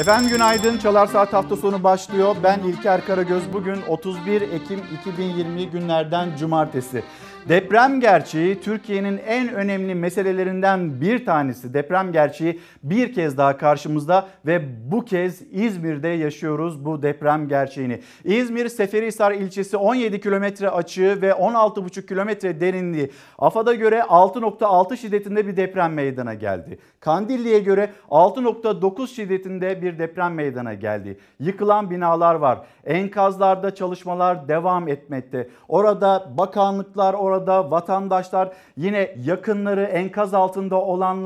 Efendim günaydın. Çalar Saat hafta sonu başlıyor. Ben İlker Karagöz. Bugün 31 Ekim 2020 günlerden cumartesi. Deprem gerçeği Türkiye'nin en önemli meselelerinden bir tanesi. Deprem gerçeği bir kez daha karşımızda ve bu kez İzmir'de yaşıyoruz bu deprem gerçeğini. İzmir Seferihisar ilçesi 17 kilometre açığı ve 16,5 kilometre derinliği. AFAD'a göre 6,6 şiddetinde bir deprem meydana geldi. Kandilli'ye göre 6,9 şiddetinde bir deprem meydana geldi. Yıkılan binalar var. Enkazlarda çalışmalar devam etmekte. Orada bakanlıklar, orada vatandaşlar, yine yakınları, enkaz altında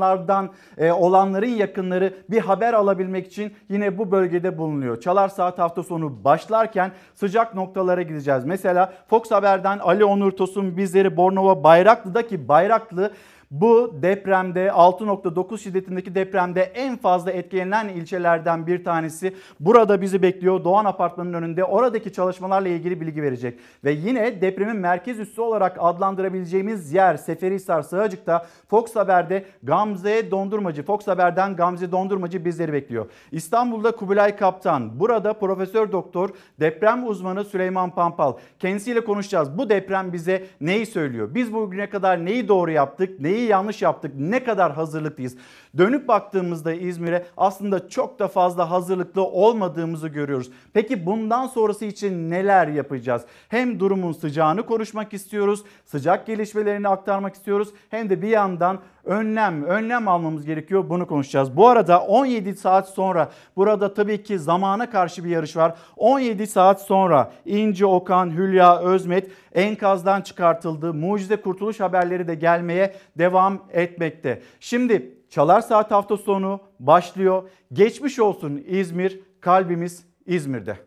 olanların yakınları bir haber alabilmek için yine bu bölgede bulunuyor. Çalar Saat hafta sonu başlarken sıcak noktalara gideceğiz. Mesela Fox Haber'den Ali Onur Tosun bizleri Bornova Bayraklı'daki Bayraklı bu depremde 6,9 şiddetindeki depremde en fazla etkilenen ilçelerden bir tanesi. Burada bizi bekliyor. Doğan Apartmanı'nın önünde oradaki çalışmalarla ilgili bilgi verecek. Ve yine depremin merkez üssü olarak adlandırabileceğimiz yer Seferihisar Sığacık'ta Fox Haber'de Gamze Dondurmacı, Fox Haber'den Gamze Dondurmacı bizleri bekliyor. İstanbul'da Kubilay Kaptan, burada Profesör Doktor deprem uzmanı Süleyman Pampal. Kendisiyle konuşacağız. Bu deprem bize neyi söylüyor? Biz bugüne kadar neyi doğru yaptık, neyi yanlış yaptık, ne kadar hazırlıklıyız? Dönüp baktığımızda İzmir'e aslında çok da fazla hazırlıklı olmadığımızı görüyoruz. Peki bundan sonrası için neler yapacağız? Hem durumun sıcağını konuşmak istiyoruz, sıcak gelişmelerini aktarmak istiyoruz. Hem de bir yandan önlem almamız gerekiyor. Bunu konuşacağız. Bu arada 17 saat sonra burada tabii ki zamana karşı bir yarış var. 17 saat sonra İnci Okan, Hülya Özmet enkazdan çıkartıldı. Mucize kurtuluş haberleri de gelmeye devam etmekte. Şimdi Çalar Saat hafta sonu başlıyor. Geçmiş olsun İzmir, kalbimiz İzmir'de.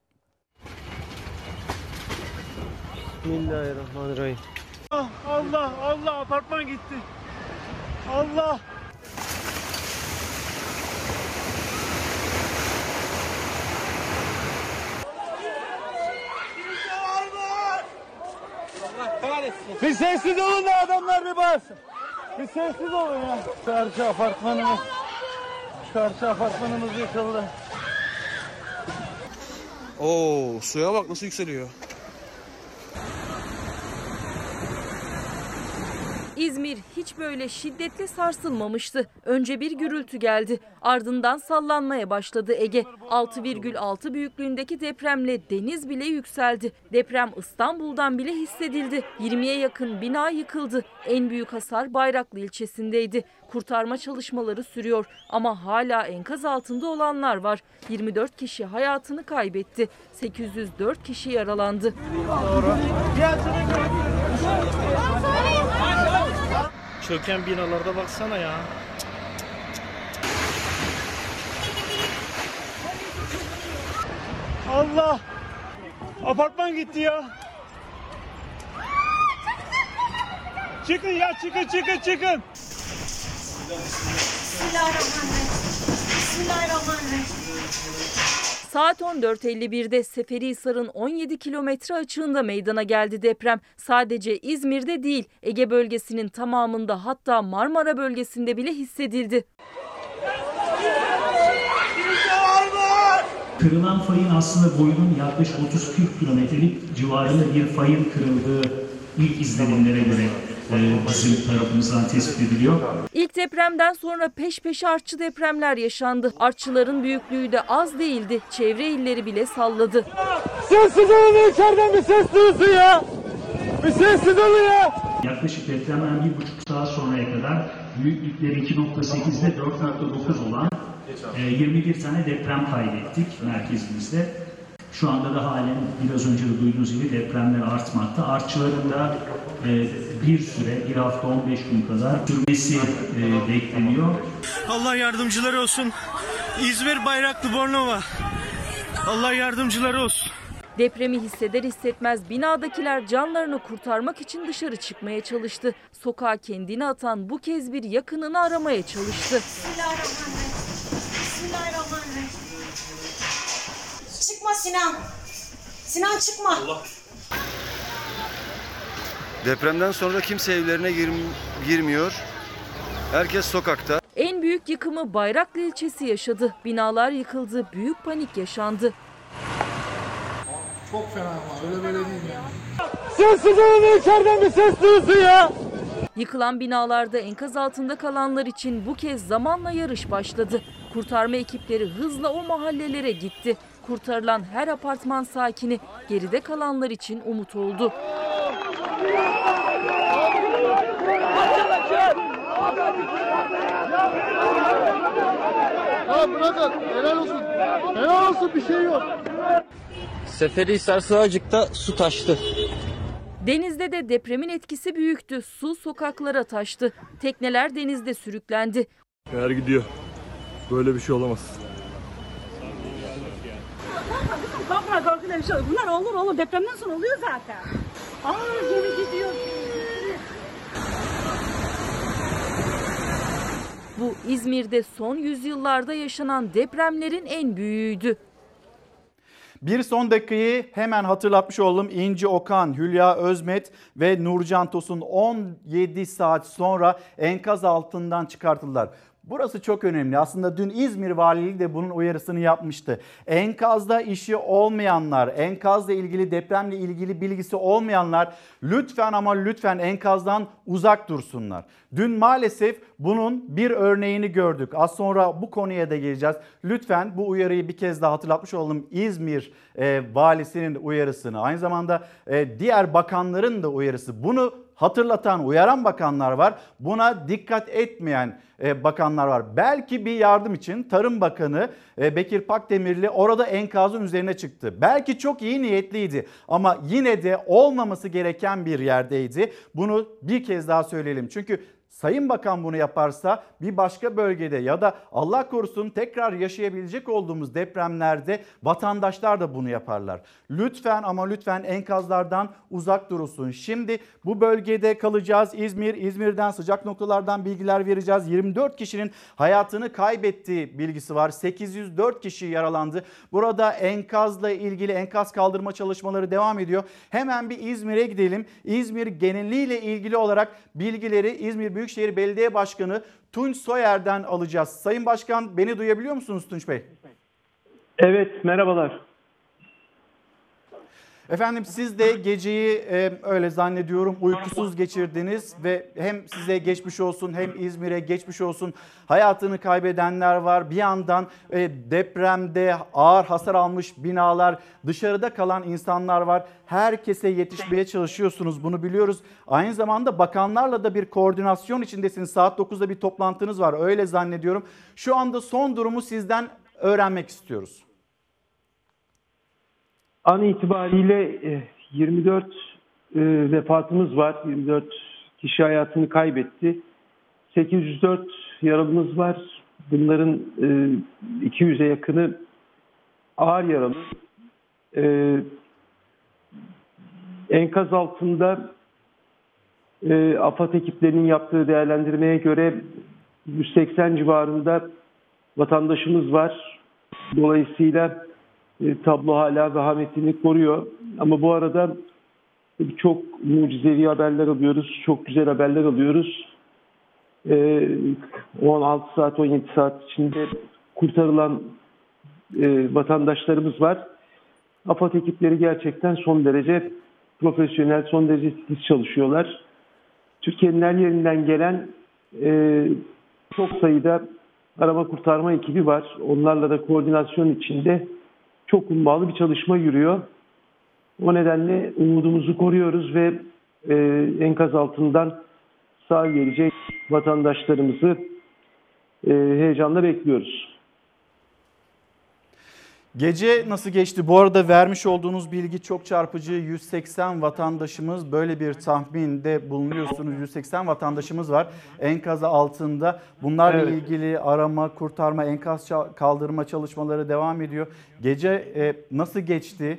Bismillahirrahmanirrahim. Allah apartman gitti. Allah. Bir sessiz olun da adamlar bir bağırsın. Bir sessiz olun ya. Karşı apartmanımız yıkıldı. Oo, suya bak nasıl yükseliyor. İzmir hiç böyle şiddetli sarsılmamıştı. Önce bir gürültü geldi. Ardından sallanmaya başladı Ege. 6,6 büyüklüğündeki depremle deniz bile yükseldi. Deprem İstanbul'dan bile hissedildi. 20'ye yakın bina yıkıldı. En büyük hasar Bayraklı ilçesindeydi. Kurtarma çalışmaları sürüyor ama hala enkaz altında olanlar var. 24 kişi hayatını kaybetti. 804 kişi yaralandı. Çöken binalarda baksana ya. Allah! Apartman gitti ya. Çıkın ya, çıkın. Bismillahirrahmanirrahim. Saat 14.51'de Seferihisar'ın 17 kilometre açığında meydana geldi deprem. Sadece İzmir'de değil, Ege bölgesinin tamamında, hatta Marmara bölgesinde bile hissedildi. Kırılan fayın aslında boyunun yaklaşık 30-40 kilometrelik civarında bir fayın kırıldığı ilk izlenimlere göre bizim tarafımızdan tespit ediliyor. İlk depremden sonra peş peşe artçı depremler yaşandı. Artçıların büyüklüğü de az değildi. Çevre illeri bile salladı. Sessiz olun, içeriden bir ses duyulsun ya. Bir sessiz olun ya. Yaklaşık depremden 1,5 saat sonraya kadar büyüklükleri 2,8 ile 4,9 olan 21 tane deprem kaydettik merkezimizde. Şu anda da halen biraz önce de duyduğunuz gibi depremler artmakta. Artçıların da bir süre, bir hafta 15 gün kadar sürmesi bekleniyor. Allah yardımcıları olsun. İzmir Bayraklı Bornova. Allah yardımcıları olsun. Depremi hisseder hissetmez binadakiler canlarını kurtarmak için dışarı çıkmaya çalıştı. Sokağa kendini atan bu kez bir yakınını aramaya çalıştı. Bismillahirrahmanirrahim. Çıkma Sinan. Sinan çıkma. Allah. Depremden sonra kimse evlerine girmiyor. Herkes sokakta. En büyük büyük yıkımı Bayraklı ilçesi yaşadı. Binalar yıkıldı, büyük panik yaşandı. Çok fena ama öyle böyle değil yani. Sessiz olun, içeriden bir ses duyulsun ya. Yıkılan binalarda enkaz altında kalanlar için bu kez zamanla yarış başladı. Kurtarma ekipleri hızla o mahallelere gitti. Kurtarılan her apartman sakini geride kalanlar için umut oldu. Ya bırakın, helal olsun. Helal olsun, bir şey yok. Seferihisar Sığacık'ta su taştı. Denizde de depremin etkisi büyüktü. Su sokaklara taştı. Tekneler denizde sürüklendi. Eğer gidiyor. Böyle bir şey olamaz. Korkma korkma bir şey olur. Bunlar olur depremden sonra oluyor zaten. Gemi gidiyor. Bu İzmir'de son yüzyıllarda yaşanan depremlerin en büyüğüydü. Bir son dakikayı hemen hatırlatmış oldum. İnci Okan, Hülya Özmet ve Nurcan Tosun 17 saat sonra enkaz altından çıkartıldılar. Burası çok önemli. Aslında dün İzmir Valiliği de bunun uyarısını yapmıştı. Enkazda işi olmayanlar, enkazla ilgili, depremle ilgili bilgisi olmayanlar lütfen ama lütfen enkazdan uzak dursunlar. Dün maalesef bunun bir örneğini gördük. Az sonra bu konuya da geleceğiz. Lütfen bu uyarıyı bir kez daha hatırlatmış olalım. İzmir valisinin uyarısını, aynı zamanda diğer bakanların da uyarısı. Bunu hatırlatan, uyaran bakanlar var. Buna dikkat etmeyen bakanlar var. Belki bir yardım için Tarım Bakanı Bekir Pakdemirli orada enkazın üzerine çıktı. Belki çok iyi niyetliydi ama yine de olmaması gereken bir yerdeydi. Bunu bir kez daha söyleyelim. Çünkü Sayın Bakan bunu yaparsa bir başka bölgede ya da Allah korusun tekrar yaşayabilecek olduğumuz depremlerde vatandaşlar da bunu yaparlar. Lütfen ama lütfen enkazlardan uzak durulsun. Şimdi bu bölgede kalacağız. İzmir'den sıcak noktalardan bilgiler vereceğiz. 24 kişinin hayatını kaybettiği bilgisi var. 804 kişi yaralandı. Burada enkazla ilgili enkaz kaldırma çalışmaları devam ediyor. Hemen bir İzmir'e gidelim. İzmir geneliyle ilgili olarak bilgileri İzmir Büyükşehir Belediye Başkanı Tunç Soyer'den alacağız. Sayın Başkan, beni duyabiliyor musunuz Tunç Bey? Evet, merhabalar. Efendim siz de geceyi öyle zannediyorum uykusuz geçirdiniz ve hem size geçmiş olsun hem İzmir'e geçmiş olsun. Hayatını kaybedenler var. Bir yandan depremde ağır hasar almış binalar, dışarıda kalan insanlar var. Herkese yetişmeye çalışıyorsunuz, bunu biliyoruz. Aynı zamanda bakanlarla da bir koordinasyon içindesiniz. Saat 9'da bir toplantınız var, öyle zannediyorum. Şu anda son durumu sizden öğrenmek istiyoruz. An itibariyle 24 vefatımız var. 24 kişi hayatını kaybetti. 804 yaralımız var. Bunların 200'e yakını ağır yaralı. Enkaz altında AFAD ekiplerinin yaptığı değerlendirmeye göre 180 civarında vatandaşımız var. Dolayısıyla tablo hala vehametini koruyor. Ama bu arada çok mucizevi haberler alıyoruz. Çok güzel haberler alıyoruz. 16 saat, 17 saat içinde kurtarılan vatandaşlarımız var. AFAD ekipleri gerçekten son derece profesyonel, son derece titiz çalışıyorlar. Türkiye'nin her yerinden gelen çok sayıda arama kurtarma ekibi var. Onlarla da koordinasyon içinde çok ummalı bir çalışma yürüyor. O nedenle umudumuzu koruyoruz ve enkaz altından sağ gelecek vatandaşlarımızı heyecanla bekliyoruz. Gece nasıl geçti? Bu arada vermiş olduğunuz bilgi çok çarpıcı. 180 vatandaşımız, böyle bir tahminde bulunuyorsunuz. 180 vatandaşımız var enkaz altında. Bunlarla ilgili arama, kurtarma, enkaz kaldırma çalışmaları devam ediyor. Gece nasıl geçti?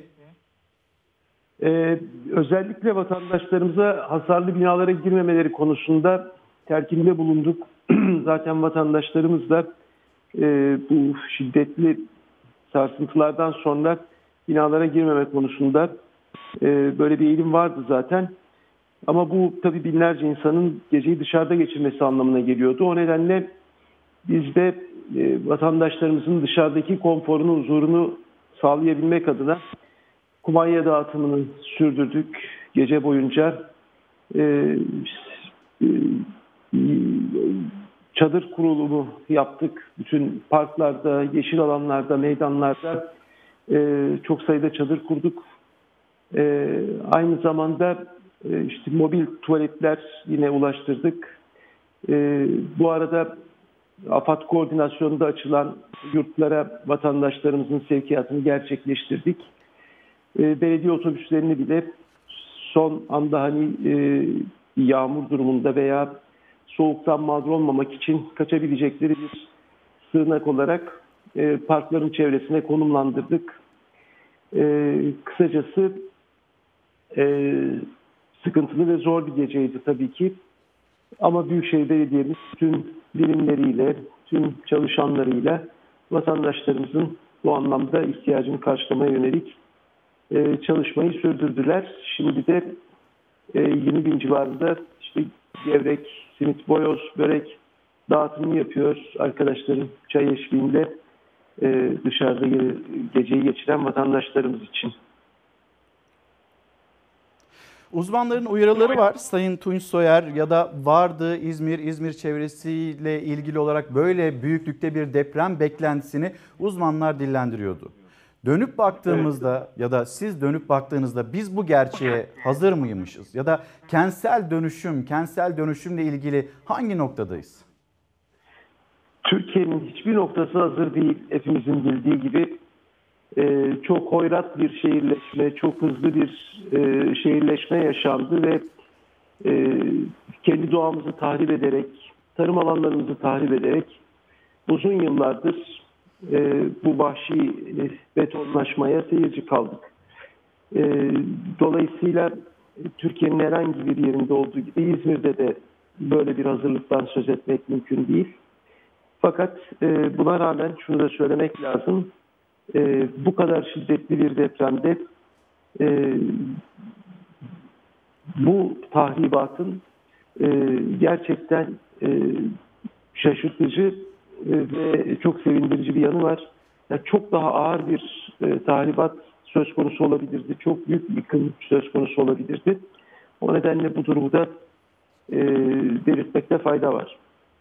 Özellikle vatandaşlarımıza hasarlı binalara girmemeleri konusunda telkinde bulunduk. Zaten vatandaşlarımız da bu şiddetli sarsıntılardan sonra binalara girmeme konusunda böyle bir eğilim vardı zaten. Ama bu tabii binlerce insanın geceyi dışarıda geçirmesi anlamına geliyordu. O nedenle biz de vatandaşlarımızın dışarıdaki konforunu, huzurunu sağlayabilmek adına kumanya dağıtımını sürdürdük gece boyunca. Çadır kurulumu yaptık. Bütün parklarda, yeşil alanlarda, meydanlarda çok sayıda çadır kurduk. Aynı zamanda işte mobil tuvaletler yine ulaştırdık. Bu arada AFAD koordinasyonunda açılan yurtlara vatandaşlarımızın sevkiyatını gerçekleştirdik. Belediye otobüslerini bile son anda hani yağmur durumunda veya soğuktan mağdur olmamak için kaçabilecekleri bir sığınak olarak parkların çevresine konumlandırdık. Kısacası sıkıntılı ve zor bir geceydi tabii ki. Ama Büyükşehir Belediye'miz tüm birimleriyle, tüm çalışanlarıyla vatandaşlarımızın bu anlamda ihtiyacını karşılamaya yönelik çalışmayı sürdürdüler. Şimdi de 20 bin civarında işte gevrek, simit, boyoz, börek dağıtımı yapıyor arkadaşlarım çay eşliğinde dışarıda geceyi geçiren vatandaşlarımız için. Uzmanların uyarıları var. Sayın Tunç Soyer ya da vardı İzmir çevresiyle ilgili olarak böyle büyüklükte bir deprem beklentisini uzmanlar dillendiriyordu. Dönüp baktığımızda ya da siz dönüp baktığınızda biz bu gerçeğe hazır mıymışız? Ya da kentsel dönüşümle ilgili hangi noktadayız? Türkiye'nin hiçbir noktası hazır değil. Hepimizin bildiği gibi çok hoyrat bir şehirleşme, çok hızlı bir şehirleşme yaşandı ve kendi doğamızı tahrip ederek, tarım alanlarımızı tahrip ederek uzun yıllardır bu vahşi betonlaşmaya seyirci kaldık. Dolayısıyla Türkiye'nin herhangi bir yerinde olduğu gibi İzmir'de de böyle bir hazırlıktan söz etmek mümkün değil. Fakat buna rağmen şunu da söylemek lazım. Bu kadar şiddetli bir depremde bu tahribatın gerçekten şaşırtıcı ve çok sevindirici bir yanı var. Yani çok daha ağır bir tahribat söz konusu olabilirdi. Çok büyük bir yıkım söz konusu olabilirdi. O nedenle bu durumu da belirtmekte fayda var.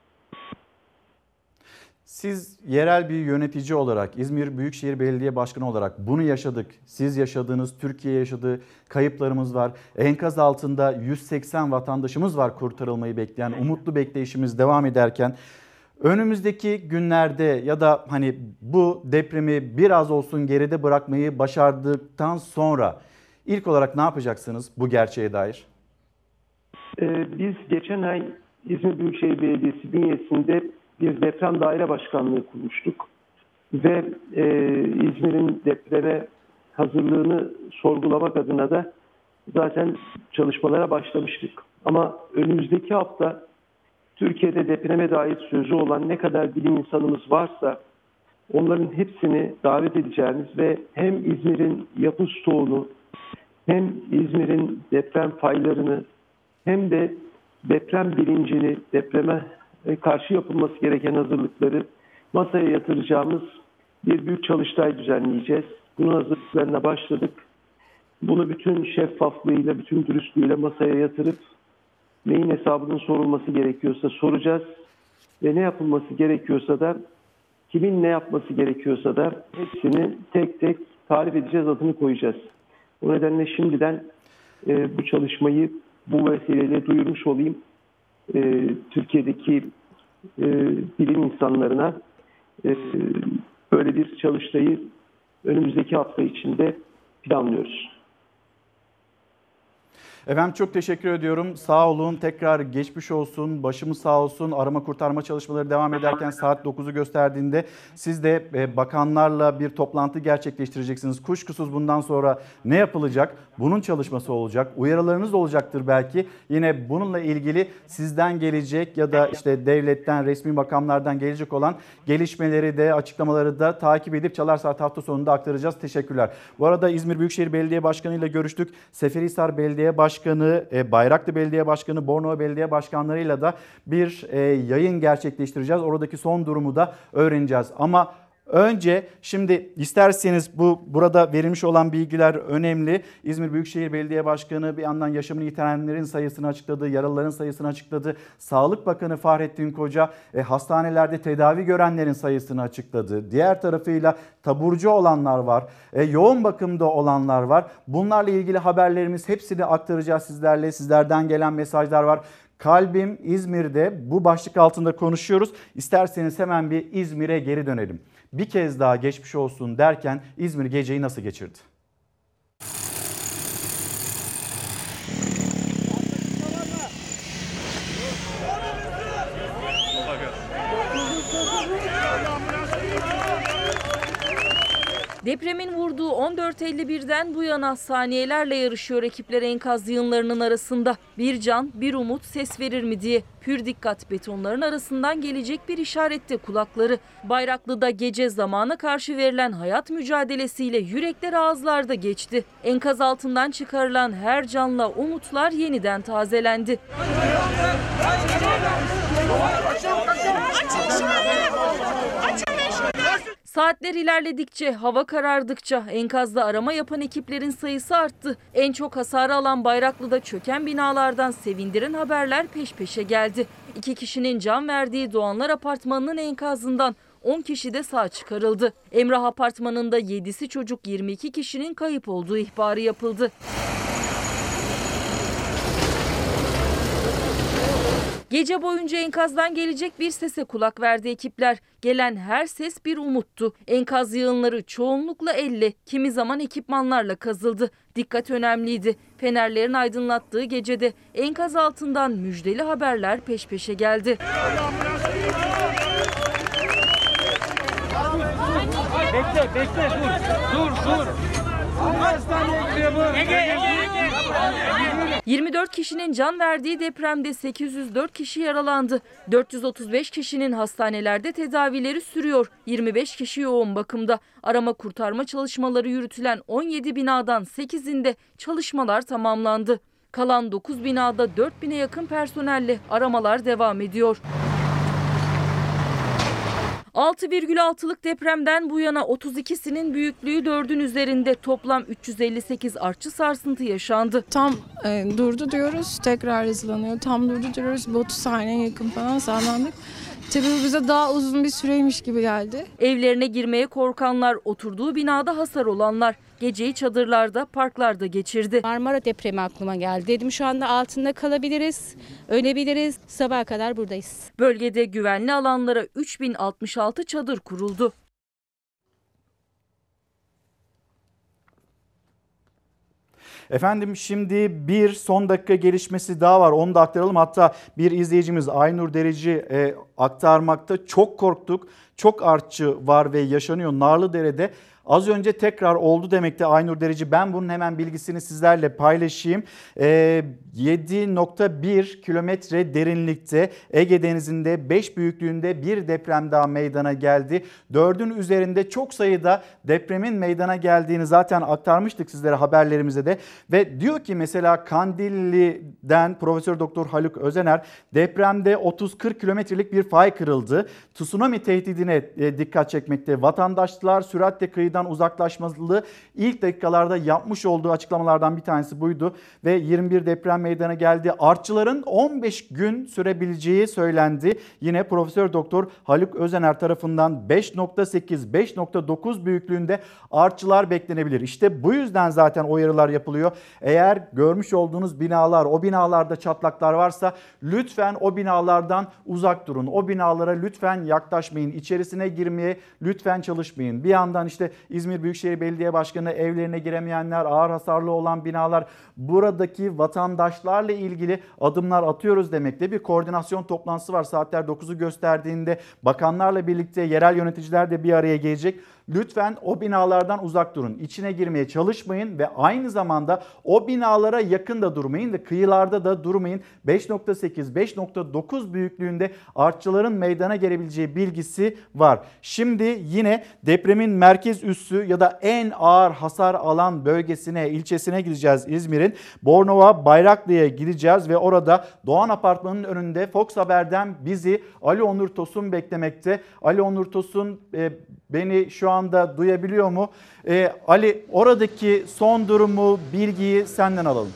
Siz yerel bir yönetici olarak, İzmir Büyükşehir Belediye Başkanı olarak bunu yaşadık. Siz yaşadınız, Türkiye yaşadı, kayıplarımız var. Enkaz altında 180 vatandaşımız var kurtarılmayı bekleyen. Umutlu bekleyişimiz devam ederken önümüzdeki günlerde ya da hani bu depremi biraz olsun geride bırakmayı başardıktan sonra ilk olarak ne yapacaksınız bu gerçeğe dair? Biz geçen ay İzmir Büyükşehir Belediyesi bünyesinde bir deprem daire başkanlığı kurmuştuk ve İzmir'in depreme hazırlığını sorgulamak adına da zaten çalışmalara başlamıştık. Ama önümüzdeki hafta Türkiye'de depreme dair sözü olan ne kadar bilim insanımız varsa onların hepsini davet edeceğimiz ve hem İzmir'in yapı stoğunu hem İzmir'in deprem faylarını hem de deprem bilincini, depreme karşı yapılması gereken hazırlıkları masaya yatıracağımız bir büyük çalıştay düzenleyeceğiz. Bunun hazırlıklarına başladık. Bunu bütün şeffaflığıyla, bütün dürüstlüğüyle masaya yatırıp neyin hesabının sorulması gerekiyorsa soracağız. Ve ne yapılması gerekiyorsa da, kimin ne yapması gerekiyorsa da hepsini tek tek tarif edeceğiz, adını koyacağız. O nedenle şimdiden bu çalışmayı bu vesileyle duyurmuş olayım. Türkiye'deki bilim insanlarına böyle bir çalıştayı önümüzdeki hafta içinde planlıyoruz. Efendim çok teşekkür ediyorum. Sağ olun. Tekrar geçmiş olsun. Başımız sağ olsun. Arama kurtarma çalışmaları devam ederken saat 9'u gösterdiğinde siz de bakanlarla bir toplantı gerçekleştireceksiniz. Kuşkusuz bundan sonra ne yapılacak? Bunun çalışması olacak. Uyarılarınız olacaktır belki. Yine bununla ilgili sizden gelecek ya da işte devletten, resmi makamlardan gelecek olan gelişmeleri de, açıklamaları da takip edip Çalar Saat hafta sonunda aktaracağız. Teşekkürler. Bu arada İzmir Büyükşehir Belediye Başkanı ile görüştük. Seferihisar Belediye Başkanı Başkanı, Bayraklı Belediye Başkanı, Bornova Belediye Başkanlarıyla da bir yayın gerçekleştireceğiz. Oradaki son durumu da öğreneceğiz. Ama önce şimdi isterseniz burada verilmiş olan bilgiler önemli. İzmir Büyükşehir Belediye Başkanı bir yandan yaşamını yitirenlerin sayısını açıkladı, yaralıların sayısını açıkladı. Sağlık Bakanı Fahrettin Koca hastanelerde tedavi görenlerin sayısını açıkladı. Diğer tarafıyla taburcu olanlar var, yoğun bakımda olanlar var. Bunlarla ilgili haberlerimiz hepsini aktaracağız sizlerle. Sizlerden gelen mesajlar var. Kalbim İzmir'de, bu başlık altında konuşuyoruz. İsterseniz hemen bir İzmir'e geri dönelim. Bir kez daha geçmiş olsun derken İzmir geceyi nasıl geçirdi? Depremin vurduğu 14.51'den bu yana saniyelerle yarışıyor ekipler enkaz yığınlarının arasında. Bir can, bir umut ses verir mi diye. Pür dikkat betonların arasından gelecek bir işarette kulakları. Bayraklı'da gece zamana karşı verilen hayat mücadelesiyle yürekler ağızlarda geçti. Enkaz altından çıkarılan her canla umutlar yeniden tazelendi. Saatler ilerledikçe, hava karardıkça enkazda arama yapan ekiplerin sayısı arttı. En çok hasarı alan Bayraklı'da çöken binalardan sevindiren haberler peş peşe geldi. 2 kişinin can verdiği Doğanlar Apartmanı'nın enkazından 10 kişi de sağ çıkarıldı. Emrah Apartmanı'nda 7'si çocuk 22 kişinin kayıp olduğu ihbarı yapıldı. Gece boyunca enkazdan gelecek bir sese kulak verdi ekipler. Gelen her ses bir umuttu. Enkaz yığınları çoğunlukla elle, kimi zaman ekipmanlarla kazıldı. Dikkat önemliydi. Fenerlerin aydınlattığı gecede enkaz altından müjdeli haberler peş peşe geldi. Bekle dur. 24 kişinin can verdiği depremde 804 kişi yaralandı. 435 kişinin hastanelerde tedavileri sürüyor. 25 kişi yoğun bakımda. Arama kurtarma çalışmaları yürütülen 17 binadan 8'inde çalışmalar tamamlandı. Kalan 9 binada 4000'e yakın personelle aramalar devam ediyor. 6,6'lık depremden bu yana 32'sinin büyüklüğü 4'ün üzerinde, toplam 358 artçı sarsıntı yaşandı. Tam durdu diyoruz, tekrar hızlanıyor. Tam durdu diyoruz, 30 saniye yakın falan sallandık. Tabii bize daha uzun bir süreymiş gibi geldi. Evlerine girmeye korkanlar, oturduğu binada hasar olanlar geceyi çadırlarda, parklarda geçirdi. Marmara depremi aklıma geldi. Dedim şu anda altında kalabiliriz, ölebiliriz. Sabaha kadar buradayız. Bölgede güvenli alanlara 3066 çadır kuruldu. Efendim şimdi bir son dakika gelişmesi daha var, onu da aktaralım. Hatta bir izleyicimiz Aynur Dereci aktarmakta. Çok korktuk, çok artçı var ve yaşanıyor Narlıdere'de. Az önce tekrar oldu demekti Aynur Dereci. Ben bunun hemen bilgisini sizlerle paylaşayım. 7,1 kilometre derinlikte Ege Denizi'nde 5 büyüklüğünde bir deprem daha meydana geldi. 4'ün üzerinde çok sayıda depremin meydana geldiğini zaten aktarmıştık sizlere haberlerimize de. Ve diyor ki mesela Kandilli'den Profesör Doktor Haluk Özener, depremde 30-40 kilometrelik bir fay kırıldı. Tsunami tehdidine dikkat çekmekte. Vatandaşlar süratle kıyıdan uzaklaşmalı. İlk dakikalarda yapmış olduğu açıklamalardan bir tanesi buydu ve 21 deprem meydana geldi. Artçıların 15 gün sürebileceği söylendi. Yine Profesör Doktor Haluk Özener tarafından 5,8 5,9 büyüklüğünde artçılar beklenebilir. İşte bu yüzden zaten uyarılar yapılıyor. Eğer görmüş olduğunuz binalar, o binalarda çatlaklar varsa lütfen o binalardan uzak durun. O binalara lütfen yaklaşmayın. İçerisine girmeye lütfen çalışmayın. Bir yandan işte İzmir Büyükşehir Belediye Başkanı, evlerine giremeyenler, ağır hasarlı olan binalar, buradaki vatandaşlarla ilgili adımlar atıyoruz demekte. Bir koordinasyon toplantısı var, saatler 9'u gösterdiğinde bakanlarla birlikte yerel yöneticiler de bir araya gelecek. Lütfen o binalardan uzak durun. İçine girmeye çalışmayın ve aynı zamanda o binalara yakın da durmayın ve kıyılarda da durmayın. 5.8, 5.9 büyüklüğünde artçıların meydana gelebileceği bilgisi var. Şimdi yine depremin merkez üssü ya da en ağır hasar alan bölgesine, ilçesine gideceğiz İzmir'in. Bornova Bayraklı'ya gideceğiz ve orada Doğan Apartmanı'nın önünde Fox Haber'den bizi Ali Onur Tosun beklemekte. Ali Onur Tosun beni şu anda duyabiliyor mu? Ali, oradaki son durumu, bilgiyi senden alalım.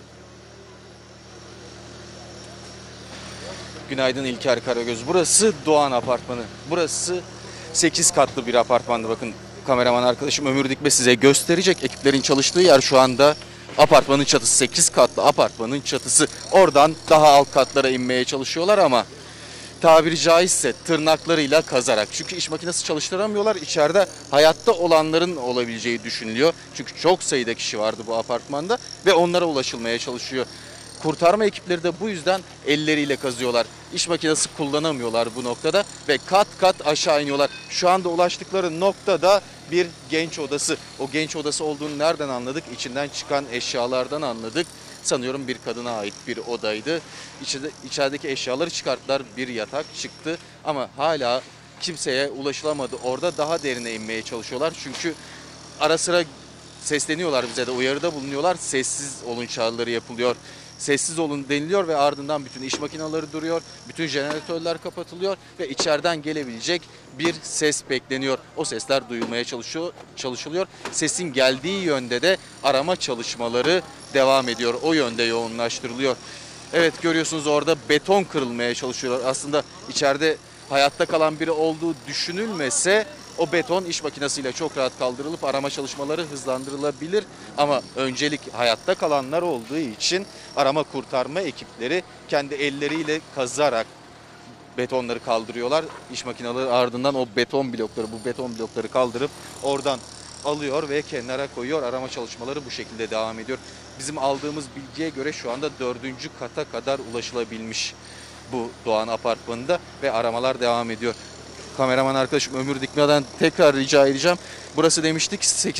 Günaydın İlker Karagöz. Burası Doğan Apartmanı. Burası 8 katlı bir apartmandı. Bakın kameraman arkadaşım Ömür Dikme size gösterecek. Ekiplerin çalıştığı yer şu anda apartmanın çatısı. 8 katlı apartmanın çatısı. Oradan daha alt katlara inmeye çalışıyorlar ama tabiri caizse tırnaklarıyla kazarak. Çünkü iş makinesi çalıştıramıyorlar. İçeride hayatta olanların olabileceği düşünülüyor. Çünkü çok sayıda kişi vardı bu apartmanda ve onlara ulaşılmaya çalışıyor. Kurtarma ekipleri de bu yüzden elleriyle kazıyorlar. İş makinesi kullanamıyorlar bu noktada ve kat kat aşağı iniyorlar. Şu anda ulaştıkları noktada bir genç odası. O genç odası olduğunu nereden anladık? İçinden çıkan eşyalardan anladık. Sanıyorum bir kadına ait bir odaydı. İçerideki eşyaları çıkarttılar. Bir yatak çıktı ama hala kimseye ulaşılamadı. Orada daha derine inmeye çalışıyorlar. Çünkü ara sıra sesleniyorlar bize de, uyarıda bulunuyorlar. Sessiz olun çağrıları yapılıyor. Sessiz olun deniliyor ve ardından bütün iş makineleri duruyor. Bütün jeneratörler kapatılıyor ve içeriden gelebilecek bir ses bekleniyor. O sesler duyulmaya çalışılıyor. Sesin geldiği yönde de arama çalışmaları devam ediyor. O yönde yoğunlaştırılıyor. Evet, görüyorsunuz orada beton kırılmaya çalışıyorlar. Aslında içeride hayatta kalan biri olduğu düşünülmese o beton iş makinesiyle çok rahat kaldırılıp arama çalışmaları hızlandırılabilir. Ama öncelik hayatta kalanlar olduğu için arama kurtarma ekipleri kendi elleriyle kazarak betonları kaldırıyorlar. İş makineleri ardından o beton blokları kaldırıp oradan alıyor ve kenara koyuyor. Arama çalışmaları bu şekilde devam ediyor. Bizim aldığımız bilgiye göre şu anda 4. kata kadar ulaşılabilmiş bu Doğan Apartmanı'nda ve aramalar devam ediyor. Kameraman arkadaşım Ömür Dikme'den tekrar rica edeceğim. Burası demiştik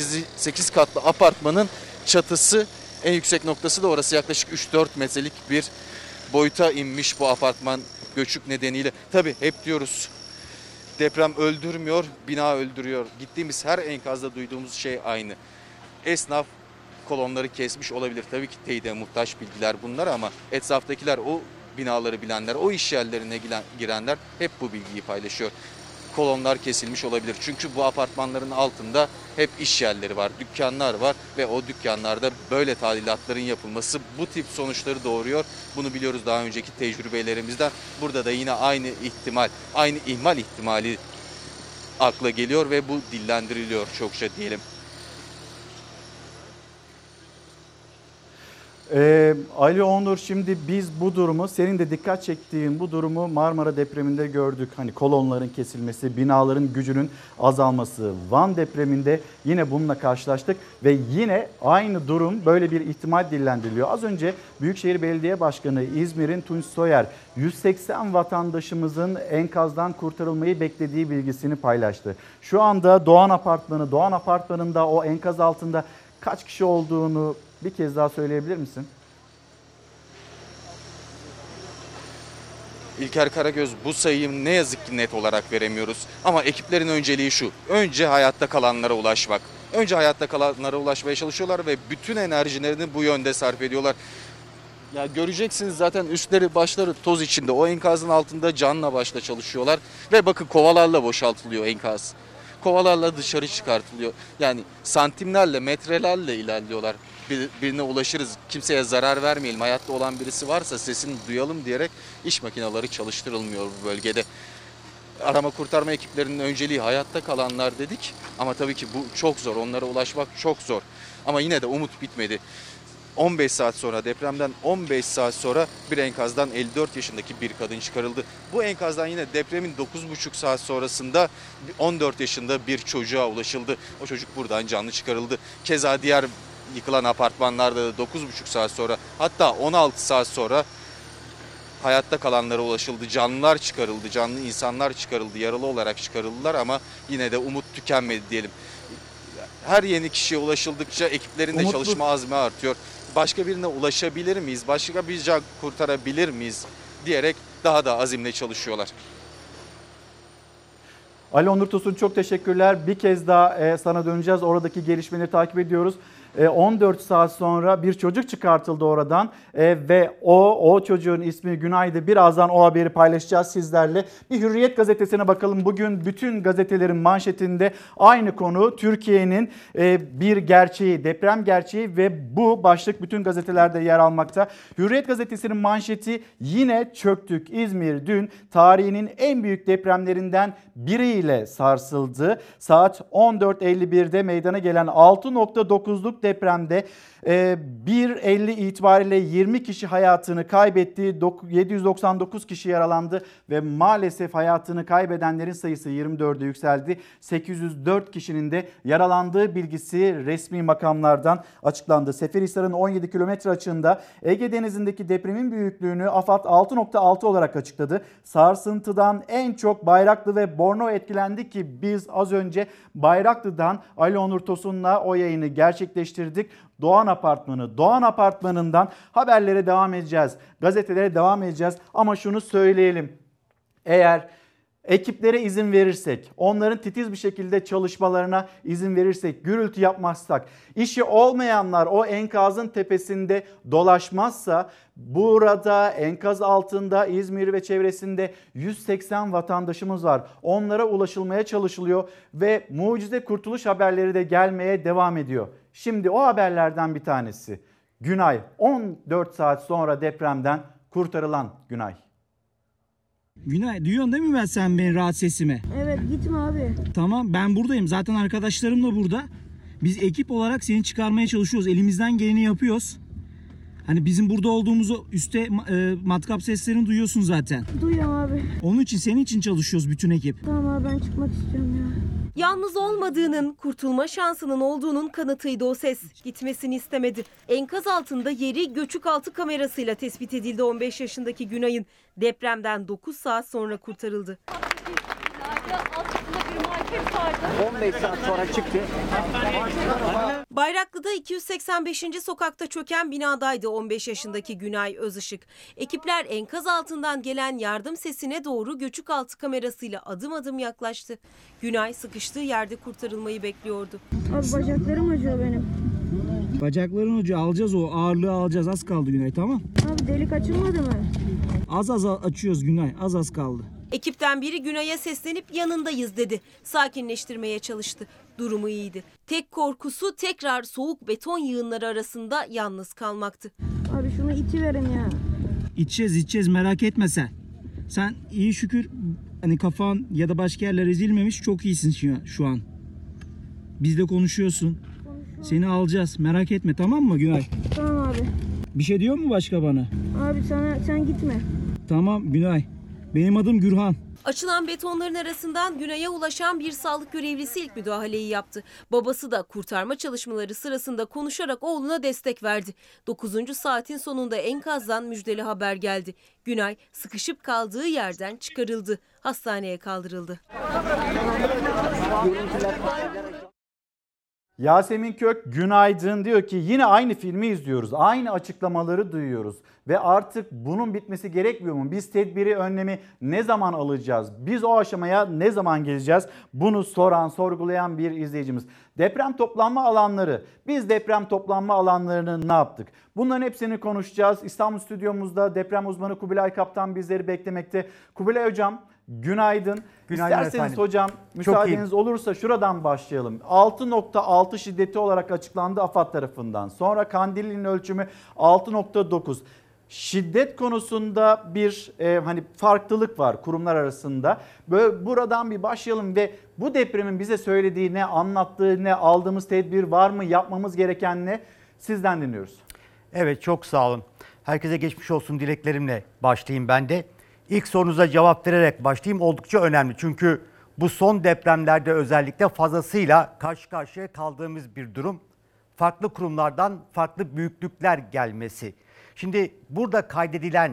8 katlı apartmanın çatısı, en yüksek noktası da orası. Yaklaşık 3-4 metrelik bir boyuta inmiş bu apartman göçük nedeniyle. Tabii hep diyoruz, deprem öldürmüyor, bina öldürüyor. Gittiğimiz her enkazda duyduğumuz şey aynı. Esnaf kolonları kesmiş olabilir. Tabii ki teyide muhtaç bilgiler bunlar ama etraftakiler, o binaları bilenler, o iş yerlerine girenler hep bu bilgiyi paylaşıyor. Kolonlar kesilmiş olabilir. Çünkü bu apartmanların altında hep iş yerleri var, dükkanlar var ve o dükkanlarda böyle tadilatların yapılması bu tip sonuçları doğuruyor. Bunu biliyoruz daha önceki tecrübelerimizden. Burada da yine aynı ihmal ihtimali akla geliyor ve bu dillendiriliyor çokça diyelim. Ali Onur, şimdi biz bu durumu, senin de dikkat çektiğin bu durumu Marmara depreminde gördük. Hani kolonların kesilmesi, binaların gücünün azalması. Van depreminde yine bununla karşılaştık ve yine aynı durum, böyle bir ihtimal dillendiriliyor. Az önce Büyükşehir Belediye Başkanı İzmir'in Tunç Soyer 180 vatandaşımızın enkazdan kurtarılmayı beklediği bilgisini paylaştı. Şu anda Doğan Apartmanı'nda o enkaz altında kaç kişi olduğunu bir kez daha söyleyebilir misin? İlker Karagöz, bu sayıyı ne yazık ki net olarak veremiyoruz. Ama ekiplerin önceliği şu: önce hayatta kalanlara ulaşmak. Önce hayatta kalanlara ulaşmaya çalışıyorlar ve bütün enerjilerini bu yönde sarf ediyorlar. Ya göreceksiniz zaten, üstleri başları toz içinde. O enkazın altında canla başla çalışıyorlar. Ve bakın, kovalarla boşaltılıyor enkaz. Kovalarla dışarı çıkartılıyor. Yani santimlerle, metrelerle ilerliyorlar. Birine ulaşırız, kimseye zarar vermeyelim, hayatta olan birisi varsa sesini duyalım diyerek iş makineleri çalıştırılmıyor bu bölgede. Arama kurtarma ekiplerinin önceliği hayatta kalanlar dedik ama tabii ki bu çok zor, onlara ulaşmak çok zor. Ama yine de umut bitmedi. 15 saat sonra, depremden 15 saat sonra bir enkazdan 54 yaşındaki bir kadın çıkarıldı. Bu enkazdan yine depremin 9,5 saat sonrasında 14 yaşında bir çocuğa ulaşıldı. O çocuk buradan canlı çıkarıldı. Keza diğer yıkılan apartmanlarda da 9,5 saat sonra, hatta 16 saat sonra hayatta kalanlara ulaşıldı. Canlılar çıkarıldı, canlı insanlar çıkarıldı, yaralı olarak çıkarıldılar ama yine de umut tükenmedi diyelim. Her yeni kişiye ulaşıldıkça ekiplerin de çalışma azmi artıyor. Başka birine ulaşabilir miyiz, başka bir can kurtarabilir miyiz diyerek daha da azimle çalışıyorlar. Ali Onur Tosun çok teşekkürler. Bir kez daha sana döneceğiz. Oradaki gelişmeleri takip ediyoruz. 14 saat sonra bir çocuk çıkartıldı oradan ve o çocuğun ismi Günay'dı. Birazdan o haberi paylaşacağız sizlerle. Bir Hürriyet gazetesine bakalım. Bugün bütün gazetelerin manşetinde aynı konu, Türkiye'nin bir gerçeği, deprem gerçeği ve bu başlık bütün gazetelerde yer almakta. Hürriyet gazetesinin manşeti yine çöktük. İzmir dün tarihinin en büyük depremlerinden biriyle sarsıldı. Saat 14.51'de meydana gelen 6.9'luk depremde 1.50 itibariyle 20 kişi hayatını kaybetti. 799 kişi yaralandı ve maalesef hayatını kaybedenlerin sayısı 24'e yükseldi. 804 kişinin de yaralandığı bilgisi resmi makamlardan açıklandı. Seferihisar'ın 17 kilometre açığında Ege Denizi'ndeki depremin büyüklüğünü AFAD 6.6 olarak açıkladı. Sarsıntıdan en çok Bayraklı ve Bornova etkilendi ki biz az önce Bayraklı'dan Ali Onur Tosun'la o yayını gerçekleştirdik. Doğan Apartmanı'ndan haberlere devam edeceğiz. Gazetelere devam edeceğiz ama şunu söyleyelim. Eğer ekiplere izin verirsek, onların titiz bir şekilde çalışmalarına izin verirsek, gürültü yapmazsak, işi olmayanlar o enkazın tepesinde dolaşmazsa, burada enkaz altında İzmir ve çevresinde 180 vatandaşımız var. Onlara ulaşılmaya çalışılıyor ve mucize kurtuluş haberleri de gelmeye devam ediyor. Şimdi o haberlerden bir tanesi. Günay, 14 saat sonra depremden kurtarılan Günay. Günay, duyuyorsun değil mi ben sen benim rahat sesimi? Evet, gitme abi. Tamam, ben buradayım. Zaten arkadaşlarım da burada. Biz ekip olarak seni çıkarmaya çalışıyoruz. Elimizden geleni yapıyoruz. Hani bizim burada olduğumuzu üstte matkap seslerini duyuyorsun zaten. Duyuyorum abi. Onun için senin için çalışıyoruz bütün ekip. Tamam abi, ben çıkmak istiyorum ya. Yalnız olmadığının, kurtulma şansının olduğunun kanıtıydı o ses. Gitmesini istemedi. Enkaz altında yeri göçük altı kamerasıyla tespit edildi 15 yaşındaki Günay'ın. Depremden 9 saat sonra kurtarıldı. 15 saat sonra çıktı. Bayraklı'da 285. sokakta çöken binadaydı 15 yaşındaki Günay Özışık. Ekipler enkaz altından gelen yardım sesine doğru göçük altı kamerasıyla adım adım yaklaştı. Günay sıkıştığı yerde kurtarılmayı bekliyordu. Abi bacaklarım acıyor benim. Bacakların ucu alacağız, o ağırlığı alacağız. Az kaldı Günay, tamam. Abi delik açılmadı mı? Az açıyoruz Günay, az kaldı. Ekipten biri Günay'a seslenip yanındayız dedi. Sakinleştirmeye çalıştı. Durumu iyiydi. Tek korkusu tekrar soğuk beton yığınları arasında yalnız kalmaktı. Abi şunu iti verin ya. İçeceğiz merak etme sen. Sen iyi şükür hani kafan ya da başka yerler ezilmemiş, çok iyisin şu an. Bizle konuşuyorsun. Seni alacağız, merak etme, tamam mı Günay? Tamam abi. Bir şey diyor mu başka bana? Abi sen gitme. Tamam Günay. Benim adım Gürhan. Açılan betonların arasından Günay'a ulaşan bir sağlık görevlisi ilk müdahaleyi yaptı. Babası da kurtarma çalışmaları sırasında konuşarak oğluna destek verdi. 9. saatin sonunda enkazdan müjdeli haber geldi. Günay sıkışıp kaldığı yerden çıkarıldı. Hastaneye kaldırıldı. Yasemin Kök günaydın diyor ki yine aynı filmi izliyoruz. Aynı açıklamaları duyuyoruz. Ve artık bunun bitmesi gerekmiyor mu? Biz tedbiri, önlemi ne zaman alacağız? Biz o aşamaya ne zaman geleceğiz? Bunu soran, sorgulayan bir izleyicimiz. Deprem toplanma alanları. Biz deprem toplanma alanlarını ne yaptık? Bunların hepsini konuşacağız. İstanbul stüdyomuzda deprem uzmanı Kubilay Kaptan bizleri beklemekte. Kubilay Hocam günaydın. Günaydın İsterseniz efendim. hocam müsaadeniz olursa şuradan başlayalım. 6.6 şiddeti olarak açıklandı AFAD tarafından. Sonra Kandilli'nin ölçümü 6.9. Şiddet konusunda bir hani farklılık var kurumlar arasında. Böyle buradan bir başlayalım ve bu depremin bize söylediği ne, anlattığı ne, aldığımız tedbir var mı, yapmamız gereken ne? Sizden dinliyoruz. Evet, çok sağ olun. Herkese geçmiş olsun dileklerimle başlayayım ben de. İlk sorunuza cevap vererek başlayayım, oldukça önemli. Çünkü bu son depremlerde özellikle fazlasıyla karşı karşıya kaldığımız bir durum. Farklı kurumlardan farklı büyüklükler gelmesi. Şimdi burada kaydedilen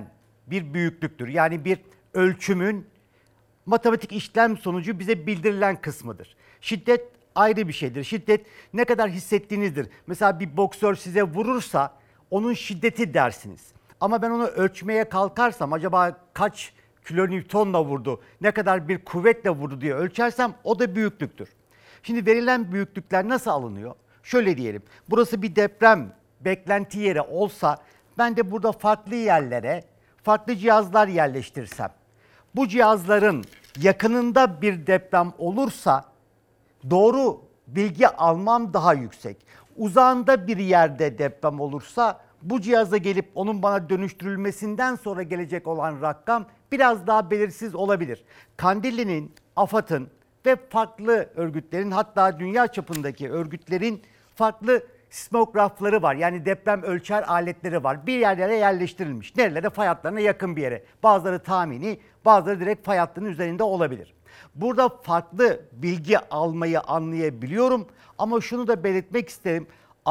bir büyüklüktür. Yani bir ölçümün matematik işlem sonucu bize bildirilen kısmıdır. Şiddet ayrı bir şeydir. Şiddet ne kadar hissettiğinizdir. Mesela bir boksör size vurursa onun şiddeti dersiniz. Ama ben onu ölçmeye kalkarsam acaba kaç kilonewtonla vurdu, ne kadar bir kuvvetle vurdu diye ölçersem o da büyüklüktür. Şimdi verilen büyüklükler nasıl alınıyor? Şöyle diyelim, burası bir deprem beklenti yeri olsa ben de burada farklı yerlere farklı cihazlar yerleştirsem, bu cihazların yakınında bir deprem olursa doğru bilgi almam daha yüksek. Uzağında bir yerde deprem olursa bu cihaza gelip onun bana dönüştürülmesinden sonra gelecek olan rakam biraz daha belirsiz olabilir. Kandilli'nin, AFAD'ın ve farklı örgütlerin, hatta dünya çapındaki örgütlerin farklı sismografları var. Yani deprem ölçer aletleri var. Bir yerlere yerleştirilmiş. Nerelere? Fay hatlarına yakın bir yere. Bazıları tahmini, bazıları direkt fay hattının üzerinde olabilir. Burada farklı bilgi almayı anlayabiliyorum ama şunu da belirtmek isterim.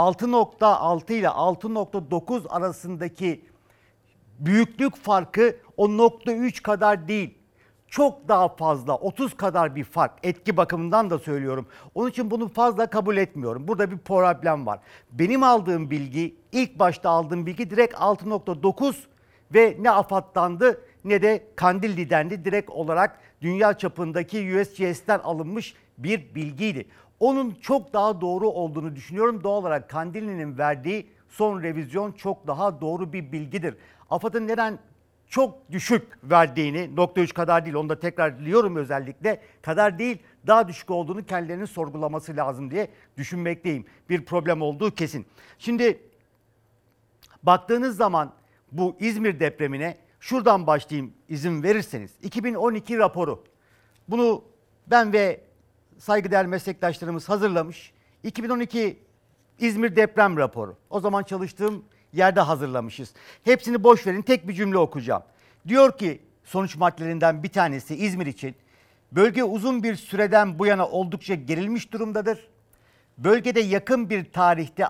6.6 ile 6.9 arasındaki büyüklük farkı o 0.3 kadar değil. Çok daha fazla, 30 kadar bir fark. Etki bakımından da söylüyorum. Onun için bunu fazla kabul etmiyorum. Burada bir problem var. Benim aldığım bilgi, ilk başta aldığım bilgi direkt 6.9 ve ne AFAD'dandı ne de Kandilli'dendi. Direkt olarak dünya çapındaki USGS'ten alınmış bir bilgiydi. Onun çok daha doğru olduğunu düşünüyorum. Doğal olarak Kandilli'nin verdiği son revizyon çok daha doğru bir bilgidir. AFAD'ın neden çok düşük verdiğini, 0.3 kadar değil, onu da tekrarlıyorum özellikle, kadar değil, daha düşük olduğunu kendilerinin sorgulaması lazım diye düşünmekteyim. Bir problem olduğu kesin. Şimdi baktığınız zaman bu İzmir depremine şuradan başlayayım izin verirseniz. 2012 raporu. Bunu ben ve saygıdeğer meslektaşlarımız hazırlamış. 2012 İzmir deprem raporu. O zaman çalıştığım yerde hazırlamışız. Hepsini boş verin, tek bir cümle okuyacağım. Diyor ki sonuç maddelerinden bir tanesi İzmir için, bölge uzun bir süreden bu yana oldukça gerilmiş durumdadır. Bölgede yakın bir tarihte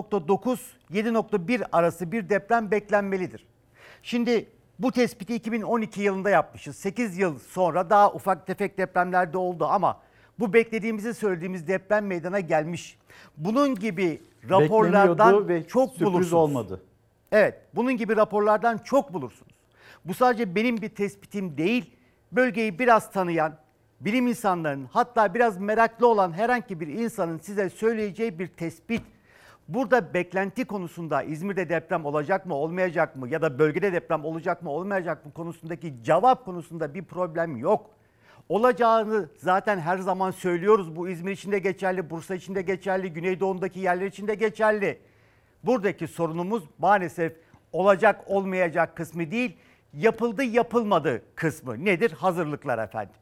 6.9-7.1 arası bir deprem beklenmelidir. Şimdi bu tespiti 2012 yılında yapmışız. 8 yıl sonra daha ufak tefek depremler de oldu ama bu beklediğimizi söylediğimiz deprem meydana gelmiş. Bunun gibi raporlardan ve çok sürpriz bulursunuz. olmadı. Evet, bunun gibi raporlardan çok bulursunuz. Bu sadece benim bir tespitim değil, bölgeyi biraz tanıyan, bilim insanlarının, hatta biraz meraklı olan herhangi bir insanın size söyleyeceği bir tespit. Burada beklenti konusunda İzmir'de deprem olacak mı, olmayacak mı ya da bölgede deprem olacak mı, olmayacak mı konusundaki cevap konusunda bir problem yok. Olacağını zaten her zaman söylüyoruz. Bu İzmir için de geçerli, Bursa için de geçerli, Güneydoğu'ndaki yerler için de geçerli. Buradaki sorunumuz maalesef olacak olmayacak kısmı değil, yapıldı yapılmadı kısmı. Nedir? Hazırlıklar efendim.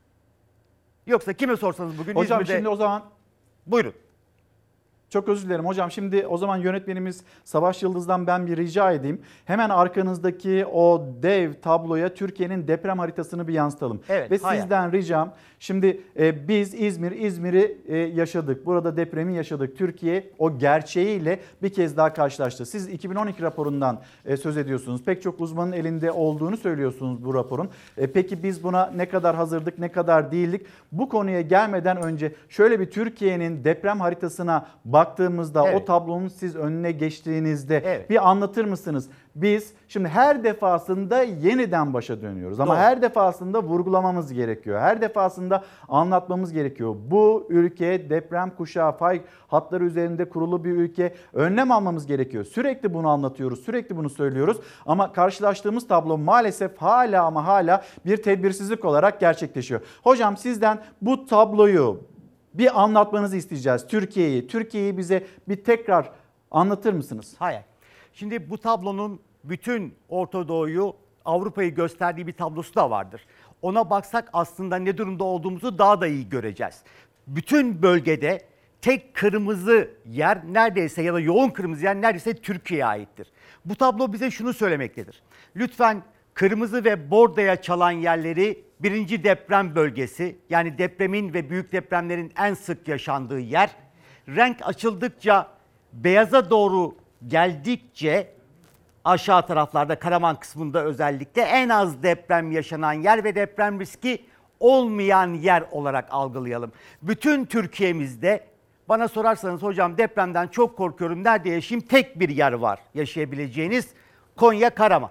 Yoksa kime sorsanız bugün hocam İzmir'de... şimdi o zaman... Buyurun. Çok özür dilerim hocam. Şimdi o zaman yönetmenimiz Savaş Yıldız'dan ben bir rica edeyim. Hemen arkanızdaki o dev tabloya Türkiye'nin deprem haritasını bir yansıtalım. Evet, ve sizden ricam, şimdi biz İzmir'i yaşadık. Burada depremi yaşadık. Türkiye o gerçeğiyle bir kez daha karşılaştı. Siz 2012 raporundan söz ediyorsunuz. Pek çok uzmanın elinde olduğunu söylüyorsunuz bu raporun. Peki biz buna ne kadar hazırdık, ne kadar değildik? Bu konuya gelmeden önce şöyle bir Türkiye'nin deprem haritasına baktığımızda, o tablonun siz önüne geçtiğinizde bir anlatır mısınız? Biz şimdi her defasında yeniden başa dönüyoruz ama her defasında vurgulamamız gerekiyor. Her defasında anlatmamız gerekiyor. Bu ülke deprem kuşağı fay hatları üzerinde kurulu bir ülke. Önlem almamız gerekiyor. Sürekli bunu anlatıyoruz, sürekli bunu söylüyoruz ama karşılaştığımız tablo maalesef hala bir tedbirsizlik olarak gerçekleşiyor. Hocam sizden bu tabloyu bir anlatmanızı isteyeceğiz. Türkiye'yi bize bir tekrar anlatır mısınız? Hayır. Şimdi bu tablonun bütün Orta Doğu'yu, Avrupa'yı gösterdiği bir tablosu da vardır. Ona baksak aslında ne durumda olduğumuzu daha da iyi göreceğiz. Bütün bölgede tek kırmızı yer neredeyse ya da yoğun kırmızı yer neredeyse Türkiye'ye aittir. Bu tablo bize şunu söylemektedir. Lütfen kırmızı ve bordoya çalan yerleri birinci deprem bölgesi, yani depremin ve büyük depremlerin en sık yaşandığı yer, renk açıldıkça beyaza doğru geldikçe aşağı taraflarda Karaman kısmında özellikle en az deprem yaşanan yer ve deprem riski olmayan yer olarak algılayalım. Bütün Türkiye'mizde bana sorarsanız hocam depremden çok korkuyorum, nerede yaşayayım? Tek bir yer var yaşayabileceğiniz, Konya Karaman.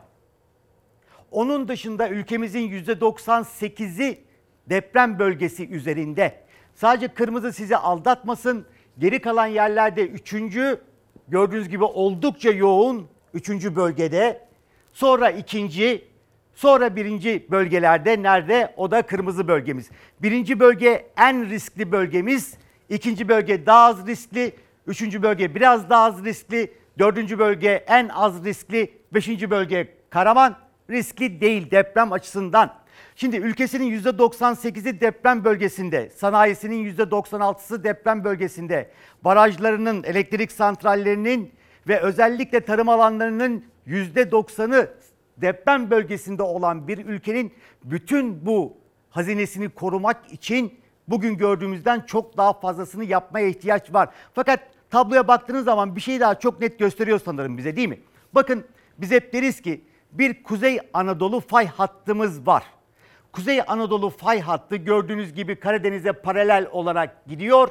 Onun dışında ülkemizin %98'i deprem bölgesi üzerinde. Sadece kırmızı sizi aldatmasın. Geri kalan yerlerde 3. gördüğünüz gibi oldukça yoğun 3. bölgede. Sonra 2. sonra 1. bölgelerde nerede? O da kırmızı bölgemiz. 1. bölge en riskli bölgemiz. 2. bölge daha az riskli. 3. bölge biraz daha az riskli. 4. bölge en az riskli. 5. bölge Karaman riskli değil deprem açısından. Şimdi ülkesinin %98'i deprem bölgesinde, sanayisinin %96'sı deprem bölgesinde, barajlarının, elektrik santrallerinin ve özellikle tarım alanlarının %90'ı deprem bölgesinde olan bir ülkenin bütün bu hazinesini korumak için bugün gördüğümüzden çok daha fazlasını yapmaya ihtiyaç var. Fakat tabloya baktığınız zaman bir şey daha çok net gösteriyor sanırım bize, değil mi? Bakın biz hep deriz ki bir Kuzey Anadolu fay hattımız var. Kuzey Anadolu fay hattı gördüğünüz gibi Karadeniz'e paralel olarak gidiyor.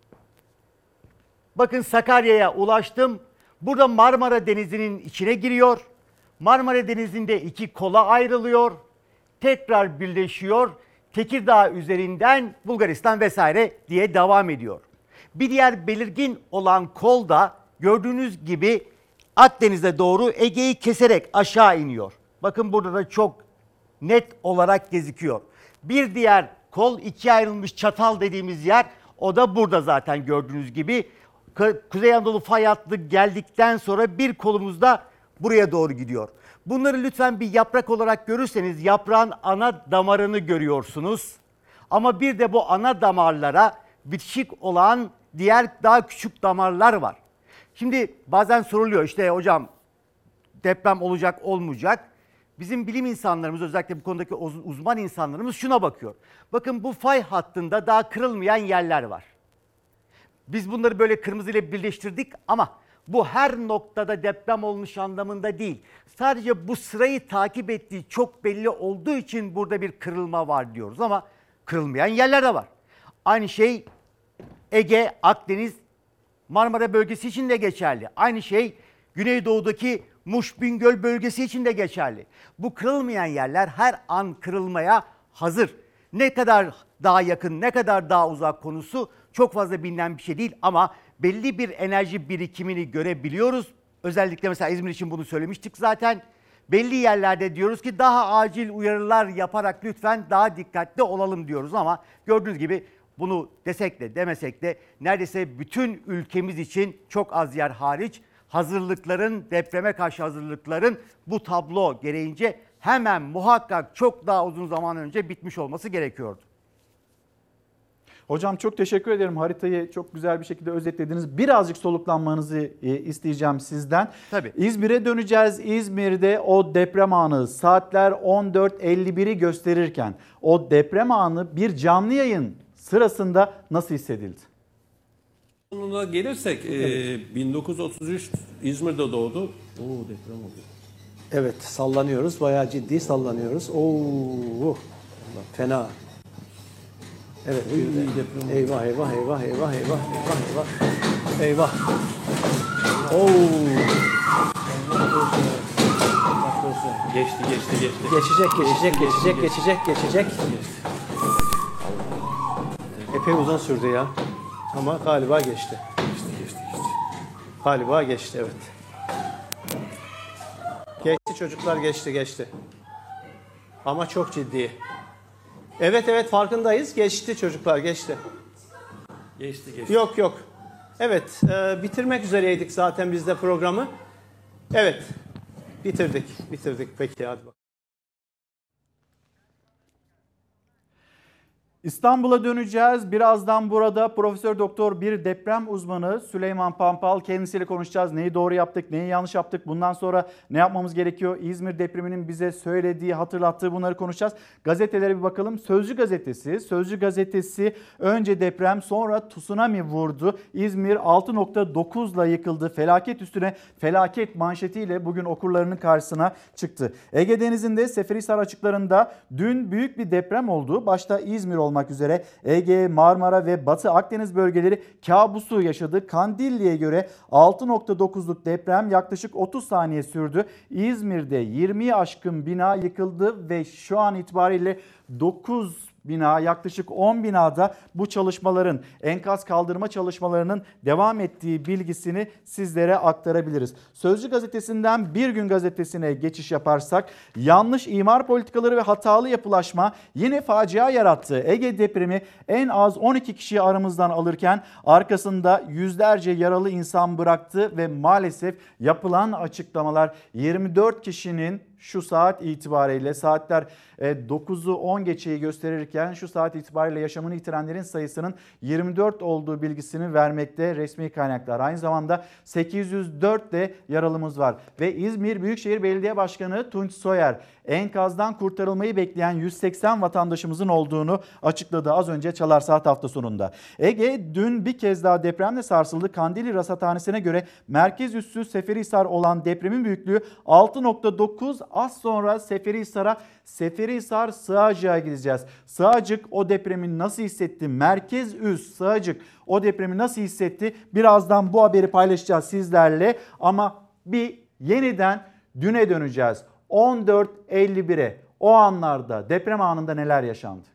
Bakın Sakarya'ya ulaştım. Burada Marmara Denizi'nin içine giriyor. Marmara Denizi'nde 2 kola ayrılıyor. Tekrar birleşiyor. Tekirdağ üzerinden Bulgaristan vesaire diye devam ediyor. Bir diğer belirgin olan kol da gördüğünüz gibi Akdeniz'e doğru Ege'yi keserek aşağı iniyor. Bakın burada da çok net olarak gözüküyor. Bir diğer kol, 2'ye ayrılmış çatal dediğimiz yer, o da burada zaten gördüğünüz gibi. Kuzey Anadolu fay hattı geldikten sonra bir kolumuz da buraya doğru gidiyor. Bunları lütfen bir yaprak olarak görürseniz yaprağın ana damarını görüyorsunuz. Ama bir de bu ana damarlara bitişik olan diğer daha küçük damarlar var. Şimdi bazen soruluyor işte hocam deprem olacak olmayacak. Bizim bilim insanlarımız, özellikle bu konudaki uzman insanlarımız şuna bakıyor. Bakın bu fay hattında daha kırılmayan yerler var. Biz bunları böyle kırmızı ile birleştirdik ama bu her noktada deprem olmuş anlamında değil. Sadece bu sırayı takip ettiği çok belli olduğu için burada bir kırılma var diyoruz ama kırılmayan yerler de var. Aynı şey Ege, Akdeniz, Marmara bölgesi için de geçerli. Aynı şey Güneydoğu'daki Muş-Bingöl bölgesi için de geçerli. Bu kırılmayan yerler her an kırılmaya hazır. Ne kadar daha yakın, ne kadar daha uzak konusu çok fazla bilinen bir şey değil ama belli bir enerji birikimini görebiliyoruz. Özellikle mesela İzmir için bunu söylemiştik zaten. Belli yerlerde diyoruz ki daha acil uyarılar yaparak lütfen daha dikkatli olalım diyoruz ama gördüğünüz gibi bunu desek de demesek de neredeyse bütün ülkemiz için çok az yer hariç hazırlıkların, depreme karşı hazırlıkların bu tablo gereğince hemen muhakkak çok daha uzun zaman önce bitmiş olması gerekiyordu. Hocam çok teşekkür ederim. Haritayı çok güzel bir şekilde özetlediniz. Birazcık soluklanmanızı isteyeceğim sizden. Tabii. İzmir'e döneceğiz. İzmir'de o deprem anı saatler 14.51'i gösterirken o deprem anı bir canlı yayın sırasında nasıl hissedildi? Sonuna gelirsek 1933 İzmir'de doğdu. Oo, deprem oldu. Evet, sallanıyoruz. Bayağı ciddi sallanıyoruz. Oo, fena. Evet, eyvah eyvah eyvah eyvah eyvah eyvah eyvah eyvah. Oo. Geçti. Geçecek. Epey uzun sürdü ya. Ama galiba geçti. Galiba geçti, evet. Geçti çocuklar, geçti. Ama çok ciddi. Evet farkındayız. Geçti çocuklar, geçti. Geçti. Yok. Evet, bitirmek üzereydik zaten biz de programı. Evet, bitirdik. Peki hadi bakalım. İstanbul'a döneceğiz. Birazdan burada Profesör Doktor bir deprem uzmanı Süleyman Pampal, kendisiyle konuşacağız. Neyi doğru yaptık, neyi yanlış yaptık, bundan sonra ne yapmamız gerekiyor? İzmir depreminin bize söylediği, hatırlattığı, bunları konuşacağız. Gazetelere bir bakalım. Sözcü gazetesi önce deprem sonra tsunami vurdu. İzmir 6.9'la yıkıldı. Felaket üstüne felaket manşetiyle bugün okurlarının karşısına çıktı. Ege Denizi'nde Seferihisar açıklarında dün büyük bir deprem oldu. Başta İzmir olmak üzere Ege, Marmara ve Batı Akdeniz bölgeleri kabusu yaşadı. Kandilli'ye göre 6.9'luk deprem yaklaşık 30 saniye sürdü. İzmir'de 20'yi aşkın bina yıkıldı ve şu an itibariyle 9 bina, yaklaşık 10 binada bu çalışmaların, enkaz kaldırma çalışmalarının devam ettiği bilgisini sizlere aktarabiliriz. Sözcü gazetesinden Bir Gün gazetesine geçiş yaparsak, yanlış imar politikaları ve hatalı yapılaşma yine facia yarattı. Ege depremi en az 12 kişiyi aramızdan alırken arkasında yüzlerce yaralı insan bıraktı ve maalesef yapılan açıklamalar 24 kişinin şu saat itibariyle, saatler 9'u 10 geçeyi gösterirken şu saat itibariyle yaşamını yitirenlerin sayısının 24 olduğu bilgisini vermekte resmi kaynaklar. Aynı zamanda 804 de yaralımız var ve İzmir Büyükşehir Belediye Başkanı Tunç Soyer enkazdan kurtarılmayı bekleyen 180 vatandaşımızın olduğunu açıkladı az önce Çalar Saat hafta sonunda. Ege dün bir kez daha depremle sarsıldı. Kandilli Rasathanesi'ne göre merkez üssü Seferihisar olan depremin büyüklüğü 6.9. Az sonra Seferihisar Sığacık'a gideceğiz. Sığacık o depremi nasıl hissetti? Merkez üs Sığacık o depremi nasıl hissetti? Birazdan bu haberi paylaşacağız sizlerle ama bir yeniden düne döneceğiz. 14.51'e, o anlarda, deprem anında neler yaşandı?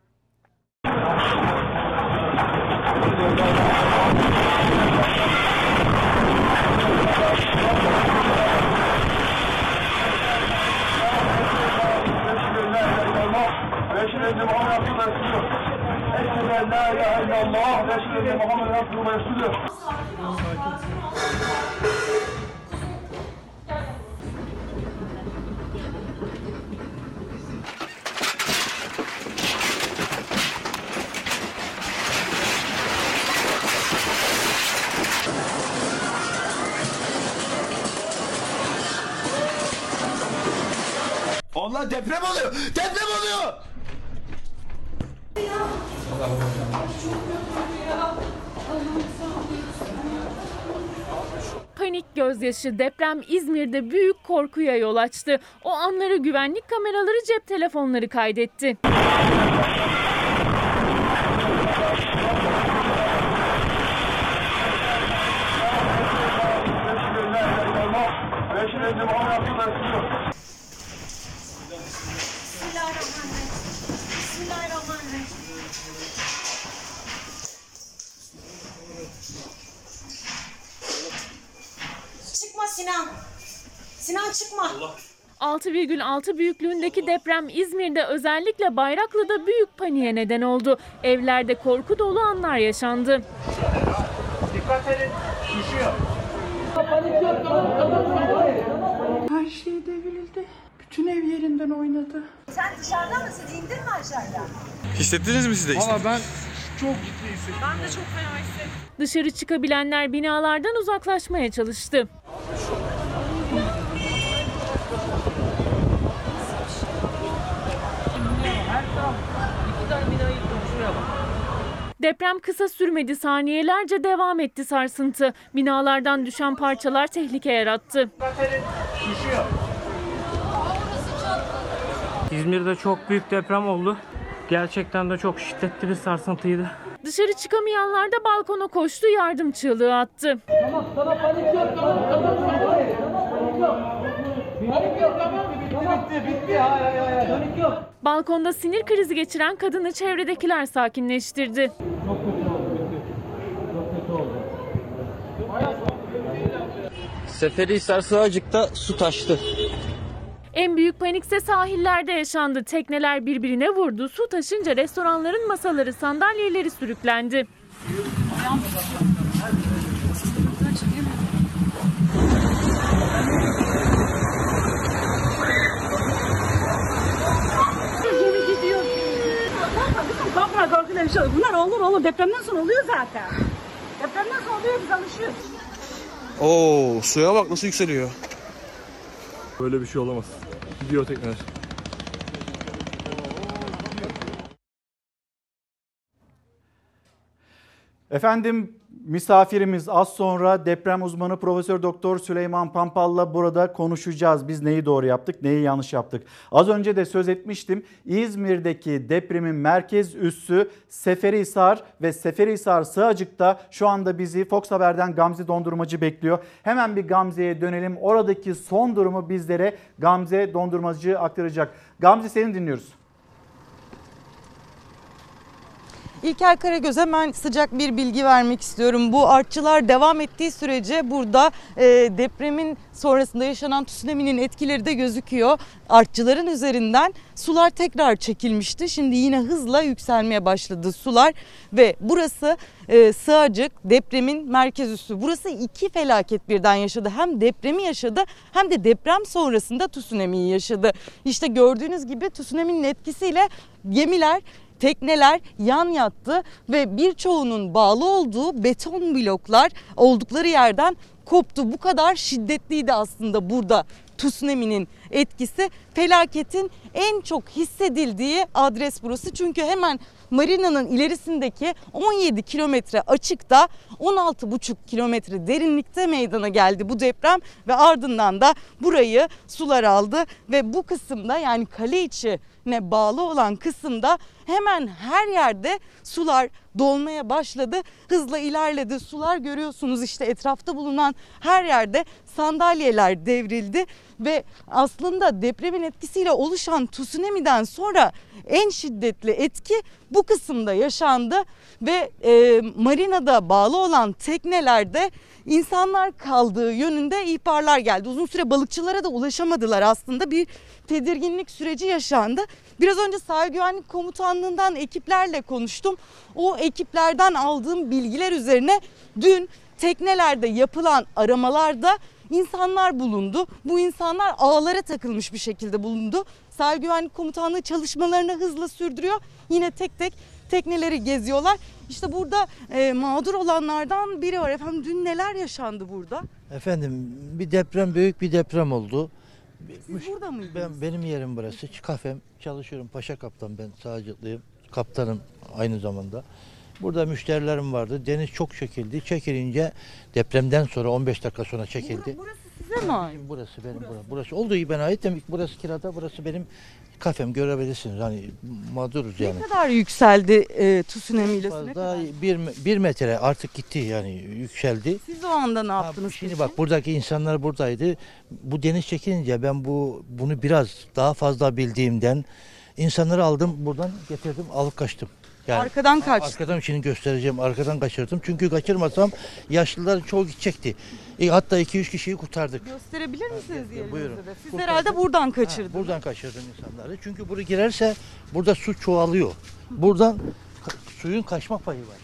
Allah, deprem oluyor! Deprem oluyor! Panik gözyaşı, deprem İzmir'de büyük korkuya yol açtı. O anları güvenlik kameraları, cep telefonları kaydetti. Çıkma Sinan. Sinan çıkma. 6,6 büyüklüğündeki deprem İzmir'de, özellikle Bayraklı'da büyük paniğe neden oldu. Evlerde korku dolu anlar yaşandı. Dikkat edin, düşüyor. Her şey devrildi. Bütün ev yerinden oynadı. Sen dışarıda mısın? İndin mi aşağıya? Hissettiniz mi siz de? Valla ben çok ciddi hissettim. Ben de çok fena hissettim. Dışarı çıkabilenler binalardan uzaklaşmaya çalıştı. Deprem kısa sürmedi, saniyelerce devam etti sarsıntı. Binalardan düşen parçalar tehlike yarattı. İzmir'de çok büyük deprem oldu. Gerçekten de çok şiddetli bir sarsıntıydı. Dışarı çıkamayanlar da balkona koştu, yardım çığlığı attı. Tamam, panik yok, Panik yok, tamam mı? Bitti. Hayır, panik yok. Balkonda sinir krizi geçiren kadını çevredekiler sakinleştirdi. Çok kötü oldu. Seferihisar Sığacık'ta su taştı. En büyük panikse sahillerde yaşandı. Tekneler birbirine vurdu. Su taşınca restoranların masaları, sandalyeleri sürüklendi. korkuyla bir şey olur. Bunlar olur. Depremden sonra oluyor zaten. Depremden sonra oluyor, biz alışıyoruz. Oo, suya bak nasıl yükseliyor. Böyle bir şey olamaz. Gidiyor tekrar. Efendim misafirimiz az sonra deprem uzmanı Profesör Doktor Süleyman Pampal'la burada konuşacağız. Biz neyi doğru yaptık, neyi yanlış yaptık. Az önce de söz etmiştim. İzmir'deki depremin merkez üssü Seferihisar ve Seferihisar Sığacık'ta şu anda bizi Fox Haber'den Gamze Dondurmacı bekliyor. Hemen bir Gamze'ye dönelim. Oradaki son durumu bizlere Gamze Dondurmacı aktaracak. Gamze, seni dinliyoruz. İlker Karagöz, hemen sıcak bir bilgi vermek istiyorum. Bu artçılar devam ettiği sürece burada depremin sonrasında yaşanan tsunami'nin etkileri de gözüküyor. Artçıların üzerinden sular tekrar çekilmişti. Şimdi yine hızla yükselmeye başladı sular ve burası Sığacık depremin merkez üssü. Burası iki felaket birden yaşadı. Hem depremi yaşadı hem de deprem sonrasında tsunami'yi yaşadı. İşte gördüğünüz gibi tsunami'nin etkisiyle gemiler, tekneler yan yattı ve birçoğunun bağlı olduğu beton bloklar oldukları yerden koptu. Bu kadar şiddetliydi aslında burada tsunami'nin etkisi. Felaketin en çok hissedildiği adres burası. Çünkü hemen marinanın ilerisindeki 17 kilometre açıkta 16,5 kilometre derinlikte meydana geldi bu deprem ve ardından da burayı sular aldı ve bu kısımda, yani kale içine bağlı olan kısımda hemen her yerde sular dolmaya başladı. Hızla ilerledi. Sular görüyorsunuz işte etrafta bulunan her yerde sandalyeler devrildi ve aslında depremin etkisiyle oluşan tsunami'den sonra en şiddetli etki bu kısımda yaşandı ve marinada bağlı olan teknelerde insanlar kaldığı yönünde ihbarlar geldi. Uzun süre balıkçılara da ulaşamadılar, aslında bir tedirginlik süreci yaşandı. Biraz önce Sahil Güvenlik Komutanlığı'ndan ekiplerle konuştum. O ekiplerden aldığım bilgiler üzerine dün teknelerde yapılan aramalarda insanlar bulundu. Bu insanlar ağlara takılmış bir şekilde bulundu. Sahil Güvenlik Komutanlığı çalışmalarını hızla sürdürüyor. Yine tek tek tekneleri geziyorlar. İşte burada mağdur olanlardan biri var. Efendim dün neler yaşandı burada? Efendim bir deprem, büyük bir deprem oldu. Siz burada mıydınız? Benim yerim burası. Kafem, çalışıyorum. Paşa Kaptan, ben Sağcıklıyım. Kaptanım aynı zamanda. Burada müşterilerim vardı. Deniz çok çekildi. Çekilince depremden sonra 15 dakika sonra çekildi. Burası size mi ait? Burası benim. Burası olduğu gibi bana ait. Burası kirada, burası benim kafem, görebilirsiniz. Hani mağduruz yani. Ne kadar yükseldi tsunami ile? Fazla bir metre artık gitti, yani yükseldi. Siz o anda ne yaptınız? Şimdi bak, buradaki insanlar buradaydı. Bu deniz çekilince ben bunu biraz daha fazla bildiğimden insanları aldım, buradan getirdim, alıp kaçtım. Yani arkadan kaçtı. Arkadan, şimdi göstereceğim, arkadan kaçırdım. Çünkü kaçırmasam yaşlıların çoğu gidecekti. Hatta 2-3 kişiyi kurtardık. Gösterebilir misiniz yerinizi? Buyurun. Siz herhalde buradan kaçırdınız. Buradan kaçırdım insanları. Çünkü buraya girerse burada su çoğalıyor. Buradan suyun kaçma payı var.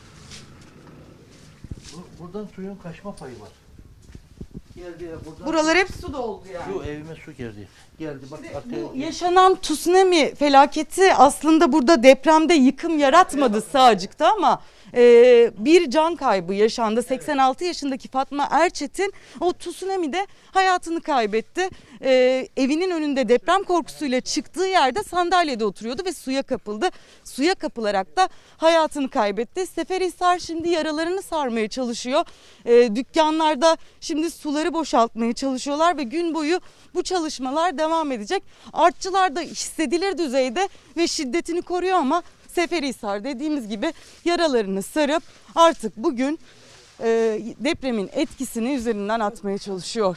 Buradan suyun kaçma payı var. Buralar hep su doldu yani. Su, evime su girdi. Geldi bak. Bu yaşanan tsunami felaketi aslında burada depremde yıkım yaratmadı Sığacık'ta ama bir can kaybı yaşandı. 86 yaşındaki Fatma Erçetin o tsunami'de hayatını kaybetti. Evinin önünde deprem korkusuyla çıktığı yerde sandalyede oturuyordu ve suya kapıldı. Suya kapılarak da hayatını kaybetti. Seferihisar şimdi yaralarını sarmaya çalışıyor. Dükkanlarda şimdi suları boşaltmaya çalışıyorlar ve gün boyu bu çalışmalar devam edecek. Artçılar da hissedilir düzeyde ve şiddetini koruyor ama Seferihisar dediğimiz gibi yaralarını sarıp artık bugün depremin etkisini üzerinden atmaya çalışıyor.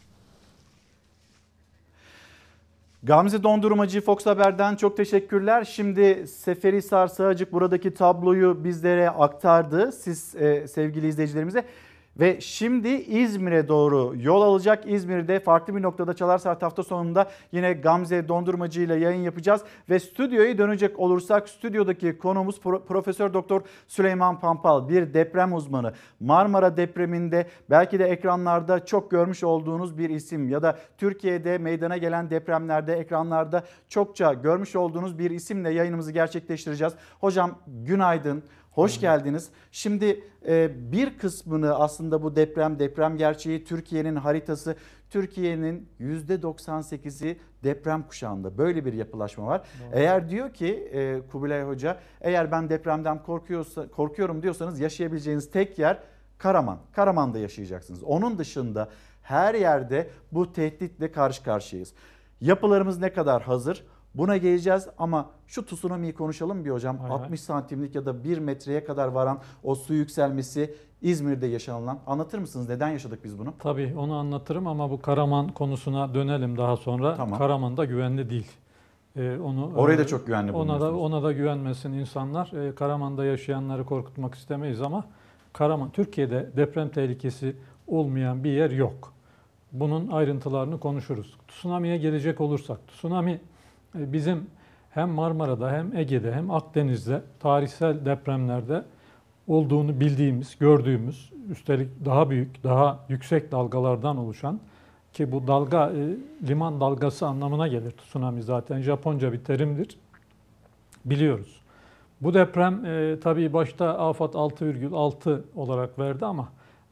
Gamze Dondurmacı Fox Haber'den çok teşekkürler. Şimdi Seferihisar Sığacık buradaki tabloyu bizlere aktardı siz sevgili izleyicilerimize. Ve şimdi İzmir'e doğru yol alacak. İzmir'de farklı bir noktada Çalar Saat hafta sonunda yine Gamze Dondurmacı ile yayın yapacağız. Ve stüdyoya dönecek olursak stüdyodaki konuğumuz Profesör Doktor Süleyman Pampal, bir deprem uzmanı. Marmara depreminde belki de ekranlarda çok görmüş olduğunuz bir isim ya da Türkiye'de meydana gelen depremlerde ekranlarda çokça görmüş olduğunuz bir isimle yayınımızı gerçekleştireceğiz. Hocam günaydın. Hoş geldiniz. Şimdi bir kısmını aslında bu deprem gerçeği, Türkiye'nin haritası, Türkiye'nin %98'i deprem kuşağında, böyle bir yapılaşma var. Doğru. Eğer diyor ki Kubilay Hoca, eğer ben depremden korkuyorum diyorsanız yaşayabileceğiniz tek yer Karaman. Karaman'da yaşayacaksınız. Onun dışında her yerde bu tehditle karşı karşıyayız. Yapılarımız ne kadar hazır? Buna geleceğiz ama şu tsunami'yi konuşalım bir hocam. 60 santimlik ya da 1 metreye kadar varan o su yükselmesi İzmir'de yaşanılan. Anlatır mısınız? Neden yaşadık biz bunu? Tabii onu anlatırım ama bu Karaman konusuna dönelim daha sonra. Tamam. Karaman'da güvenli değil. Orayı da çok güvenli buluyorsunuz. Ona da güvenmesin insanlar. Karaman'da yaşayanları korkutmak istemeyiz ama Karaman, Türkiye'de deprem tehlikesi olmayan bir yer yok. Bunun ayrıntılarını konuşuruz. Tsunami'ye gelecek olursak, tsunami bizim hem Marmara'da hem Ege'de hem Akdeniz'de tarihsel depremlerde olduğunu bildiğimiz, gördüğümüz, üstelik daha büyük, daha yüksek dalgalardan oluşan, ki bu dalga liman dalgası anlamına gelir. Tsunami zaten Japonca bir terimdir. Biliyoruz. Bu deprem tabii başta AFAD 6,6 olarak verdi ama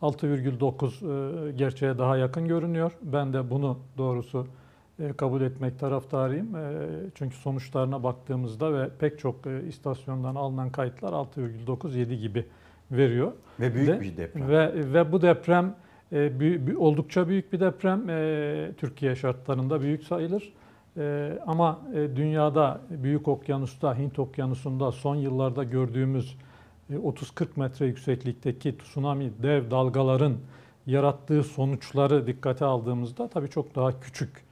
6,9 gerçeğe daha yakın görünüyor. Ben de bunu doğrusu kabul etmek taraftarıyım. Çünkü sonuçlarına baktığımızda ve pek çok istasyondan alınan kayıtlar 6,9-7 gibi veriyor. Ve büyük bir deprem. Ve bu deprem oldukça büyük bir deprem. Türkiye şartlarında büyük sayılır. Ama dünyada Büyük Okyanus'ta, Hint Okyanusu'nda son yıllarda gördüğümüz 30-40 metre yükseklikteki tsunami, dev dalgaların yarattığı sonuçları dikkate aldığımızda tabii çok daha küçük.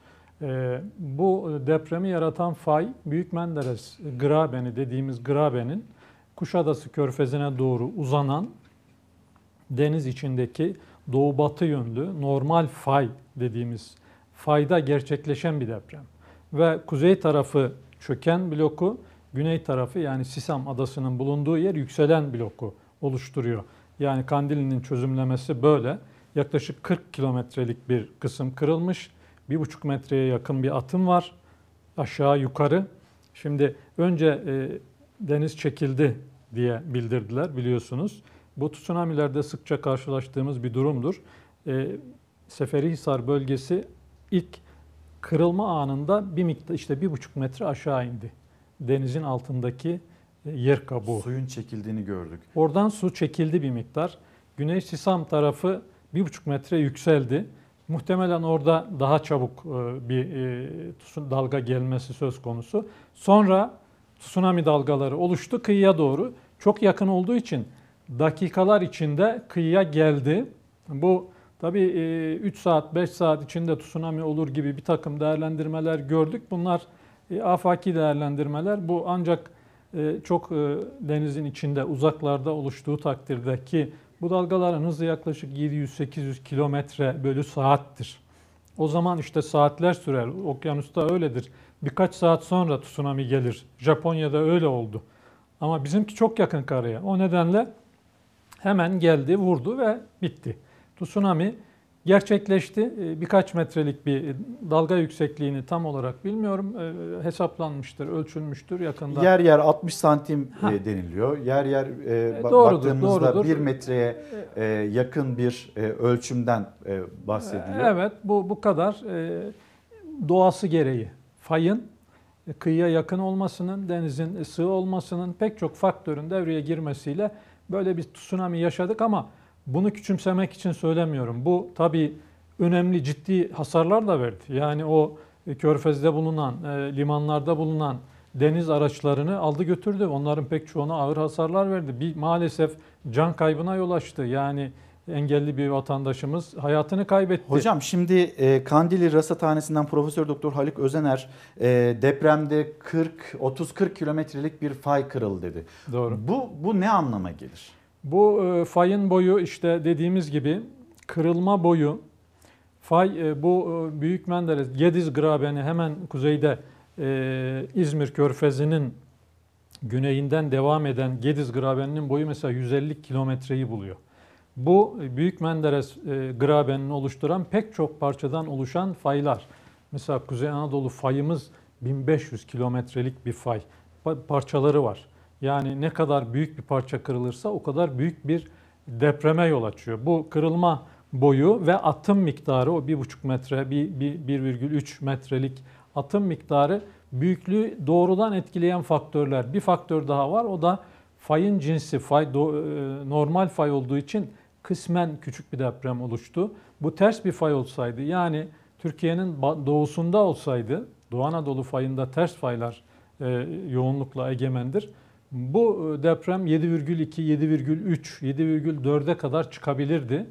Bu depremi yaratan fay Büyük Menderes Grabeni dediğimiz grabenin Kuşadası Körfezi'ne doğru uzanan deniz içindeki doğu batı yönlü normal fay dediğimiz fayda gerçekleşen bir deprem. Ve kuzey tarafı çöken bloku, güney tarafı yani Sisam Adası'nın bulunduğu yer yükselen bloku oluşturuyor. Yani Kandilli'nin çözümlemesi böyle. Yaklaşık 40 kilometrelik bir kısım kırılmış. 1,5 metreye yakın bir atım var aşağı yukarı. Şimdi önce deniz çekildi diye bildirdiler biliyorsunuz. Bu tsunami'lerde sıkça karşılaştığımız bir durumdur. Seferihisar bölgesi ilk kırılma anında bir miktar işte 1,5 metre aşağı indi. Denizin altındaki yer kabuğu. Suyun çekildiğini gördük. Oradan su çekildi bir miktar. Güney Sisam tarafı 1,5 metre yükseldi. Muhtemelen orada daha çabuk bir dalga gelmesi söz konusu. Sonra tsunami dalgaları oluştu kıyıya doğru. Çok yakın olduğu için dakikalar içinde kıyıya geldi. Bu tabii 3 saat, 5 saat içinde tsunami olur gibi bir takım değerlendirmeler gördük. Bunlar afaki değerlendirmeler. Bu ancak çok denizin içinde, uzaklarda oluştuğu takdirde ki bu dalgaların hızı yaklaşık 700-800 kilometre bölü saattir. O zaman işte saatler sürer. Okyanusta öyledir. Birkaç saat sonra tsunami gelir. Japonya'da öyle oldu. Ama bizimki çok yakın karaya. O nedenle hemen geldi, vurdu ve bitti. Tsunami gerçekleşti. Birkaç metrelik bir dalga yüksekliğini tam olarak bilmiyorum. Hesaplanmıştır, ölçülmüştür yakında. Yer yer 60 santim deniliyor. Yer yer baktığımızda 1 metreye yakın bir ölçümden bahsediliyor. Evet, bu kadar doğası gereği. Fayın kıyıya yakın olmasının, denizin sığ olmasının pek çok faktörün devreye girmesiyle böyle bir tsunami yaşadık ama bunu küçümsemek için söylemiyorum. Bu tabii önemli, ciddi hasarlar da verdi. Yani o körfezde bulunan, limanlarda bulunan deniz araçlarını aldı götürdü. Onların pek çoğuna ağır hasarlar verdi. Maalesef can kaybına yol açtı. Yani engelli bir vatandaşımız hayatını kaybetti. Hocam şimdi Kandilli Rasathanesi'nden Profesör Doktor Haluk Özener depremde 30-40 kilometrelik bir fay kırıldı dedi. Doğru. Bu ne anlama gelir? Bu fayın boyu işte dediğimiz gibi kırılma boyu. Fay bu Büyük Menderes, Gediz Grabeni hemen kuzeyde İzmir Körfezi'nin güneyinden devam eden Gediz Grabeni'nin boyu mesela 150 kilometreyi buluyor. Bu Büyük Menderes Grabeni'ni oluşturan pek çok parçadan oluşan faylar. Mesela Kuzey Anadolu fayımız 1500 kilometrelik bir fay. Parçaları var. Yani ne kadar büyük bir parça kırılırsa o kadar büyük bir depreme yol açıyor. Bu kırılma boyu ve atım miktarı o 1,5 metre, 1,3 metrelik atım miktarı büyüklüğü doğrudan etkileyen faktörler. Bir faktör daha var, o da fayın cinsi. Fay normal fay olduğu için kısmen küçük bir deprem oluştu. Bu ters bir fay olsaydı, yani Türkiye'nin doğusunda olsaydı, Doğu Anadolu fayında ters faylar yoğunlukla egemendir. Bu deprem 7,2, 7,3, 7,4'e kadar çıkabilirdi.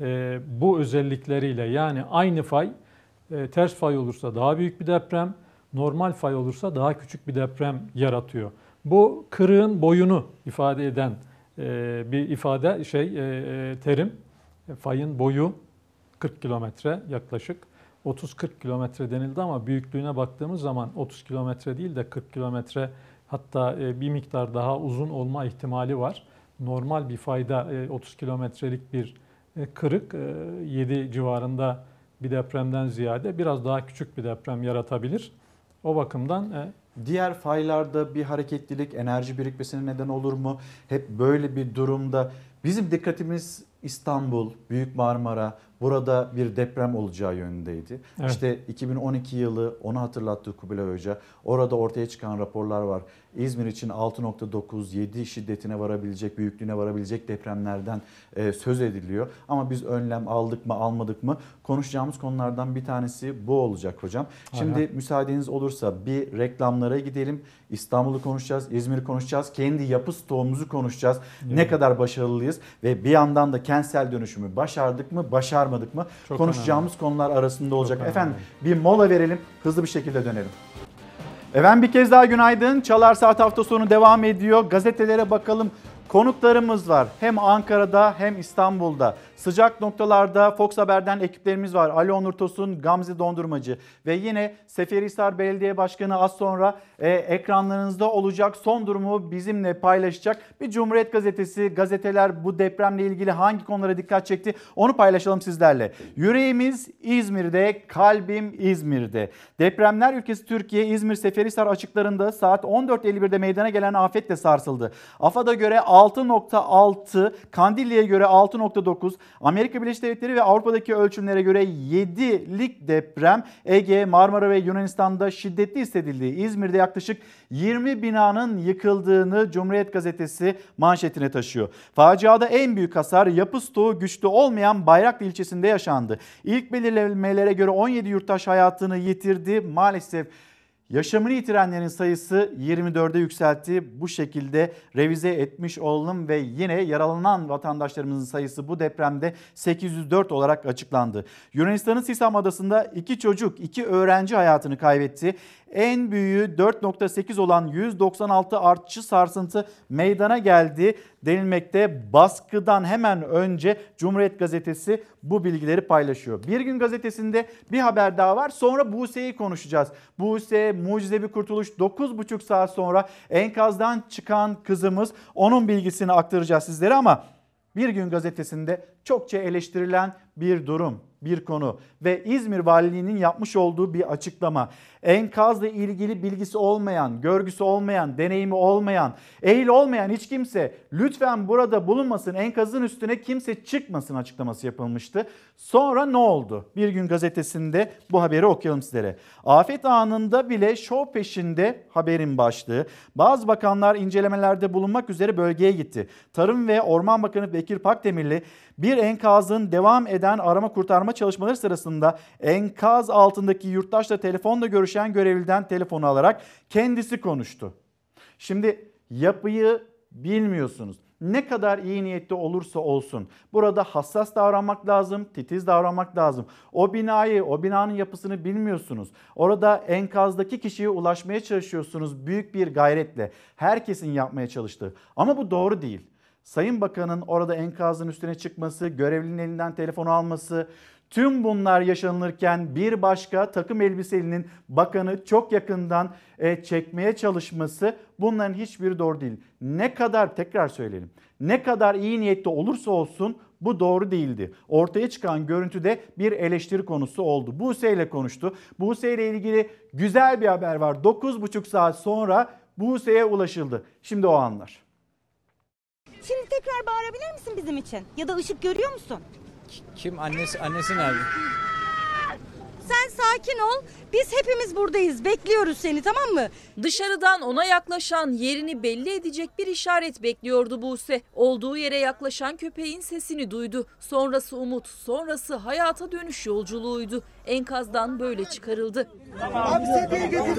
Bu özellikleriyle, yani aynı fay ters fay olursa daha büyük bir deprem, normal fay olursa daha küçük bir deprem yaratıyor. Bu kırığın boyunu ifade eden bir ifade terim. Fayın boyu 40 kilometre yaklaşık. 30-40 kilometre denildi ama büyüklüğüne baktığımız zaman 30 kilometre değil de 40 kilometre, hatta bir miktar daha uzun olma ihtimali var. Normal bir fayda 30 kilometrelik bir kırık 7 civarında bir depremden ziyade biraz daha küçük bir deprem yaratabilir. O bakımdan diğer faylarda bir hareketlilik, enerji birikmesine neden olur mu? Hep böyle bir durumda bizim dikkatimiz İstanbul, Büyük Marmara, burada bir deprem olacağı yönündeydi. Evet. İşte 2012 yılı onu hatırlattı Kubilay Hoca. Orada ortaya çıkan raporlar var. İzmir için 6.9, 7 şiddetine varabilecek, büyüklüğüne varabilecek depremlerden söz ediliyor. Ama biz önlem aldık mı, almadık mı? Konuşacağımız konulardan bir tanesi bu olacak hocam. Şimdi Aynen. müsaadeniz olursa bir reklamlara gidelim. İstanbul'u konuşacağız, İzmir'i konuşacağız. Kendi yapı stoğumuzu konuşacağız. Evet. Ne kadar başarılıyız ve bir yandan da kentsel dönüşümü başardık mı, başarmadık mı? Çok Konuşacağımız konular arasında olacak. Çok Efendim bir mola verelim, hızlı bir şekilde dönelim. Efendim bir kez daha günaydın. Çalar Saat hafta sonu devam ediyor. Gazetelere bakalım. Konuklarımız var. Hem Ankara'da hem İstanbul'da. Sıcak noktalarda Fox Haber'den ekiplerimiz var. Ali Onur Tosun, Gamze Dondurmacı ve yine Seferihisar Belediye Başkanı az sonra ekranlarınızda olacak. Son durumu bizimle paylaşacak. Bir Cumhuriyet Gazetesi, gazeteler bu depremle ilgili hangi konulara dikkat çekti onu paylaşalım sizlerle. Yüreğimiz İzmir'de, kalbim İzmir'de. Depremler ülkesi Türkiye, İzmir Seferihisar açıklarında saat 14.51'de meydana gelen afetle sarsıldı. AFAD'a göre 6.6, Kandilli'ye göre 6.9, Amerika Birleşik Devletleri ve Avrupa'daki ölçümlere göre 7'lik deprem Ege, Marmara ve Yunanistan'da şiddetli hissedildi. İzmir'de yaklaşık 20 binanın yıkıldığını Cumhuriyet Gazetesi manşetine taşıyor. Faciada en büyük hasar yapı stoğu güçlü olmayan Bayraklı ilçesinde yaşandı. İlk belirlemelere göre 17 yurttaş hayatını yitirdi. Maalesef yaşamını yitirenlerin sayısı 24'e yükseltti. Bu şekilde revize etmiş olalım ve yine yaralanan vatandaşlarımızın sayısı bu depremde 804 olarak açıklandı. Yunanistan'ın Sisam Adası'nda 2 çocuk, 2 öğrenci hayatını kaybetti. En büyüğü 4.8 olan 196 artçı sarsıntı meydana geldi denilmekte. Baskıdan hemen önce Cumhuriyet Gazetesi bu bilgileri paylaşıyor. Bir Gün Gazetesi'nde bir haber daha var. Sonra Buse'yi konuşacağız. Buse mucize bir kurtuluş. 9,5 saat sonra enkazdan çıkan kızımız, onun bilgisini aktaracağız sizlere ama Bir Gün Gazetesi'nde çokça eleştirilen bir durum, bir konu ve İzmir Valiliği'nin yapmış olduğu bir açıklama. Enkazla ilgili bilgisi olmayan, görgüsü olmayan, deneyimi olmayan, ehil olmayan hiç kimse lütfen burada bulunmasın, enkazın üstüne kimse çıkmasın açıklaması yapılmıştı. Sonra ne oldu? Bir Gün Gazetesi'nde bu haberi okuyalım sizlere. Afet anında bile şov peşinde haberin başlığı. Bazı bakanlar incelemelerde bulunmak üzere bölgeye gitti. Tarım ve Orman Bakanı Bekir Pakdemirli bir enkazın devam eden arama kurtarma çalışmaları sırasında enkaz altındaki yurttaşla telefonla görüşen görevliden telefonu alarak kendisi konuştu. Şimdi yapıyı bilmiyorsunuz. Ne kadar iyi niyetli olursa olsun burada hassas davranmak lazım, titiz davranmak lazım. O binayı, o binanın yapısını bilmiyorsunuz. Orada enkazdaki kişiye ulaşmaya çalışıyorsunuz büyük bir gayretle. Herkesin yapmaya çalıştığı. Ama bu doğru değil. Sayın Bakan'ın orada enkazın üstüne çıkması, görevlinin elinden telefonu alması, tüm bunlar yaşanırken bir başka takım elbiselinin bakanı çok yakından çekmeye çalışması, bunların hiçbiri doğru değil. Ne kadar, tekrar söyleyelim, ne kadar iyi niyetli olursa olsun bu doğru değildi. Ortaya çıkan görüntüde bir eleştiri konusu oldu. Buse ile konuştu. Buse ile ilgili güzel bir haber var. 9,5 saat sonra Buse'ye ulaşıldı. Şimdi o anlar. Şimdi tekrar bağırabilir misin bizim için? Ya da ışık görüyor musun? Kim? Annesi nerede? Sen sakin ol. Biz hepimiz buradayız. Bekliyoruz seni, tamam mı? Dışarıdan ona yaklaşan, yerini belli edecek bir işaret bekliyordu Buse. Olduğu yere yaklaşan köpeğin sesini duydu. Sonrası umut, sonrası hayata dönüş yolculuğuydu. Enkazdan böyle çıkarıldı. Abi sedyeyi getir.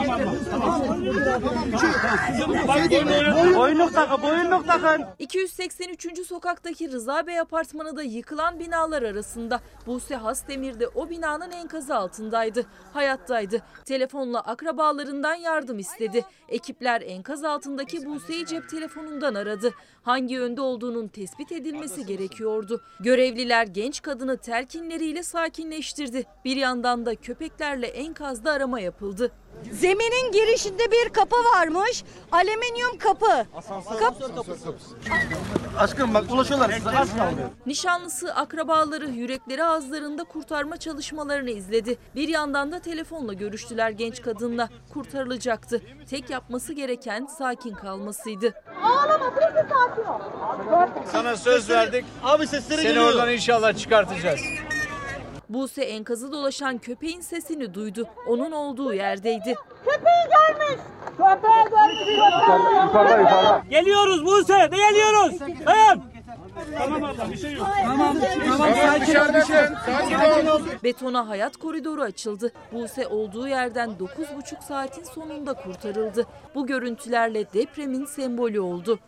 Boyunluk takın. 283. sokaktaki Rıza Bey apartmanı da yıkılan binalar arasında. Buse Hasdemir de o binanın enkazı altındaydı. Hayattaydı. Telefonla akrabalarından yardım istedi. Ekipler enkaz altındaki Buse'yi cep telefonundan aradı. Hangi yönde olduğunun tespit edilmesi gerekiyordu. Görevliler genç kadını telkinleriyle sakinleştirdi. Bir yandan da köpeklerle enkazda arama yapıldı. Zeminin girişinde bir kapı varmış. Alüminyum kapı. Aşkım bak ulaşıyorlar size, az kaldı. Nişanlısı, akrabaları yürekleri ağızlarında kurtarma çalışmalarını izledi. Bir yandan da telefonla görüştüler genç kadınla. Kurtarılacaktı. Tek yapması gereken sakin kalmasıydı. Ağlama, burası sakin ol. Sana söz verdik. Abi sesleri geliyor. Seni oradan inşallah çıkartacağız. Buse enkazı dolaşan köpeğin sesini duydu. Onun olduğu yerdeydi. Köpeği görmüş. Köpeği görmüş. Yukarıda. Geliyoruz Buse, ne geliyoruz? Dayan. Tamam abla, bir şey yok. Tamam, sakin ol. Betona hayat koridoru açıldı. Buse olduğu yerden 9,5 saatin sonunda kurtarıldı. Bu görüntülerle depremin sembolü oldu.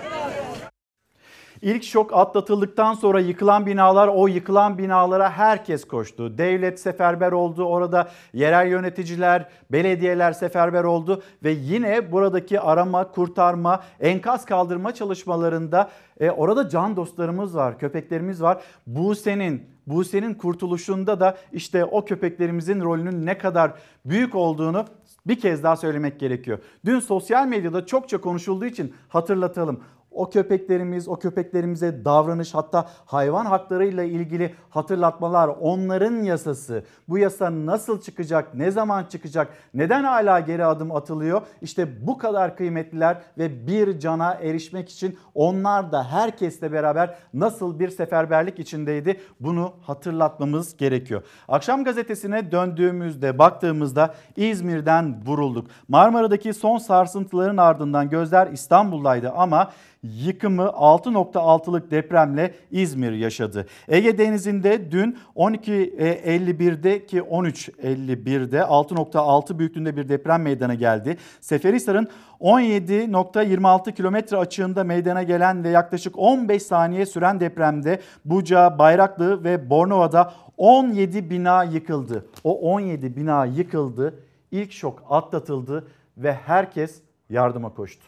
İlk şok atlatıldıktan sonra yıkılan binalar, o yıkılan binalara herkes koştu. Devlet seferber oldu, orada yerel yöneticiler, belediyeler seferber oldu ve yine buradaki arama, kurtarma, enkaz kaldırma çalışmalarında orada can dostlarımız var, köpeklerimiz var. Buse'nin kurtuluşunda da işte o köpeklerimizin rolünün ne kadar büyük olduğunu bir kez daha söylemek gerekiyor. Dün sosyal medyada çokça konuşulduğu için hatırlatalım. O köpeklerimiz, o köpeklerimize davranış, hatta hayvan haklarıyla ilgili hatırlatmalar, onların yasası. Bu yasa nasıl çıkacak, ne zaman çıkacak, neden hala geri adım atılıyor? İşte bu kadar kıymetliler ve bir cana erişmek için onlar da herkesle beraber nasıl bir seferberlik içindeydi, bunu hatırlatmamız gerekiyor. Akşam gazetesine döndüğümüzde, baktığımızda İzmir'den vurulduk. Marmara'daki son sarsıntıların ardından gözler İstanbul'daydı ama yıkımı 6.6'lık depremle İzmir yaşadı. Ege Denizi'nde dün 12.51'de ki 13.51'de 6.6 büyüklüğünde bir deprem meydana geldi. Seferihisar'ın 17.26 kilometre açığında meydana gelen ve yaklaşık 15 saniye süren depremde Buca, Bayraklı ve Bornova'da 17 bina yıkıldı. O 17 bina yıkıldı, ilk şok atlatıldı ve herkes yardıma koştu.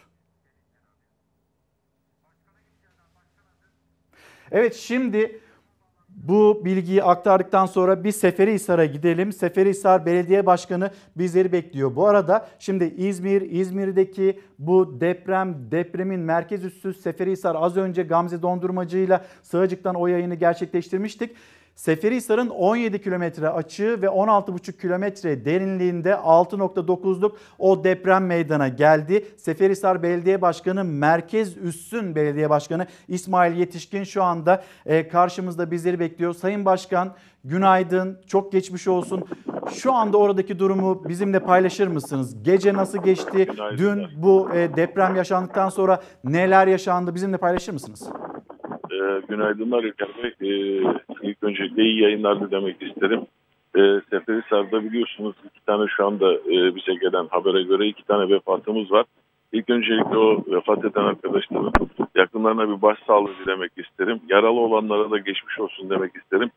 Evet, şimdi bu bilgiyi aktardıktan sonra bir Seferihisar'a gidelim. Seferihisar Belediye Başkanı bizleri bekliyor. Bu arada şimdi İzmir'deki bu depremin merkez üssü Seferihisar, az önce Gamze Dondurmacı'yla Sığacık'tan o yayını gerçekleştirmiştik. Seferihisar'ın 17 kilometre açığı ve 16,5 kilometre derinliğinde 6.9'luk o deprem meydana geldi. Seferihisar Belediye Başkanı, Merkez Üssün Belediye Başkanı İsmail Yetişkin şu anda karşımızda bizleri bekliyor. Sayın Başkan, günaydın, çok geçmiş olsun. Şu anda oradaki durumu bizimle paylaşır mısınız? Gece nasıl geçti? Günaydın. Dün bu deprem yaşandıktan sonra neler yaşandı? Bizimle paylaşır mısınız? Günaydınlar İlker Bey. İlk öncelikle iyi yayınlar demek isterim. Seferihisar'da biliyorsunuz 2 tane şu anda bize gelen habere göre 2 tane vefatımız var. İlk öncelikle o vefat eden arkadaşların yakınlarına bir başsağlığı dilemek isterim. Yaralı olanlara da geçmiş olsun demek isterim.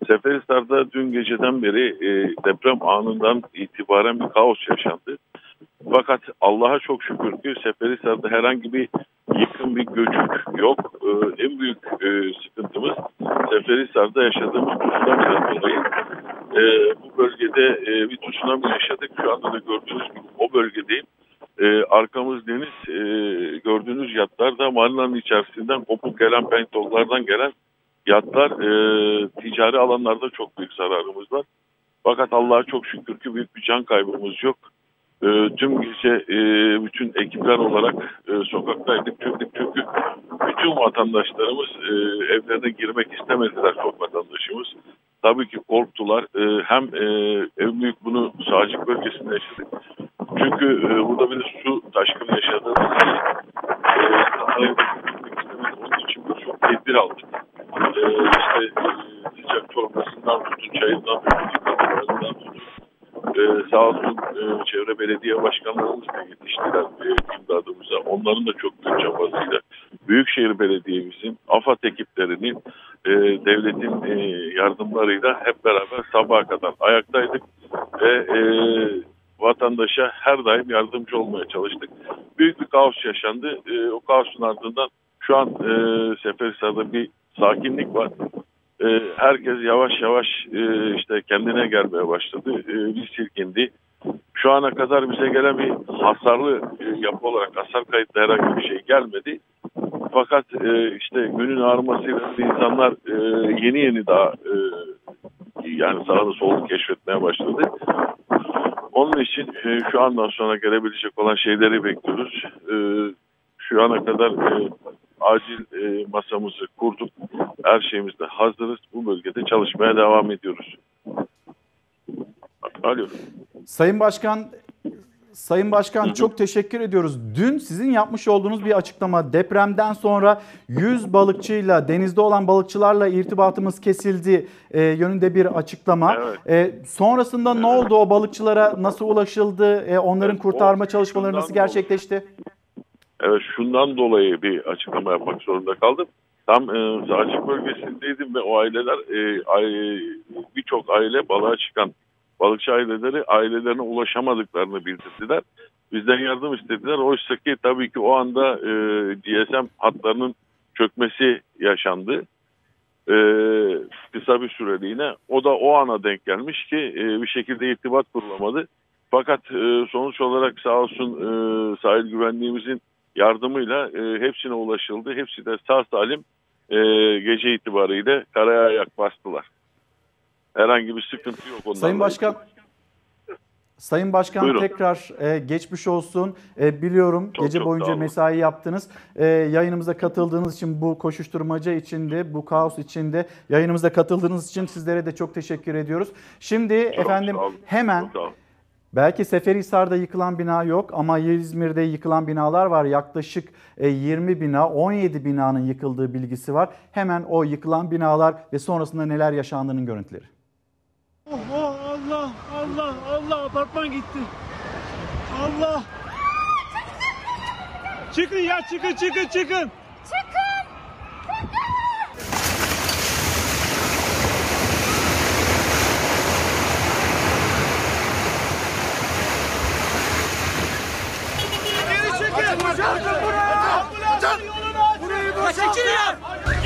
Seferihisar'da dün geceden beri deprem anından itibaren bir kaos yaşandı. Fakat Allah'a çok şükür ki Seferihisar'da herhangi bir yıkım, bir göçük yok. En büyük sıkıntımız Seferihisar'da yaşadığımız tsunami'den dolayı. Bu bölgede bir tsunami yaşadık. Şu anda da gördüğünüz gibi o bölgedeyim. Arkamız deniz, gördüğünüz yatlar da marinanın içerisinden kopuk gelen pentollardan gelen yatlar, ticari alanlarda çok büyük zararımız var. Fakat Allah'a çok şükür ki büyük bir can kaybımız yok. Tüm gece bütün ekipler olarak sokaktaydık. Çünkü bütün vatandaşlarımız evlerine girmek istemediler, çok vatandaşımız. Tabii ki korktular. Hem en büyük bunu Sağcık bölgesinde yaşadık. Çünkü burada bir su taşkını yaşadığımız onun için biz çok tedbir aldık. Sıcak çorbasından tutun, çayından tutun, sağ olsun çevre belediye başkanlarımız da yetiştiler imdadımıza. Onların da çok büyük çabasıyla Büyükşehir Belediye'mizin, AFAD ekiplerinin, devletin yardımlarıyla hep beraber sabaha kadar ayaktaydık ve vatandaşa her daim yardımcı olmaya çalıştık. Büyük bir kaos yaşandı. O kaosun ardından şu an Seferihisar'da bir sakinlik var. Herkes yavaş yavaş işte kendine gelmeye başladı. Bir silkindi. Şu ana kadar bize gelen bir hasarlı yapı olarak hasar kayıtlı herhangi bir şey gelmedi. Fakat işte günün ağarmasıyla insanlar yeni daha yani sağını solunu keşfetmeye başladı. Onun için şu andan sonra gelebilecek olan şeyleri bekliyoruz. Şu ana kadar acil masamızı kurduk. Her şeyimizde hazırız. Bu bölgede çalışmaya devam ediyoruz. Alo. Sayın Başkan çok teşekkür ediyoruz. Dün sizin yapmış olduğunuz bir açıklama, depremden sonra 100 balıkçıyla, denizde olan balıkçılarla irtibatımız kesildi yönünde bir açıklama. Evet. Sonrasında ne oldu? O balıkçılara nasıl ulaşıldı? Onların kurtarma çalışmaları nasıl gerçekleşti? Evet, şundan dolayı bir açıklama yapmak zorunda kaldım. Tam Sağcık bölgesindeydim ve o aileler birçok aile balığa çıkan balıkçı aileleri ailelerine ulaşamadıklarını bildirdiler. Bizden yardım istediler. Oysa ki tabii ki o anda GSM hatlarının çökmesi yaşandı. Kısa bir süreliğine. O da o ana denk gelmiş ki bir şekilde irtibat kurulamadı. Fakat sonuç olarak sağ olsun sahil güvenliğimizin yardımıyla hepsine ulaşıldı. Hepsi de sağ salim gece itibariyle karaya ayak bastılar. Herhangi bir sıkıntı yok onlarla. Sayın Başkan Buyurun. tekrar geçmiş olsun. Biliyorum gece boyunca mesai yaptınız. Yayınımıza katıldığınız için, bu koşuşturmaca içinde, bu kaos içinde yayınımıza katıldığınız için sizlere de çok teşekkür ediyoruz. Şimdi efendim hemen belki Seferihisar'da yıkılan bina yok ama İzmir'de yıkılan binalar var. Yaklaşık 20 bina, 17 binanın yıkıldığı bilgisi var. Hemen o yıkılan binalar ve sonrasında neler yaşandığının görüntüleri. Allah apartman gitti. Allah. Çıkın ya, çıkın. Burayı boşaltın.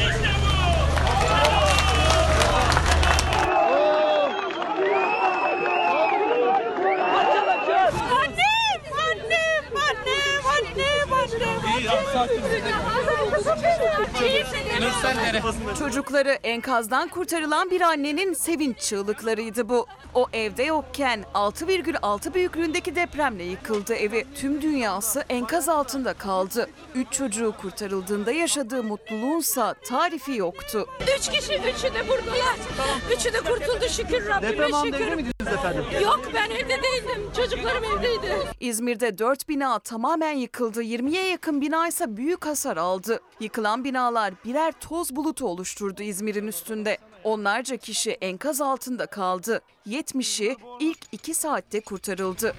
Çocukları enkazdan kurtarılan bir annenin sevinç çığlıklarıydı bu. O evde yokken 6,6 büyüklüğündeki depremle yıkıldı evi. Tüm dünyası enkaz altında kaldı. 3 çocuğu kurtarıldığında yaşadığı mutluluğunsa tarifi yoktu. 3 kişi, 3'ü de buradalar. 3'ü de kurtuldu şükür Rabbime, Deprem anında şükür. evde miydiniz efendim? Yok, ben evde değildim. Çocuklarım evdeydi. İzmir'de 4 bina tamamen yıkıldı. 20'ye yakın bina ise büyük hasar aldı. Yıkılan binalar birer toz bulutu oluşturdu İzmir'in üstünde. Onlarca kişi enkaz altında kaldı. 70'i ilk 2 saatte kurtarıldı.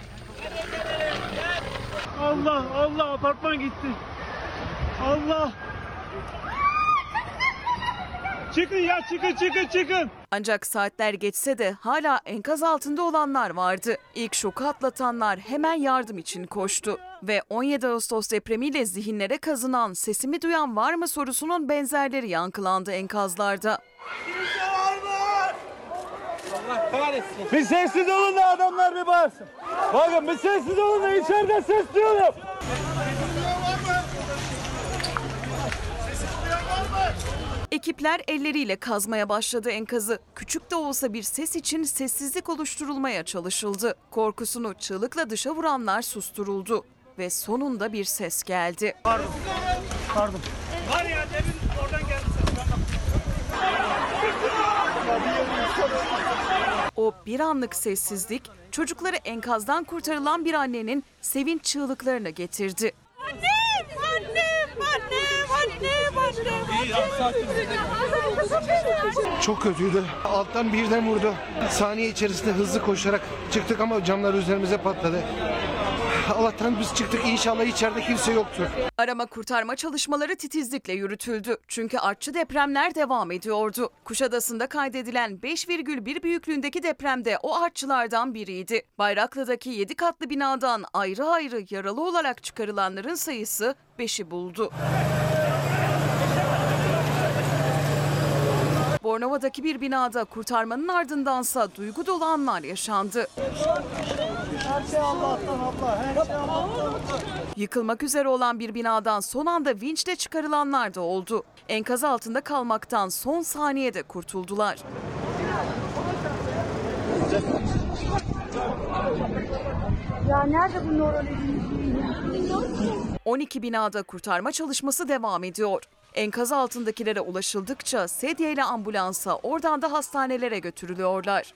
Allah apartman gitti. Allah. Çıkın ya, çıkın. Ancak saatler geçse de hala enkaz altında olanlar vardı. İlk şoku atlatanlar hemen yardım için koştu. Ve 17 Ağustos depremiyle zihinlere kazınan "sesimi duyan var mı" sorusunun benzerleri yankılandı enkazlarda. Bir sessiz olun da adamlar bir bağırsın. Bakın bir sessiz olun da içeride ses duyuyorum. Ekipler elleriyle kazmaya başladı enkazı. Küçük de olsa bir ses için sessizlik oluşturulmaya çalışıldı. Korkusunu çığlıkla dışa vuranlar susturuldu. Ve sonunda bir ses geldi. Pardon. Var ya, demin oradan geldi ses. O bir anlık sessizlik çocukları enkazdan kurtarılan bir annenin sevinç çığlıklarını getirdi. Çok kötüydü. Alttan birden vurdu. Saniye içerisinde hızlı koşarak çıktık ama camlar üzerimize patladı. Allah'tan biz çıktık. İnşallah içeride kimse yoktur. Arama kurtarma çalışmaları titizlikle yürütüldü. Çünkü artçı depremler devam ediyordu. Kuşadası'nda kaydedilen 5,1 büyüklüğündeki depremde o artçılardan biriydi. Bayraklı'daki 7 katlı binadan ayrı ayrı yaralı olarak çıkarılanların sayısı 5'i buldu. Bornova'daki bir binada kurtarmanın ardındansa duygu dolu anlar yaşandı. Her şey Allah'tan abla, her şey Allah'tan. Yıkılmak üzere olan bir binadan son anda vinçle çıkarılanlar da oldu. Enkaz altında kalmaktan son saniyede kurtuldular. Ya nerede bu nöroloji? 12 binada kurtarma çalışması devam ediyor. Enkaz altındakilere ulaşıldıkça sedye ile ambulansa, oradan da hastanelere götürülüyorlar.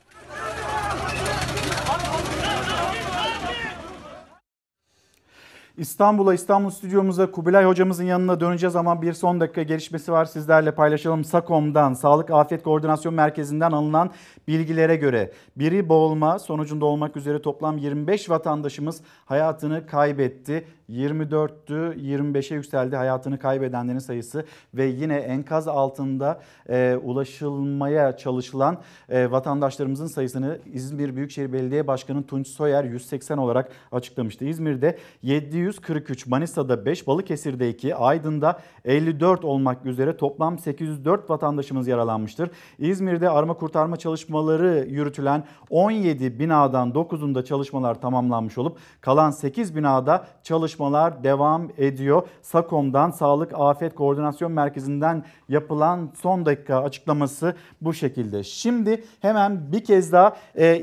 İstanbul stüdyomuza Kubilay hocamızın yanına döneceğiz ama bir son dakika gelişmesi var, sizlerle paylaşalım. SAKOM'dan, Sağlık Afet Koordinasyon Merkezi'nden alınan bilgilere göre biri boğulma sonucunda olmak üzere toplam 25 vatandaşımız hayatını kaybetti. 24'tü, 25'e yükseldi hayatını kaybedenlerin sayısı ve yine enkaz altında ulaşılmaya çalışılan vatandaşlarımızın sayısını İzmir Büyükşehir Belediye Başkanı Tunç Soyer 180 olarak açıklamıştı. İzmir'de 743, Manisa'da 5, Balıkesir'de 2, Aydın'da 54 olmak üzere toplam 804 vatandaşımız yaralanmıştır. İzmir'de arama kurtarma çalışmaları yürütülen 17 binadan 9'unda çalışmalar tamamlanmış olup kalan 8 binada çalışmalar devam ediyor. SAKOM'dan, Sağlık Afet Koordinasyon Merkezi'nden yapılan son dakika açıklaması bu şekilde. Şimdi hemen bir kez daha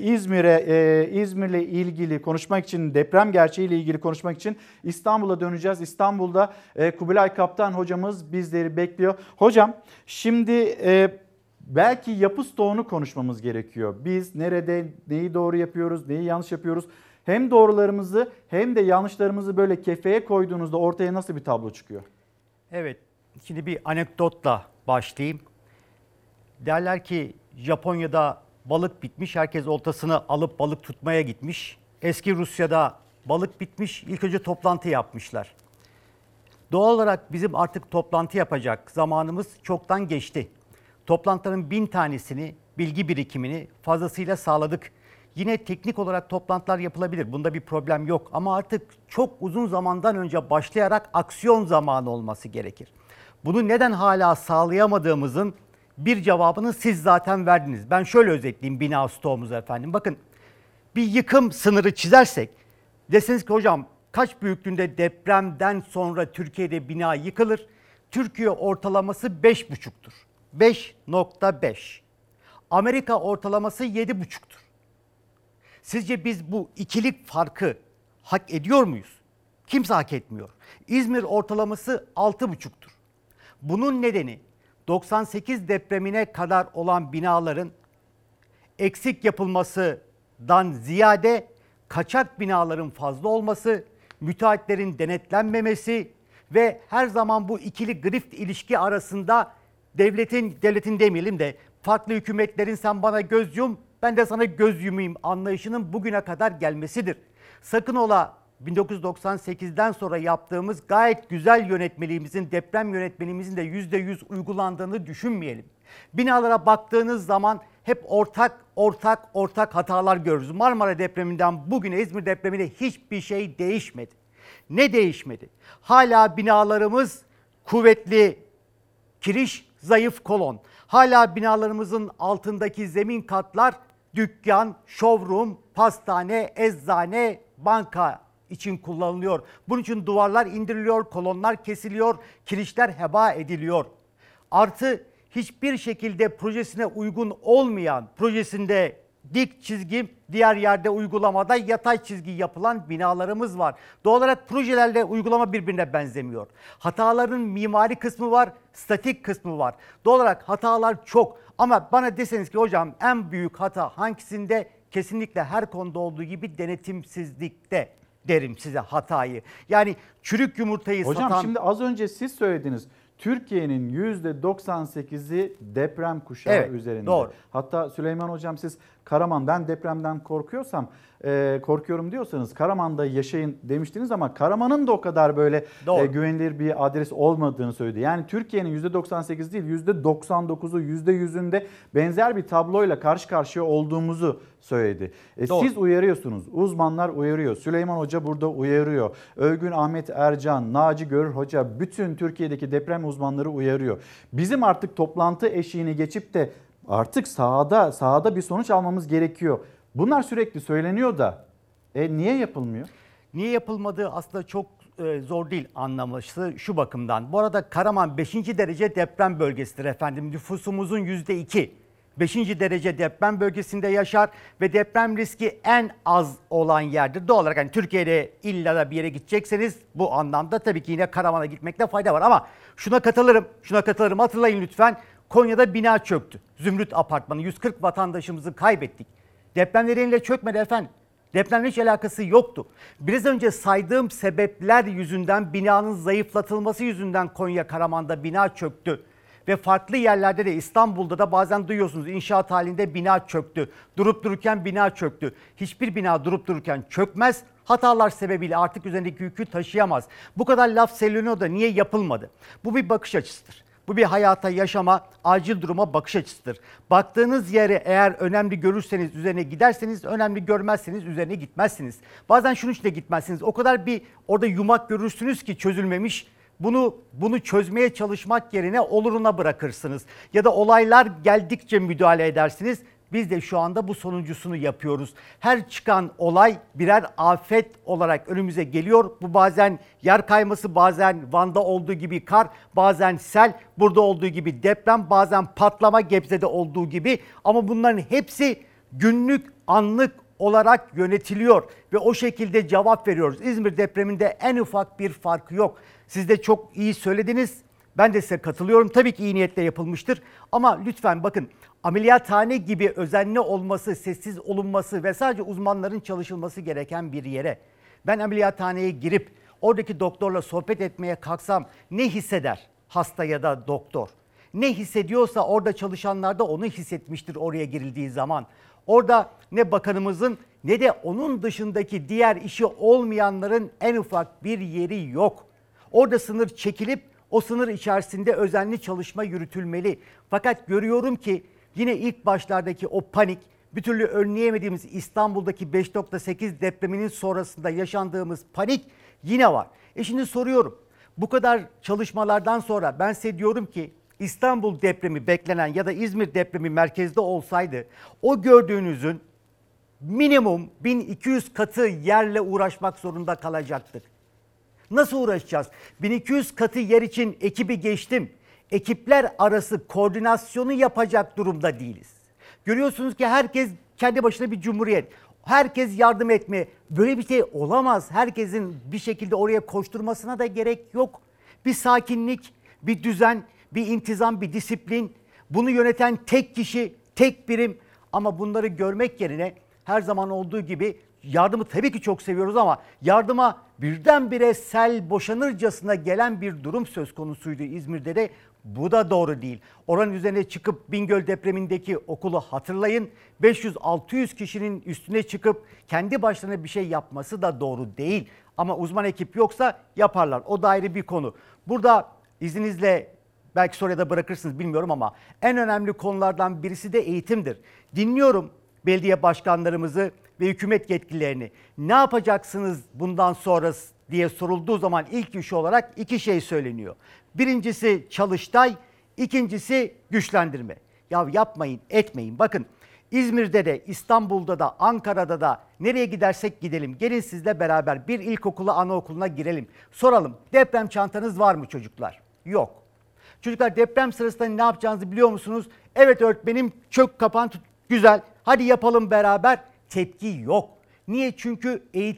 İzmir'le ilgili konuşmak için, deprem gerçeğiyle ilgili konuşmak için İstanbul'a döneceğiz. İstanbul'da Kubilay Kaptan hocamız bizleri bekliyor. Hocam şimdi belki yapı stoğunu konuşmamız gerekiyor. Biz nerede neyi doğru yapıyoruz, neyi yanlış yapıyoruz? Hem doğrularımızı hem de yanlışlarımızı böyle kefeye koyduğunuzda ortaya nasıl bir tablo çıkıyor? Evet, şimdi bir anekdotla başlayayım. Derler ki Japonya'da balık bitmiş, herkes oltasını alıp balık tutmaya gitmiş. Eski Rusya'da balık bitmiş, ilk önce toplantı yapmışlar. Doğal olarak bizim artık toplantı yapacak zamanımız çoktan geçti. Toplantıların 1000 tanesini, bilgi birikimini fazlasıyla sağladık. Yine teknik olarak toplantılar yapılabilir. Bunda bir problem yok. Ama artık çok uzun zamandan önce başlayarak aksiyon zamanı olması gerekir. Bunu neden hala sağlayamadığımızın bir cevabını siz zaten verdiniz. Ben şöyle özetleyeyim bina stoğumuzu efendim. Bakın, bir yıkım sınırı çizersek, deseniz ki hocam kaç büyüklüğünde depremden sonra Türkiye'de bina yıkılır? Türkiye ortalaması 5,5'tur. 5,5. Amerika ortalaması 7,5'tur. Sizce biz bu ikilik farkı hak ediyor muyuz? Kimse hak etmiyor. İzmir ortalaması 6,5'tur. Bunun nedeni 98 depremine kadar olan binaların eksik yapılmasından ziyade kaçak binaların fazla olması, müteahhitlerin denetlenmemesi ve her zaman bu ikili grift ilişki arasında devletin demeyelim de farklı hükümetlerin sen bana göz yum, ben de sana göz yumayım anlayışının bugüne kadar gelmesidir. Sakın ola 1998'den sonra yaptığımız gayet güzel yönetmeliğimizin, deprem yönetmeliğimizin de %100 uygulandığını düşünmeyelim. Binalara baktığınız zaman hep ortak hatalar görürüz. Marmara depreminden bugüne, İzmir depremine hiçbir şey değişmedi. Ne değişmedi? Hala binalarımız kuvvetli kiriş, zayıf kolon. Hala binalarımızın altındaki zemin katlar dükkan, showroom, pastane, eczane, banka için kullanılıyor. Bunun için duvarlar indiriliyor, kolonlar kesiliyor, kirişler heba ediliyor. Artı hiçbir şekilde projesine uygun olmayan, projesinde dik çizgi, diğer yerde uygulamada yatay çizgi yapılan binalarımız var. Doğal olarak projelerle uygulama birbirine benzemiyor. Hataların mimari kısmı var, statik kısmı var. Doğal olarak hatalar çok. Ama bana deseniz ki hocam en büyük hata hangisinde? Kesinlikle her konuda olduğu gibi denetimsizlikte derim size hatayı. Yani çürük yumurtayı Hocam satan... şimdi az önce siz söylediniz. Türkiye'nin %98'i deprem kuşağı üzerinde. Doğru. Hatta Süleyman Hocam siz Karaman, ben depremden korkuyorum diyorsanız Karaman'da yaşayın demiştiniz ama Karaman'ın da o kadar böyle güvenilir bir adres olmadığını söyledi. Yani Türkiye'nin %98 değil %99'u %100'ünde benzer bir tabloyla karşı karşıya olduğumuzu söyledi. Siz uyarıyorsunuz, uzmanlar uyarıyor, Süleyman Hoca burada uyarıyor, Övgün Ahmet Ercan, Naci Görür Hoca, bütün Türkiye'deki deprem uzmanları uyarıyor. Bizim artık toplantı eşiğini geçip de artık sahada bir sonuç almamız gerekiyor. Bunlar sürekli söyleniyor da niye yapılmıyor? Niye yapılmadığı aslında çok zor değil anlaması şu bakımdan. Bu arada Karaman 5. derece deprem bölgesidir efendim. Nüfusumuzun %2. 5. derece deprem bölgesinde yaşar ve deprem riski en az olan yerdir. Doğal olarak hani Türkiye'de illa da bir yere gidecekseniz bu anlamda tabii ki yine Karaman'a gitmekte fayda var. Ama şuna katılırım. Hatırlayın lütfen, Konya'da bina çöktü. Zümrüt Apartmanı, 140 vatandaşımızı kaybettik. Deprem nedeniyle çökmedi efendim. Depremle hiç alakası yoktu. Biraz önce saydığım sebepler yüzünden, binanın zayıflatılması yüzünden Konya Karaman'da bina çöktü. Ve farklı yerlerde de, İstanbul'da da bazen duyuyorsunuz, inşaat halinde bina çöktü. Durup dururken bina çöktü. Hiçbir bina durup dururken çökmez. Hatalar sebebiyle artık üzerindeki yükü taşıyamaz. Bu kadar laf söyleniyor da niye yapılmadı? Bu bir bakış açısıdır. Bu bir hayata, yaşama, acil duruma bakış açısıdır. Baktığınız yere eğer önemli görürseniz üzerine giderseniz, önemli görmezseniz üzerine gitmezsiniz. Bazen şunun için de gitmezsiniz. O kadar bir orada yumak görürsünüz ki çözülmemiş. Bunu çözmeye çalışmak yerine oluruna bırakırsınız. Ya da olaylar geldikçe müdahale edersiniz. Biz de şu anda bu sonuncusunu yapıyoruz. Her çıkan olay birer afet olarak önümüze geliyor. Bu bazen yer kayması, bazen Van'da olduğu gibi kar, bazen sel, burada olduğu gibi deprem, bazen patlama Gebze'de olduğu gibi. Ama bunların hepsi günlük, anlık olarak yönetiliyor ve o şekilde cevap veriyoruz. İzmir depreminde en ufak bir farkı yok. Siz de çok iyi söylediniz. Ben de size katılıyorum. Tabii ki iyi niyetle yapılmıştır. Ama lütfen bakın, ameliyathane gibi özenli olması, sessiz olunması ve sadece uzmanların çalışılması gereken bir yere ben ameliyathaneye girip oradaki doktorla sohbet etmeye kalksam ne hisseder hasta ya da doktor? Ne hissediyorsa orada çalışanlar da onu hissetmiştir oraya girildiği zaman. Orada ne bakanımızın ne de onun dışındaki diğer işi olmayanların en ufak bir yeri yok. Orada sınır çekilip o sınır içerisinde özenli çalışma yürütülmeli. Fakat görüyorum ki yine ilk başlardaki o panik, bir türlü önleyemediğimiz İstanbul'daki 5.8 depreminin sonrasında yaşandığımız panik yine var. Şimdi soruyorum, bu kadar çalışmalardan sonra ben size diyorum ki İstanbul depremi beklenen ya da İzmir depremi merkezde olsaydı o gördüğünüzün minimum 1200 katı yerle uğraşmak zorunda kalacaktık. Nasıl uğraşacağız? 1200 katı yer için ekibi geçtim. Ekipler arası koordinasyonu yapacak durumda değiliz. Görüyorsunuz ki herkes kendi başına bir cumhuriyet. Herkes yardım etmeye. Böyle bir şey olamaz. Herkesin bir şekilde oraya koşturmasına da gerek yok. Bir sakinlik, bir düzen, bir intizam, bir disiplin. Bunu yöneten tek kişi, tek birim. Ama bunları görmek yerine her zaman olduğu gibi yardımı tabii ki çok seviyoruz ama yardıma birdenbire sel boşanırcasına gelen bir durum söz konusuydu İzmir'de de. Bu da doğru değil. Oranın üzerine çıkıp Bingöl depremindeki okulu hatırlayın. 500-600 kişinin üstüne çıkıp kendi başlarına bir şey yapması da doğru değil. Ama uzman ekip yoksa yaparlar. O da ayrı bir konu. Burada izninizle belki soruya da bırakırsınız bilmiyorum ama en önemli konulardan birisi de eğitimdir. Dinliyorum belediye başkanlarımızı ve hükümet yetkililerini. Ne yapacaksınız bundan sonra diye sorulduğu zaman ilk iş olarak iki şey söyleniyor. Birincisi çalıştay, ikincisi güçlendirme. Ya yapmayın, etmeyin. Bakın İzmir'de de, İstanbul'da da, Ankara'da da nereye gidersek gidelim. Gelin sizle beraber bir ilkokula, anaokuluna girelim. Soralım, deprem çantanız var mı çocuklar? Yok. Çocuklar deprem sırasında ne yapacağınızı biliyor musunuz? Evet öğretmenim, çök kapan tut. Güzel, hadi yapalım beraber. Tepki yok. Niye? Çünkü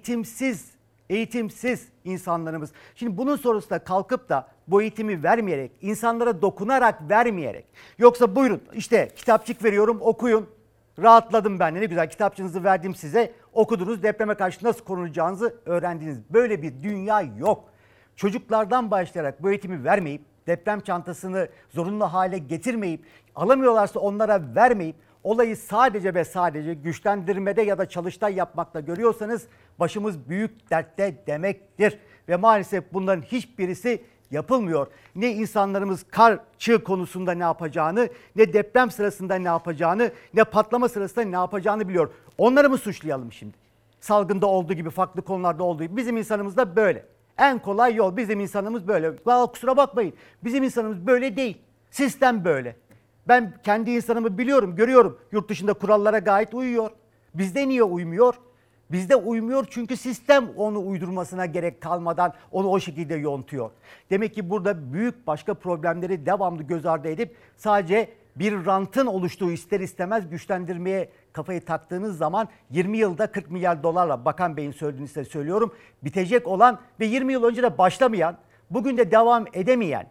eğitimsiz insanlarımız. Şimdi bunun sonrasında kalkıp da bu eğitimi vermeyerek, insanlara dokunarak vermeyerek, yoksa buyurun işte kitapçık veriyorum okuyun, rahatladım ben de, ne güzel kitapçığınızı verdim size, okudunuz, depreme karşı nasıl korunacağınızı öğrendiniz. Böyle bir dünya yok. Çocuklardan başlayarak bu eğitimi vermeyip, deprem çantasını zorunlu hale getirmeyip, alamıyorlarsa onlara vermeyip, olayı sadece ve sadece güçlendirmede ya da çalıştay yapmakla görüyorsanız başımız büyük dertte demektir. Ve maalesef bunların hiçbirisi yapılmıyor. Ne insanlarımız kar çığ konusunda ne yapacağını, ne deprem sırasında ne yapacağını, ne patlama sırasında ne yapacağını biliyor. Onları mı suçlayalım şimdi? Salgında olduğu gibi, farklı konularda olduğu gibi. Bizim insanımız da böyle. En kolay yol, bizim insanımız böyle. Kusura bakmayın, bizim insanımız böyle değil. Sistem böyle. Ben kendi insanımı biliyorum, görüyorum. Yurt dışında kurallara gayet uyuyor. Bizde niye uymuyor? Bizde uymuyor çünkü sistem onu uydurmasına gerek kalmadan onu o şekilde yontuyor. Demek ki burada büyük başka problemleri devamlı göz ardı edip sadece bir rantın oluştuğu ister istemez güçlendirmeye kafayı taktığınız zaman 20 yılda 40 milyar dolarla, Bakan Bey'in söylediğini size söylüyorum, bitecek olan ve 20 yıl önce de başlamayan, bugün de devam edemeyen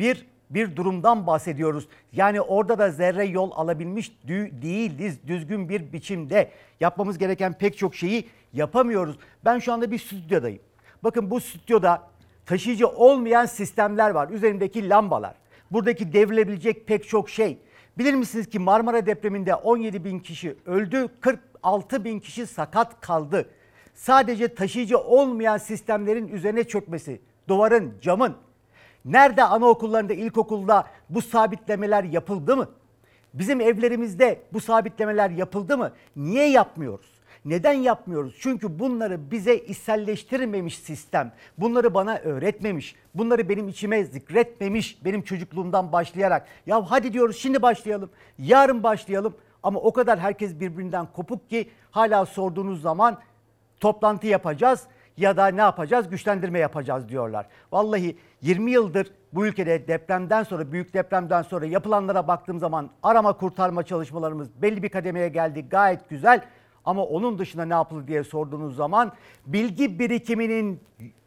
bir durumdan bahsediyoruz. Yani orada da zerre yol alabilmiş değiliz düzgün bir biçimde. Yapmamız gereken pek çok şeyi yapamıyoruz. Ben şu anda bir stüdyodayım. Bakın bu stüdyoda taşıyıcı olmayan sistemler var. Üzerimdeki lambalar. Buradaki devrilebilecek pek çok şey. Bilir misiniz ki Marmara depreminde 17 bin kişi öldü, 46 bin kişi sakat kaldı. Sadece taşıyıcı olmayan sistemlerin üzerine çökmesi, duvarın, camın. Nerede anaokullarında, ilkokulda bu sabitlemeler yapıldı mı? Bizim evlerimizde bu sabitlemeler yapıldı mı? Niye yapmıyoruz? Neden yapmıyoruz? Çünkü bunları bize içselleştirmemiş sistem. Bunları bana öğretmemiş. Bunları benim içime zikretmemiş benim çocukluğumdan başlayarak. Ya hadi diyoruz şimdi başlayalım. Yarın başlayalım. Ama o kadar herkes birbirinden kopuk ki hala sorduğunuz zaman toplantı yapacağız ya da ne yapacağız? Güçlendirme yapacağız diyorlar. Vallahi 20 yıldır bu ülkede depremden sonra, büyük depremden sonra yapılanlara baktığım zaman arama kurtarma çalışmalarımız belli bir kademeye geldi. Gayet güzel. Ama onun dışında ne yapıldı diye sorduğunuz zaman bilgi birikiminin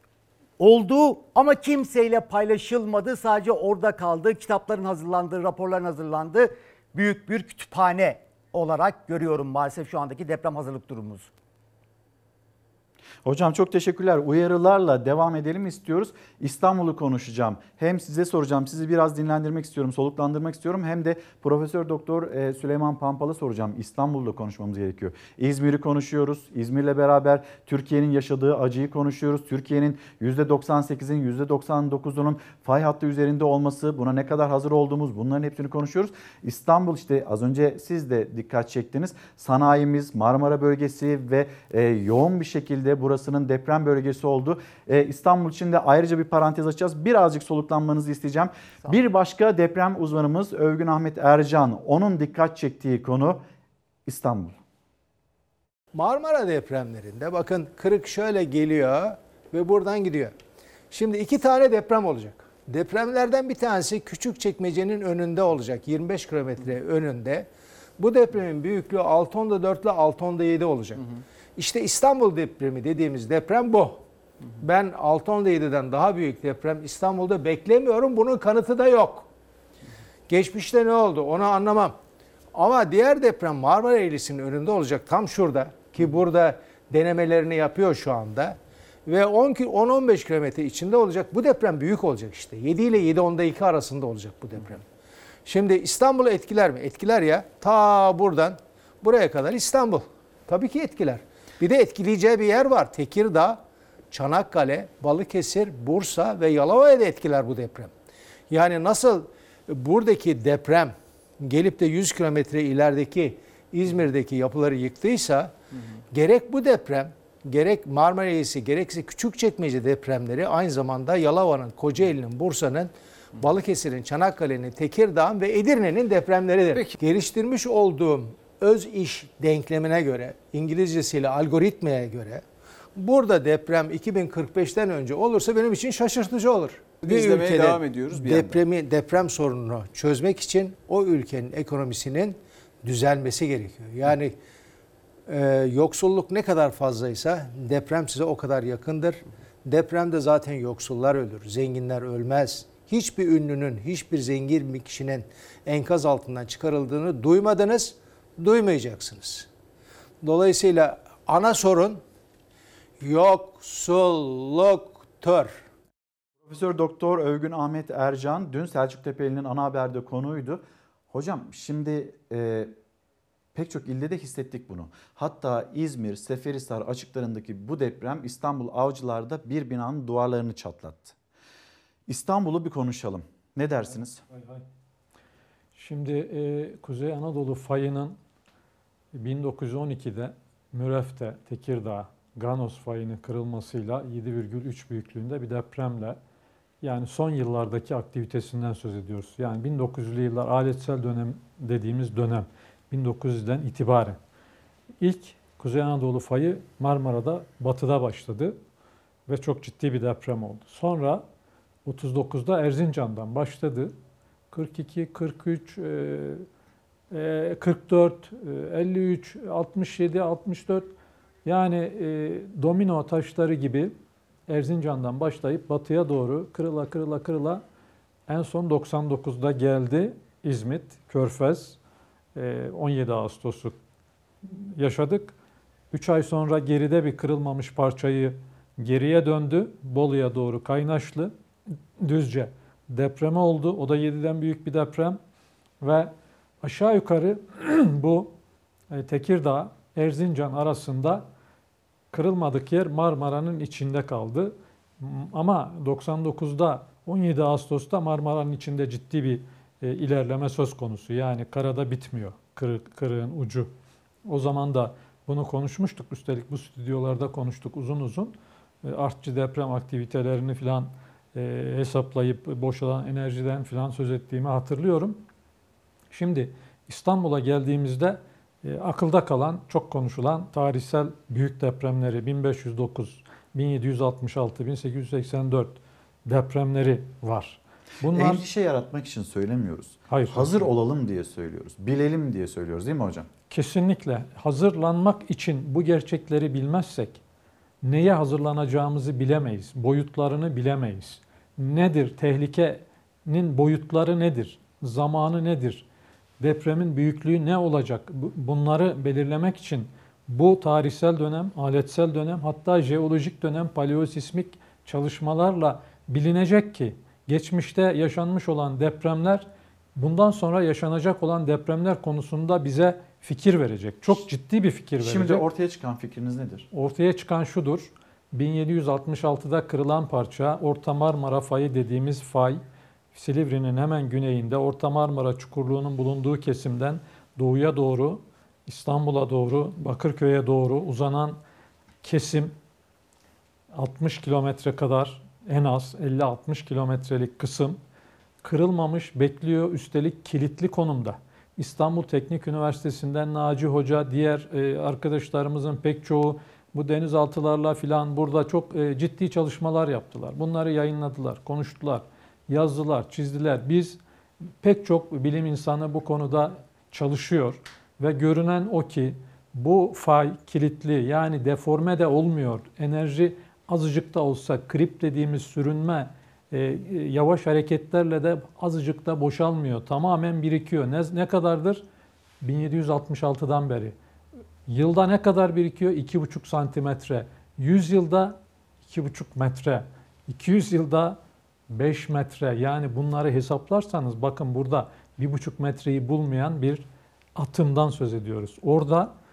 olduğu ama kimseyle paylaşılmadı. Sadece orada kaldı. Kitapların hazırlandığı, raporların hazırlandığı büyük bir kütüphane olarak görüyorum maalesef şu andaki deprem hazırlık durumumuzu. Hocam çok teşekkürler. Uyarılarla devam edelim istiyoruz. İstanbul'u konuşacağım. Hem size soracağım, sizi biraz dinlendirmek istiyorum, soluklandırmak istiyorum. Hem de Profesör Doktor Süleyman Pampal'a soracağım. İstanbul'da konuşmamız gerekiyor. İzmir'i konuşuyoruz. İzmir'le beraber Türkiye'nin yaşadığı acıyı konuşuyoruz. Türkiye'nin %98'in %99'unun fay hattı üzerinde olması, buna ne kadar hazır olduğumuz, bunların hepsini konuşuyoruz. İstanbul işte az önce siz de dikkat çektiniz. Sanayimiz, Marmara bölgesi ve yoğun bir şekilde burasının deprem bölgesi oldu. İstanbul için de ayrıca bir parantez açacağız. Birazcık soluklanmanızı isteyeceğim. Bir başka deprem uzmanımız Övgün Ahmet Ercan. Onun dikkat çektiği konu İstanbul. Marmara depremlerinde bakın kırık şöyle geliyor ve buradan gidiyor. Şimdi 2 tane deprem olacak. Depremlerden bir tanesi Küçükçekmece'nin önünde olacak. 25 kilometre önünde. Bu depremin büyüklüğü 6.4 ile 6.7 olacak. İşte İstanbul depremi dediğimiz deprem bu. Ben 6.7'den daha büyük deprem İstanbul'da beklemiyorum. Bunun kanıtı da yok. Geçmişte ne oldu onu anlamam. Ama diğer deprem Marmara Eğrisi'nin önünde olacak. Tam şurada ki burada denemelerini yapıyor şu anda. Ve 10-15 kilometre içinde olacak. Bu deprem büyük olacak işte. 7 ile 7.2 arasında olacak bu deprem. Şimdi İstanbul'u etkiler mi? Etkiler ya. Ta buradan buraya kadar İstanbul. Tabii ki etkiler. Bir de etkileyeceği bir yer var. Tekirdağ, Çanakkale, Balıkesir, Bursa ve Yalova'ya da etkiler bu deprem. Yani nasıl buradaki deprem gelip de 100 kilometre ilerideki İzmir'deki yapıları yıktıysa gerek bu deprem, gerek Marmaris'i, gerekse Küçükçekmece depremleri aynı zamanda Yalova'nın, Kocaeli'nin, Bursa'nın, Balıkesir'in, Çanakkale'nin, Tekirdağ'ın ve Edirne'nin depremleridir. Peki. Geliştirmiş olduğum öz iş denklemine göre, İngilizcesiyle algoritmaya göre burada deprem 2045'ten önce olursa benim için şaşırtıcı olur. İzlemeye devam ediyoruz bir deprem sorununu çözmek için o ülkenin ekonomisinin düzelmesi gerekiyor. Yani yoksulluk ne kadar fazlaysa deprem size o kadar yakındır. Depremde zaten yoksullar ölür, zenginler ölmez. Hiçbir ünlünün, hiçbir zengin bir kişinin enkaz altından çıkarıldığını duymadınız, duymayacaksınız. Dolayısıyla ana sorun yoksulluktur. Profesör Doktor Övgün Ahmet Ercan dün Selçuk Tepeli'nin ana haberde konuğuydu. Hocam şimdi pek çok ilde de hissettik bunu. Hatta İzmir, Seferihisar açıklarındaki bu deprem İstanbul Avcılar'da bir binanın duvarlarını çatlattı. İstanbul'u bir konuşalım. Ne dersiniz? Şimdi Kuzey Anadolu fayının 1912'de Müref'te, Tekirdağ, Ganos fayının kırılmasıyla 7,3 büyüklüğünde bir depremle, yani son yıllardaki aktivitesinden söz ediyoruz. Yani 1900'lü yıllar aletsel dönem dediğimiz dönem, 1900'den itibaren. İlk Kuzey Anadolu fayı Marmara'da, batıda başladı ve çok ciddi bir deprem oldu. Sonra 39'da Erzincan'dan başladı. 42, 43, 44, 53, 67, 64, yani domino taşları gibi Erzincan'dan başlayıp batıya doğru kırıla en son 99'da geldi İzmit, Körfez, 17 Ağustos'u yaşadık. 3 ay sonra geride bir kırılmamış parçayı geriye döndü. Bolu'ya doğru Kaynaşlı, Düzce depremi oldu. O da 7'den büyük bir deprem ve aşağı yukarı bu Tekirdağ, Erzincan arasında kırılmadık yer Marmara'nın içinde kaldı. Ama 99'da 17 Ağustos'ta Marmara'nın içinde ciddi bir ilerleme söz konusu. Yani karada bitmiyor kırığın ucu. O zaman da bunu konuşmuştuk. Üstelik bu stüdyolarda konuştuk uzun uzun. Artçı deprem aktivitelerini falan hesaplayıp boşalan enerjiden falan söz ettiğimi hatırlıyorum. Şimdi İstanbul'a geldiğimizde akılda kalan, çok konuşulan tarihsel büyük depremleri 1509, 1766, 1884 depremleri var. Bunlar endişe yaratmak için söylemiyoruz. Hayır. Hazır olalım diye söylüyoruz. Bilelim diye söylüyoruz değil mi hocam? Kesinlikle. Hazırlanmak için bu gerçekleri bilmezsek neye hazırlanacağımızı bilemeyiz. Boyutlarını bilemeyiz. Nedir? Tehlikenin boyutları nedir? Zamanı nedir? Depremin büyüklüğü ne olacak? Bunları belirlemek için bu tarihsel dönem, aletsel dönem, hatta jeolojik dönem, paleosismik çalışmalarla bilinecek ki geçmişte yaşanmış olan depremler bundan sonra yaşanacak olan depremler konusunda bize fikir verecek. Çok ciddi bir fikir verecek. Şimdi ortaya çıkan fikriniz nedir? Ortaya çıkan şudur. 1766'da kırılan parça Orta Marmara fayı dediğimiz fay, Silivri'nin hemen güneyinde Orta Marmara çukurluğunun bulunduğu kesimden doğuya doğru, İstanbul'a doğru, Bakırköy'e doğru uzanan kesim 60 kilometre kadar, en az 50-60 kilometrelik kısım kırılmamış, bekliyor, üstelik kilitli konumda. İstanbul Teknik Üniversitesi'nden Naci Hoca, diğer arkadaşlarımızın pek çoğu bu denizaltılarla filan burada çok ciddi çalışmalar yaptılar. Bunları yayınladılar, konuştular, yazdılar, çizdiler. Biz pek çok bilim insanı bu konuda çalışıyor ve görünen o ki bu fay kilitli, yani deforme de olmuyor. Enerji azıcık da olsa krip dediğimiz sürünme yavaş hareketlerle de azıcık da boşalmıyor. Tamamen birikiyor. Ne kadardır? 1766'dan beri. Yılda ne kadar birikiyor? 2,5 santimetre. 100 yılda 2,5 metre. 200 yılda 5 metre. Yani bunları hesaplarsanız bakın burada 1,5 metreyi bulmayan bir atımdan söz ediyoruz. Orada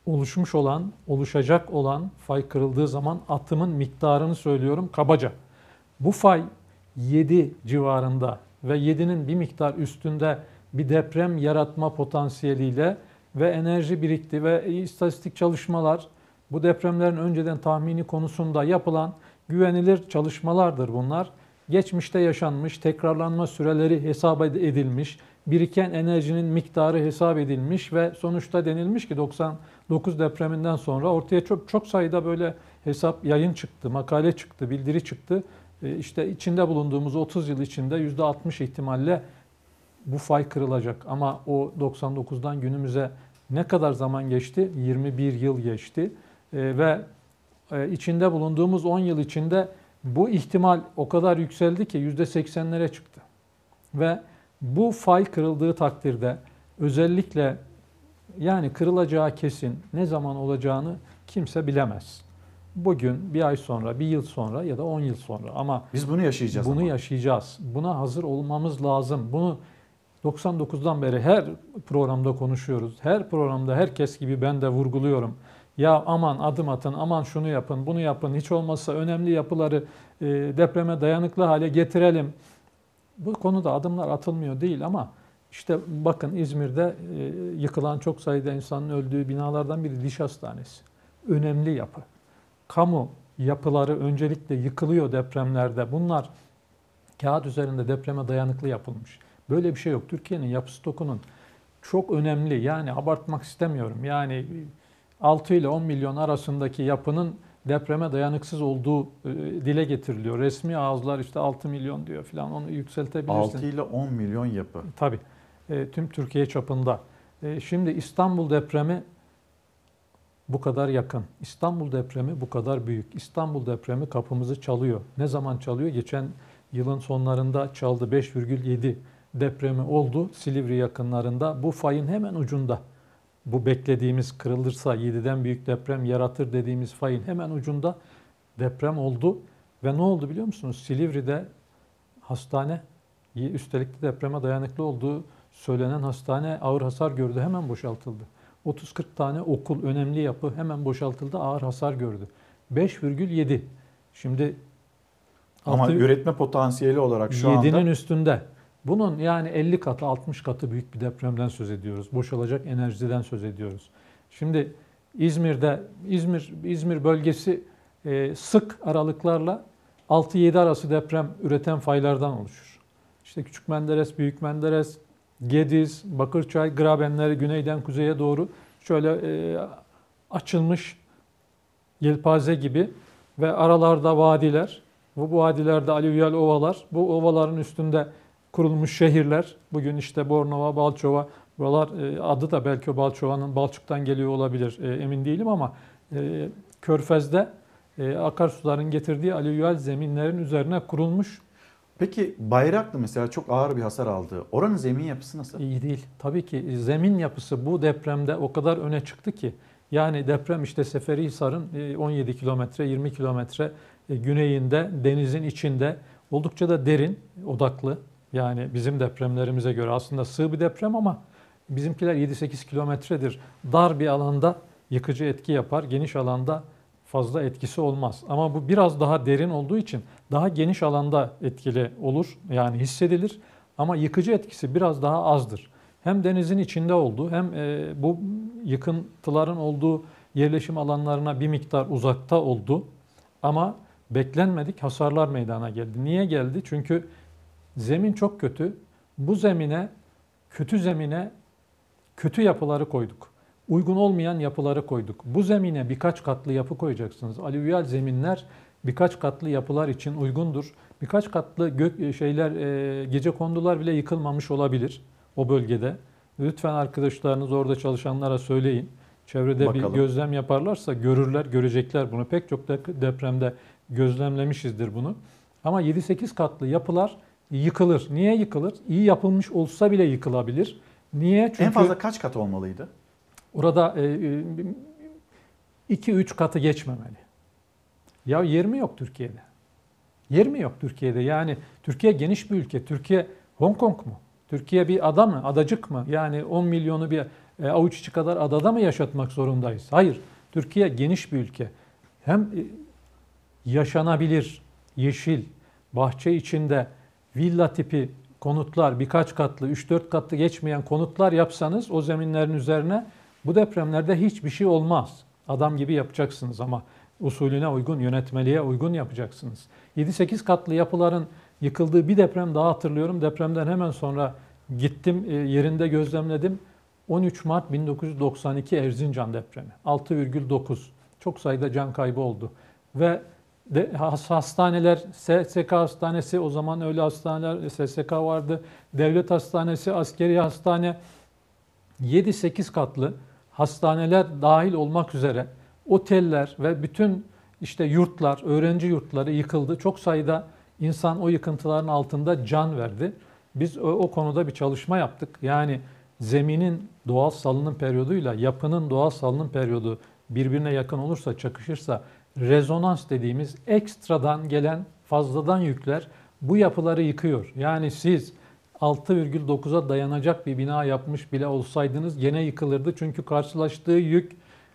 oluşmuş olan, oluşacak olan fay kırıldığı zaman atımın miktarını söylüyorum kabaca. Bu fay 7 civarında ve 7'nin bir miktar üstünde bir deprem yaratma potansiyeliyle ve enerji birikti ve istatistik çalışmalar, bu depremlerin önceden tahmini konusunda yapılan güvenilir çalışmalardır bunlar. Geçmişte yaşanmış, tekrarlanma süreleri hesap edilmiş, biriken enerjinin miktarı hesap edilmiş ve sonuçta denilmiş ki 99 depreminden sonra ortaya çok sayıda böyle hesap yayın çıktı, makale çıktı, bildiri çıktı. İşte içinde bulunduğumuz 30 yıl içinde %60 ihtimalle bu fay kırılacak. Ama o 99'dan günümüze ne kadar zaman geçti? 21 yıl geçti. Ve içinde bulunduğumuz 10 yıl içinde bu ihtimal o kadar yükseldi ki %80'lere çıktı. Ve bu fay kırıldığı takdirde özellikle yani kırılacağı kesin, ne zaman olacağını kimse bilemez. Bugün, bir ay sonra, bir yıl sonra ya da 10 yıl sonra ama biz bunu yaşayacağız. Bunu yaşayacağız. Buna hazır olmamız lazım. Bunu 99'dan beri her programda konuşuyoruz. Her programda herkes gibi ben de vurguluyorum. Ya aman adım atın, aman şunu yapın, bunu yapın. Hiç olmazsa önemli yapıları depreme dayanıklı hale getirelim. Bu konuda adımlar atılmıyor değil ama işte bakın İzmir'de yıkılan çok sayıda insanın öldüğü binalardan biri diş hastanesi. Önemli yapı. Kamu yapıları öncelikle yıkılıyor depremlerde. Bunlar kağıt üzerinde depreme dayanıklı yapılmış. Böyle bir şey yok. Türkiye'nin yapı stokunun çok önemli. Yani abartmak istemiyorum. Yani 6 ile 10 milyon arasındaki yapının depreme dayanıksız olduğu dile getiriliyor. Resmi ağızlar işte 6 milyon diyor falan, onu yükseltebilirsin. 6 ile 10 milyon yapı. Tabii. Tüm Türkiye çapında. Şimdi İstanbul depremi bu kadar yakın. İstanbul depremi bu kadar büyük. İstanbul depremi kapımızı çalıyor. Ne zaman çalıyor? Geçen yılın sonlarında çaldı. 5,7 depremi oldu Silivri yakınlarında. Bu fayın hemen ucunda. Bu beklediğimiz kırılırsa 7'den büyük deprem yaratır dediğimiz fayın hemen ucunda deprem oldu. Ve ne oldu biliyor musunuz? Silivri'de hastane, üstelik de depreme dayanıklı olduğu söylenen hastane ağır hasar gördü. Hemen boşaltıldı. 30-40 tane okul, önemli yapı hemen boşaltıldı, ağır hasar gördü. 5,7. Şimdi ama üretme potansiyeli olarak şu anda 7'nin üstünde. Bunun yani 50 katı, 60 katı büyük bir depremden söz ediyoruz. Boşalacak enerjiden söz ediyoruz. Şimdi İzmir bölgesi sık aralıklarla 6-7 arası deprem üreten faylardan oluşur. İşte Küçük Menderes, Büyük Menderes, Gediz, Bakırçay, Grabenleri güneyden kuzeye doğru şöyle açılmış yelpaze gibi ve aralarda vadiler. Bu vadilerde alüvyal ovalar, bu ovaların üstünde kurulmuş şehirler. Bugün işte Bornova, Balçova, buralar adı da belki o Balçova'nın Balçık'tan geliyor olabilir, emin değilim ama Körfez'de akarsuların getirdiği alüvyal zeminlerin üzerine kurulmuş. Peki Bayraklı mesela çok ağır bir hasar aldı. Oranın zemin yapısı nasıl? İyi değil. Tabii ki zemin yapısı bu depremde o kadar öne çıktı ki. Yani deprem işte Seferihisar'ın 17 kilometre, 20 kilometre güneyinde, denizin içinde oldukça da derin, odaklı. Yani bizim depremlerimize göre aslında sığ bir deprem ama bizimkiler 7-8 kilometredir. Dar bir alanda yıkıcı etki yapar, geniş alanda fazla etkisi olmaz. Ama bu biraz daha derin olduğu için daha geniş alanda etkili olur. Yani hissedilir ama yıkıcı etkisi biraz daha azdır. Hem denizin içinde oldu hem bu yıkıntıların olduğu yerleşim alanlarına bir miktar uzakta oldu. Ama beklenmedik hasarlar meydana geldi. Niye geldi? Çünkü zemin çok kötü. Bu zemine, kötü zemine kötü yapıları koyduk. Uygun olmayan yapıları koyduk. Bu zemine birkaç katlı yapı koyacaksınız. Alüvyal zeminler birkaç katlı yapılar için uygundur. Birkaç katlı gecekondular bile yıkılmamış olabilir o bölgede. Lütfen arkadaşlarınız, orada çalışanlara söyleyin. Çevrede bakalım, bir gözlem yaparlarsa görürler, görecekler bunu. Pek çok depremde gözlemlemişizdir bunu. Ama 7-8 katlı yapılar yıkılır. Niye yıkılır? İyi yapılmış olsa bile yıkılabilir. Niye? Çünkü en fazla kaç kat olmalıydı? Orada 2-3 katı geçmemeli. Ya yer mi yok Türkiye'de? Yer mi yok Türkiye'de? Yani Türkiye geniş bir ülke. Türkiye Hong Kong mu? Türkiye bir ada mı? Adacık mı? Yani 10 milyonu bir avuç içi kadar adada mı yaşatmak zorundayız? Hayır. Türkiye geniş bir ülke. Hem yaşanabilir, yeşil, bahçe içinde villa tipi konutlar, birkaç katlı, 3-4 katlı geçmeyen konutlar yapsanız o zeminlerin üzerine bu depremlerde hiçbir şey olmaz. Adam gibi yapacaksınız ama usulüne uygun, yönetmeliğe uygun yapacaksınız. 7-8 katlı yapıların yıkıldığı bir deprem daha hatırlıyorum. Depremden hemen sonra gittim, yerinde gözlemledim. 13 Mart 1992 Erzincan depremi. 6,9. Çok sayıda can kaybı oldu. Ve hastaneler, SSK hastanesi, o zaman öyle hastaneler, SSK vardı. Devlet hastanesi, askeri hastane, 7-8 katlı hastaneler dahil olmak üzere oteller ve bütün işte yurtlar, öğrenci yurtları yıkıldı. Çok sayıda insan o yıkıntıların altında can verdi. Biz o konuda bir çalışma yaptık. Yani zeminin doğal salınım periyoduyla yapının doğal salınım periyodu birbirine yakın olursa, çakışırsa rezonans dediğimiz ekstradan gelen fazladan yükler bu yapıları yıkıyor. Yani siz 6,9'a dayanacak bir bina yapmış bile olsaydınız gene yıkılırdı. Çünkü karşılaştığı yük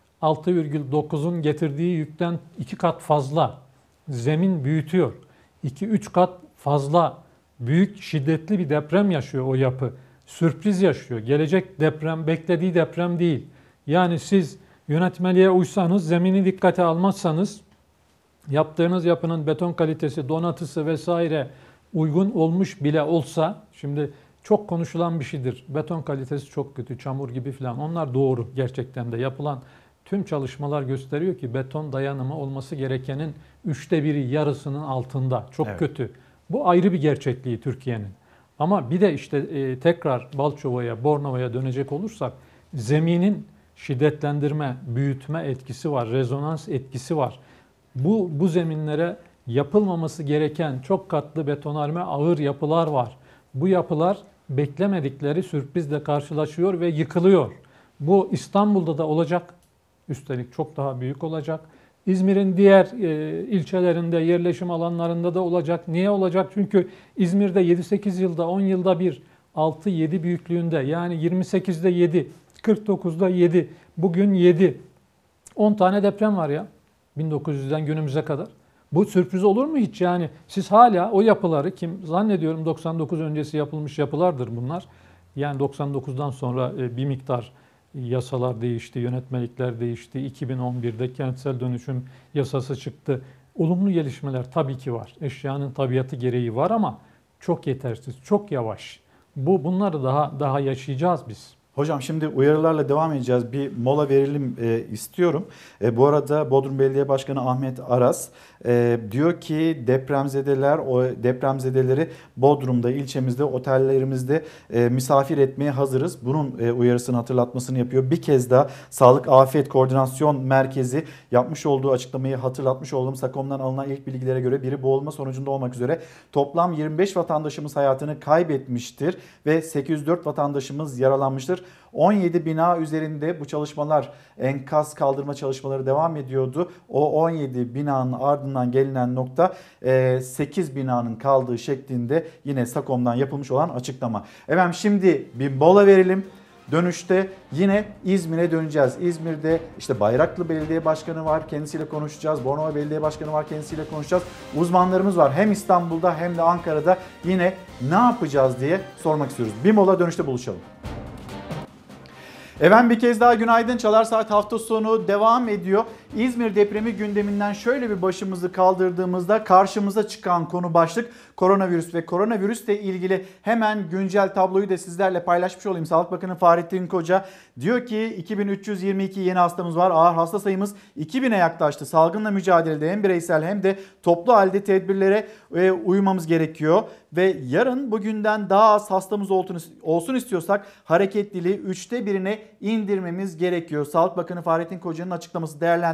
6,9'un getirdiği yükten 2 kat fazla. Zemin büyütüyor. 2-3 kat fazla büyük, şiddetli bir deprem yaşıyor o yapı. Sürpriz yaşıyor. Gelecek deprem beklediği deprem değil. Yani siz yönetmeliğe uysanız, zemini dikkate almazsanız, yaptığınız yapının beton kalitesi, donatısı vesaire uygun olmuş bile olsa, şimdi çok konuşulan bir şeydir. Beton kalitesi çok kötü, çamur gibi falan. Onlar doğru gerçekten de. Yapılan tüm çalışmalar gösteriyor ki beton dayanımı olması gerekenin 1/3, yarısının altında. Çok kötü. Bu ayrı bir gerçekliği Türkiye'nin. Ama bir de işte tekrar Balçova'ya, Bornova'ya dönecek olursak zeminin şiddetlendirme, büyütme etkisi var, rezonans etkisi var. Bu zeminlere yapılmaması gereken çok katlı betonarme ağır yapılar var. Bu yapılar beklemedikleri sürprizle karşılaşıyor ve yıkılıyor. Bu İstanbul'da da olacak. Üstelik çok daha büyük olacak. İzmir'in diğer ilçelerinde, yerleşim alanlarında da olacak. Niye olacak? Çünkü İzmir'de 7-8 yılda, 10 yılda bir 6-7 büyüklüğünde, yani 28'de 7, 49'da 7, bugün 7. 10 tane deprem var ya 1900'den günümüze kadar. Bu sürpriz olur mu hiç yani? Siz hala o yapıları, zannediyorum 99 öncesi yapılmış yapılardır bunlar. Yani 99'dan sonra bir miktar yasalar değişti, yönetmelikler değişti. 2011'de kentsel dönüşüm yasası çıktı. Olumlu gelişmeler tabii ki var. Eşyanın tabiatı gereği var ama çok yetersiz, çok yavaş. Bunları daha yaşayacağız biz. Hocam şimdi uyarılarla devam edeceğiz. Bir mola verelim istiyorum. Bu arada Bodrum Belediye Başkanı Ahmet Aras diyor ki depremzedeleri Bodrum'da, ilçemizde, otellerimizde misafir etmeye hazırız. Bunun uyarısını, hatırlatmasını yapıyor. Bir kez daha Sağlık Afet Koordinasyon Merkezi yapmış olduğu açıklamayı hatırlatmış oldum. SAKOM'dan alınan ilk bilgilere göre biri boğulma sonucunda olmak üzere toplam 25 vatandaşımız hayatını kaybetmiştir ve 804 vatandaşımız yaralanmıştır. 17 bina üzerinde bu çalışmalar, enkaz kaldırma çalışmaları devam ediyordu. O 17 binanın ardından gelinen nokta 8 binanın kaldığı şeklinde yine SAKOM'dan yapılmış olan açıklama. Efendim şimdi bir mola verelim. Dönüşte yine İzmir'e döneceğiz. İzmir'de işte Bayraklı Belediye Başkanı var, kendisiyle konuşacağız. Bornova Belediye Başkanı var, kendisiyle konuşacağız. Uzmanlarımız var hem İstanbul'da hem de Ankara'da, yine ne yapacağız diye sormak istiyoruz. Bir mola, dönüşte buluşalım. Efendim bir kez daha günaydın. Çalar Saat hafta sonu devam ediyor. İzmir depremi gündeminden şöyle bir başımızı kaldırdığımızda karşımıza çıkan konu başlık koronavirüs ve koronavirüsle ilgili hemen güncel tabloyu da sizlerle paylaşmış olayım. Sağlık Bakanı Fahrettin Koca diyor ki 2322 yeni hastamız var. Ağır hasta sayımız 2000'e yaklaştı. Salgınla mücadelede hem bireysel hem de toplu halde tedbirlere uymamız gerekiyor. Ve yarın bugünden daha az hastamız olsun istiyorsak hareketliliği 1/3'e indirmemiz gerekiyor. Sağlık Bakanı Fahrettin Koca'nın açıklaması değerlendirildi.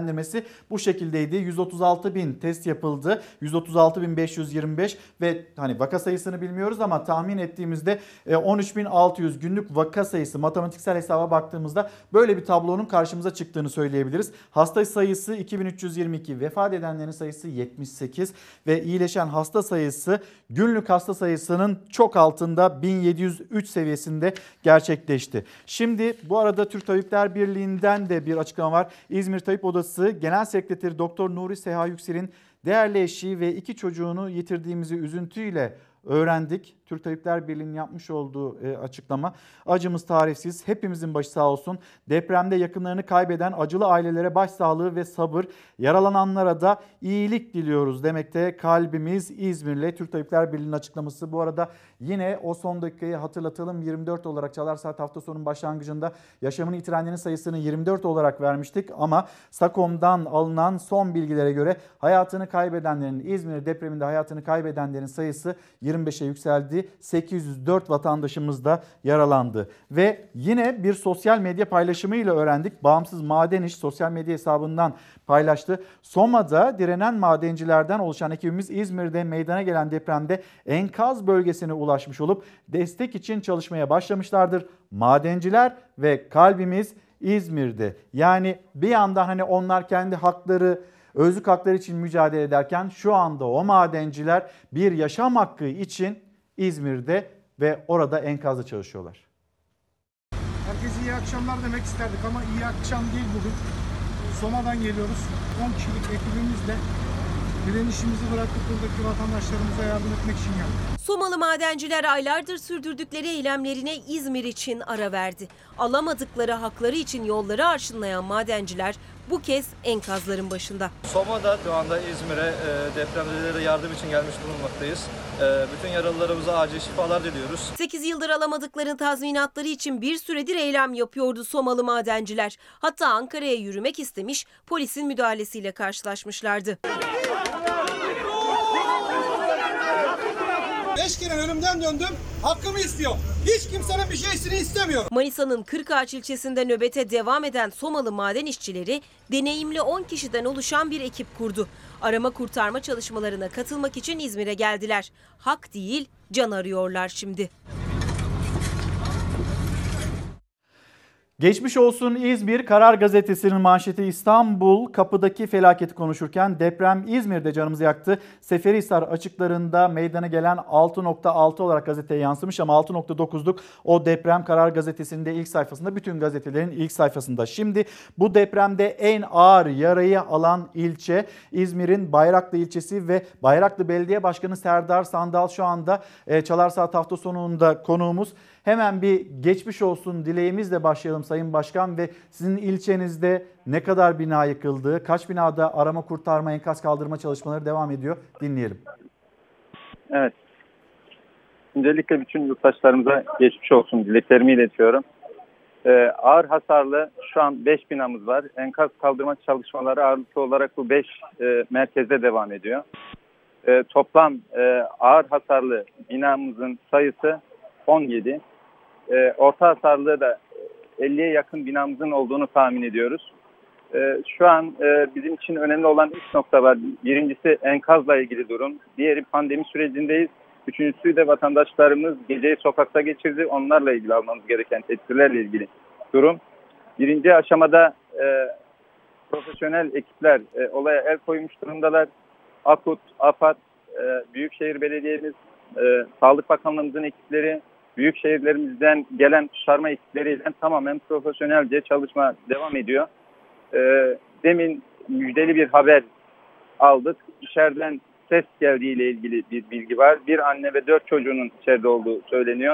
değerlendirmesi bu şekildeydi. 136.000 test yapıldı. 136.525 ve hani vaka sayısını bilmiyoruz ama tahmin ettiğimizde 13.600 günlük vaka sayısı, matematiksel hesaba baktığımızda böyle bir tablonun karşımıza çıktığını söyleyebiliriz. Hasta sayısı 2322, vefat edenlerin sayısı 78 ve iyileşen hasta sayısı günlük hasta sayısının çok altında 1703 seviyesinde gerçekleşti. Şimdi bu arada Türk Tabipler Birliği'nden de bir açıklama var. İzmir Tabip Odası Genel Sekreteri Doktor Nuri Seha Yüksel'in değerli eşi ve 2 çocuğunu yitirdiğimizi üzüntüyle öğrendik. Türk Tabipler Birliği'nin yapmış olduğu açıklama. Acımız tarifsiz, hepimizin başı sağ olsun. Depremde yakınlarını kaybeden acılı ailelere başsağlığı ve sabır, yaralananlara da iyilik diliyoruz demekte kalbimiz İzmir'le. Türk Tabipler Birliği'nin açıklaması. Bu arada yine o son dakikayı hatırlatalım. 24 olarak Çalar Saat hafta sonunun başlangıcında yaşamını yitirenlerin sayısını 24 olarak vermiştik. Ama SAKOM'dan alınan son bilgilere göre hayatını kaybedenlerin, İzmir depreminde hayatını kaybedenlerin sayısı 25'e yükseldi. 804 vatandaşımız da yaralandı. Ve yine bir sosyal medya paylaşımıyla öğrendik. Bağımsız Maden İş sosyal medya hesabından paylaştı. Soma'da direnen madencilerden oluşan ekibimiz İzmir'de meydana gelen depremde enkaz bölgesine ulaşmış olup destek için çalışmaya başlamışlardır. Madenciler ve kalbimiz İzmir'de. Yani bir yandan hani onlar kendi hakları, özlük hakları için mücadele ederken şu anda o madenciler bir yaşam hakkı için İzmir'de ve orada enkazda çalışıyorlar. Herkese iyi akşamlar demek isterdik ama iyi akşam değil bugün. Soma'dan geliyoruz. 10 kişilik ekibimizle direnişimizi bırakıp buradaki vatandaşlarımıza yardım etmek için geldik. Somalı madenciler aylardır sürdürdükleri eylemlerine İzmir için ara verdi. Alamadıkları hakları için yolları arşınlayan madenciler bu kez enkazların başında. Soma'da şu anda İzmir'e depremzedelere yardım için gelmiş bulunmaktayız. Bütün yaralılarımıza acil şifalar diliyoruz. 8 yıldır alamadıkları tazminatları için bir süredir eylem yapıyordu Somalı madenciler. Hatta Ankara'ya yürümek istemiş, polisin müdahalesiyle karşılaşmışlardı. 5 kere ölümden döndüm, hakkımı istiyorum. Hiç kimsenin bir şeysini istemiyorum. Manisa'nın Kırkağaç ilçesinde nöbete devam eden Somalı maden işçileri deneyimli 10 kişiden oluşan bir ekip kurdu. Arama kurtarma çalışmalarına katılmak için İzmir'e geldiler. Hak değil, can arıyorlar şimdi. Geçmiş olsun İzmir. Karar Gazetesi'nin manşeti İstanbul kapıdaki felaketi konuşurken deprem İzmir'de canımızı yaktı. Seferihisar açıklarında meydana gelen 6.6 olarak gazeteye yansımış ama 6.9'luk o deprem Karar Gazetesi'nin de ilk sayfasında, bütün gazetelerin ilk sayfasında. Şimdi bu depremde en ağır yarayı alan ilçe İzmir'in Bayraklı ilçesi ve Bayraklı Belediye Başkanı Serdar Sandal şu anda Çalar Saat hafta sonunda konuğumuz. Hemen bir geçmiş olsun dileğimizle başlayalım Sayın Başkan ve sizin ilçenizde ne kadar bina yıkıldı, kaç binada arama kurtarma, enkaz kaldırma çalışmaları devam ediyor, dinleyelim. Evet. Öncelikle bütün yurttaşlarımıza geçmiş olsun dileklerimi iletiyorum. Ağır hasarlı şu an 5 binamız var. Enkaz kaldırma çalışmaları ağırlıklı olarak bu 5 merkezde devam ediyor. Toplam ağır hasarlı binamızın sayısı 17. Orta hasarlı da 50'ye yakın binamızın olduğunu tahmin ediyoruz. Şu an bizim için önemli olan 3 nokta var. Birincisi enkazla ilgili durum. Diğeri pandemi sürecindeyiz. Üçüncüsü de vatandaşlarımız geceyi sokakta geçirdi. Onlarla ilgili almamız gereken tedbirlerle ilgili durum. Birinci aşamada profesyonel ekipler olaya el koymuş durumdalar. AKUT, AFAD, Büyükşehir Belediye'miz, Sağlık Bakanlığımızın ekipleri, büyük şehirlerimizden gelen kurtarma ekipleriyle tamamen profesyonelce çalışma devam ediyor. Demin müjdeli bir haber aldık. İçeriden ses geldiğiyle ilgili bir bilgi var. Bir anne ve 4 çocuğunun içeride olduğu söyleniyor.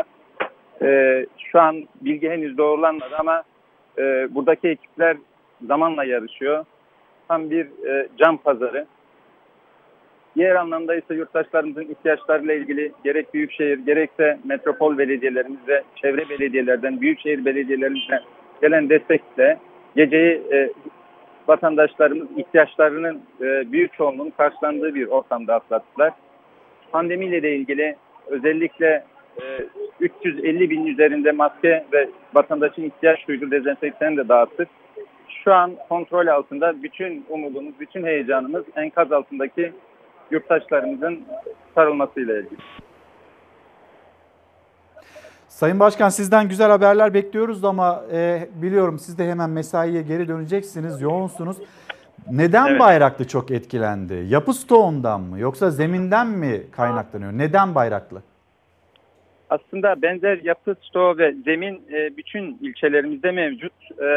Şu an bilgi henüz doğrulanmadı ama buradaki ekipler zamanla yarışıyor. Tam bir can pazarı. Diğer anlamda ise yurttaşlarımızın ihtiyaçlarıyla ilgili gerek büyükşehir gerekse metropol belediyelerimiz ve çevre belediyelerden, büyükşehir belediyelerimizden gelen destekle geceyi vatandaşlarımız ihtiyaçlarının büyük çoğunluğunun karşılandığı bir ortamda atlattılar. Pandemiyle de ilgili özellikle 350 bin üzerinde maske ve vatandaşın ihtiyaç duyduğu dezenfektanı da dağıttık. şu an kontrol altında. Bütün umudumuz, bütün heyecanımız enkaz altındaki yurttaşlarımızın sarılmasıyla ilgili. Sayın Başkan, sizden güzel haberler bekliyoruz ama biliyorum siz de hemen mesaiye geri döneceksiniz, yoğunsunuz. Neden Evet. Bayraklı çok etkilendi? Yapı stoğundan mı yoksa zeminden mi kaynaklanıyor? Neden Bayraklı? Aslında benzer yapı stoğu ve zemin bütün ilçelerimizde mevcut.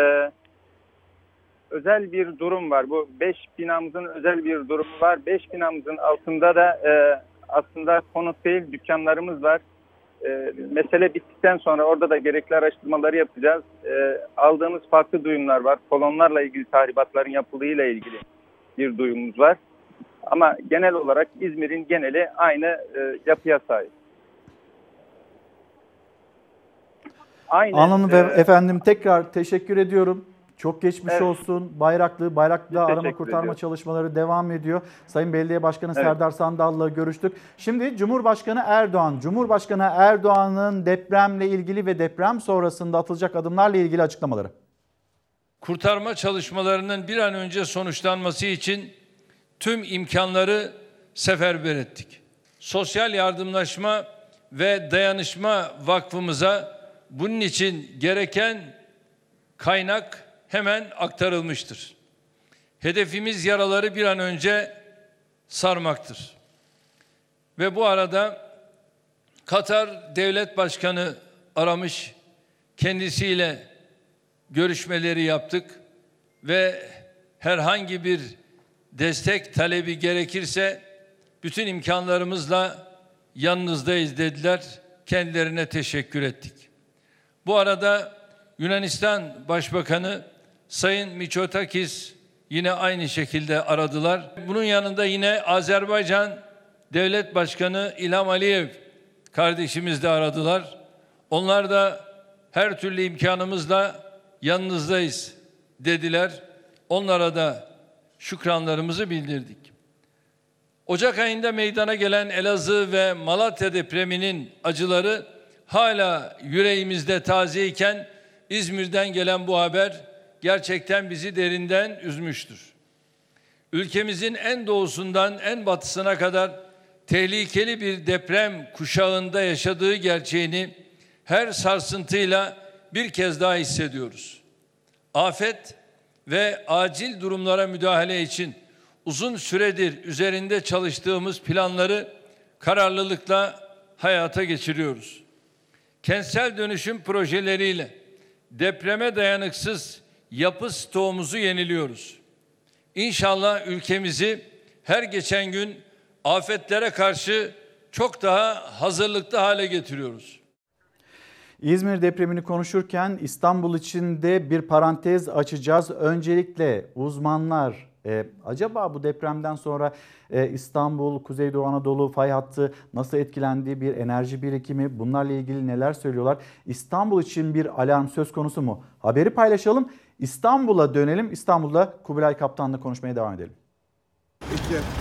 Özel bir durum var. Bu 5 binamızın özel bir durumu var. 5 binamızın altında da aslında konut değil dükkanlarımız var. Mesele bittikten sonra orada da gerekli araştırmaları yapacağız. Aldığımız farklı duyumlar var. Kolonlarla ilgili tahribatların yapıldığıyla ilgili bir duyumumuz var. Ama genel olarak İzmir'in geneli aynı yapıya sahip. Anladım efendim, tekrar teşekkür ediyorum. Çok geçmiş olsun. Bayraklı'da arama kurtarma çalışmaları devam ediyor. Sayın Belediye Başkanı Serdar Sandal'la görüştük. Şimdi Cumhurbaşkanı Erdoğan'ın depremle ilgili ve deprem sonrasında atılacak adımlarla ilgili açıklamaları. Kurtarma çalışmalarının bir an önce sonuçlanması için tüm imkanları seferber ettik. Sosyal Yardımlaşma ve Dayanışma Vakfımıza bunun için gereken kaynak hemen aktarılmıştır. Hedefimiz yaraları bir an önce sarmaktır. Ve bu arada Katar Devlet Başkanı aramış, kendisiyle görüşmeleri yaptık ve herhangi bir destek talebi gerekirse bütün imkanlarımızla yanınızdayız dediler. Kendilerine teşekkür ettik. Bu arada Yunanistan Başbakanı Sayın Mitsotakis yine aynı şekilde aradılar. Bunun yanında yine Azerbaycan Devlet Başkanı İlham Aliyev kardeşimiz de aradılar. Onlar da her türlü imkanımızla yanınızdayız dediler. Onlara da şükranlarımızı bildirdik. Ocak ayında meydana gelen Elazığ ve Malatya depreminin acıları hala yüreğimizde tazeyken İzmir'den gelen bu haber gerçekten bizi derinden üzmüştür. Ülkemizin en doğusundan en batısına kadar tehlikeli bir deprem kuşağında yaşadığı gerçeğini her sarsıntıyla bir kez daha hissediyoruz. Afet ve acil durumlara müdahale için uzun süredir üzerinde çalıştığımız planları kararlılıkla hayata geçiriyoruz. Kentsel dönüşüm projeleriyle depreme dayanıksız yapı stoğumuzu yeniliyoruz. İnşallah ülkemizi her geçen gün afetlere karşı çok daha hazırlıklı hale getiriyoruz. İzmir depremini konuşurken İstanbul için de bir parantez açacağız. Öncelikle uzmanlar acaba bu depremden sonra İstanbul, Kuzeydoğu Anadolu fay hattı nasıl etkilendiği, bir enerji birikimi, bunlarla ilgili neler söylüyorlar? İstanbul için bir alarm söz konusu mu? Haberi paylaşalım. İstanbul'a dönelim. İstanbul'da Kubilay Kaptan'la konuşmaya devam edelim. 2, 3, 4, 5,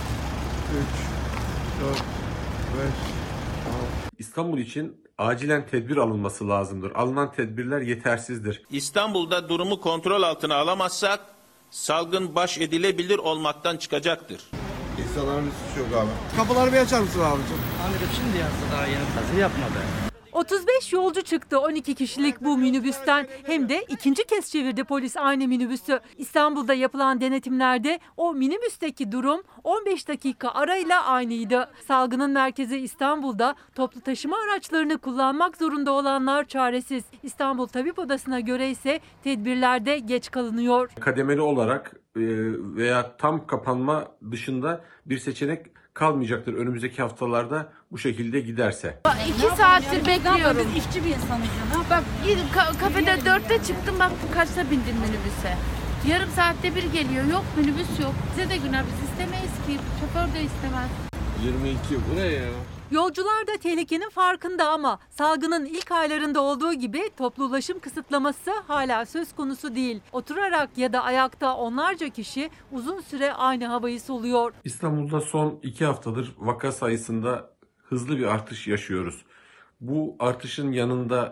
6. İstanbul için acilen tedbir alınması lazımdır. Alınan tedbirler yetersizdir. İstanbul'da durumu kontrol altına alamazsak salgın baş edilebilir olmaktan çıkacaktır. İnsanların bir suçu yok abi. Kapıları bir açar mısın abicim? Amirim şimdi yazdı daha yeni. Hazır yapmadı. 35 yolcu çıktı 12 kişilik bu minibüsten, hem de ikinci kez çevirdi polis aynı minibüsü. İstanbul'da yapılan denetimlerde o minibüsteki durum 15 dakika arayla aynıydı. Salgının merkezi İstanbul'da toplu taşıma araçlarını kullanmak zorunda olanlar çaresiz. İstanbul Tabip Odası'na göre ise tedbirlerde geç kalınıyor. Kademeli olarak veya tam kapanma dışında bir seçenek kalmayacaktır önümüzdeki haftalarda bu şekilde giderse. 2 saattir bekliyorum. Biz işçi bir insanız. Bak kafede 4'te çıktım, bak kaçta bindim minibüse. Yarım saatte bir geliyor. Yok minibüs yok. Bize de günah, biz istemeyiz ki. Şoför de istemez. 22 bu ne ya? Yolcular da tehlikenin farkında ama salgının ilk aylarında olduğu gibi toplu ulaşım kısıtlaması hala söz konusu değil. Oturarak ya da ayakta onlarca kişi uzun süre aynı havayı soluyor. İstanbul'da son 2 haftadır vaka sayısında hızlı bir artış yaşıyoruz. Bu artışın yanında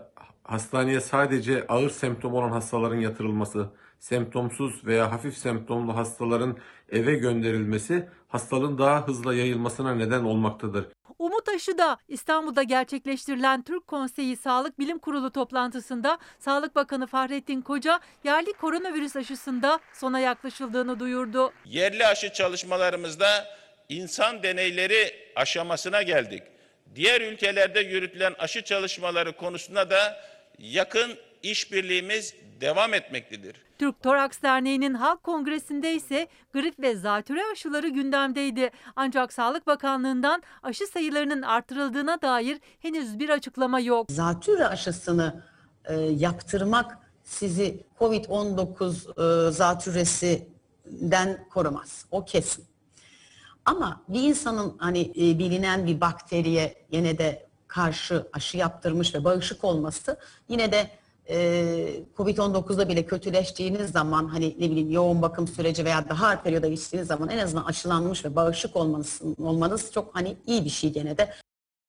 hastaneye sadece ağır semptom olan hastaların yatırılması, semptomsuz veya hafif semptomlu hastaların eve gönderilmesi hastalığın daha hızlı yayılmasına neden olmaktadır. Umut aşı da İstanbul'da gerçekleştirilen Türk Konseyi Sağlık Bilim Kurulu toplantısında Sağlık Bakanı Fahrettin Koca yerli koronavirüs aşısında sona yaklaşıldığını duyurdu. Yerli aşı çalışmalarımızda insan deneyleri aşamasına geldik. Diğer ülkelerde yürütülen aşı çalışmaları konusunda da yakın işbirliğimiz devam etmektedir. Türk Toraks Derneği'nin Halk Kongresi'nde ise grip ve zatürre aşıları gündemdeydi. Ancak Sağlık Bakanlığı'ndan aşı sayılarının artırıldığına dair henüz bir açıklama yok. Zatürre aşısını yaptırmak sizi COVID-19 zatürresinden korumaz. O kesin. Ama bir insanın hani bilinen bir bakteriye yine de karşı aşı yaptırmış ve bağışık olması yine de Covid-19'da bile kötüleştiğiniz zaman hani ne bileyim yoğun bakım süreci veya daha ağır periyoda geçtiğiniz zaman en azından aşılanmış ve bağışık olmanız çok hani iyi bir şey gene de.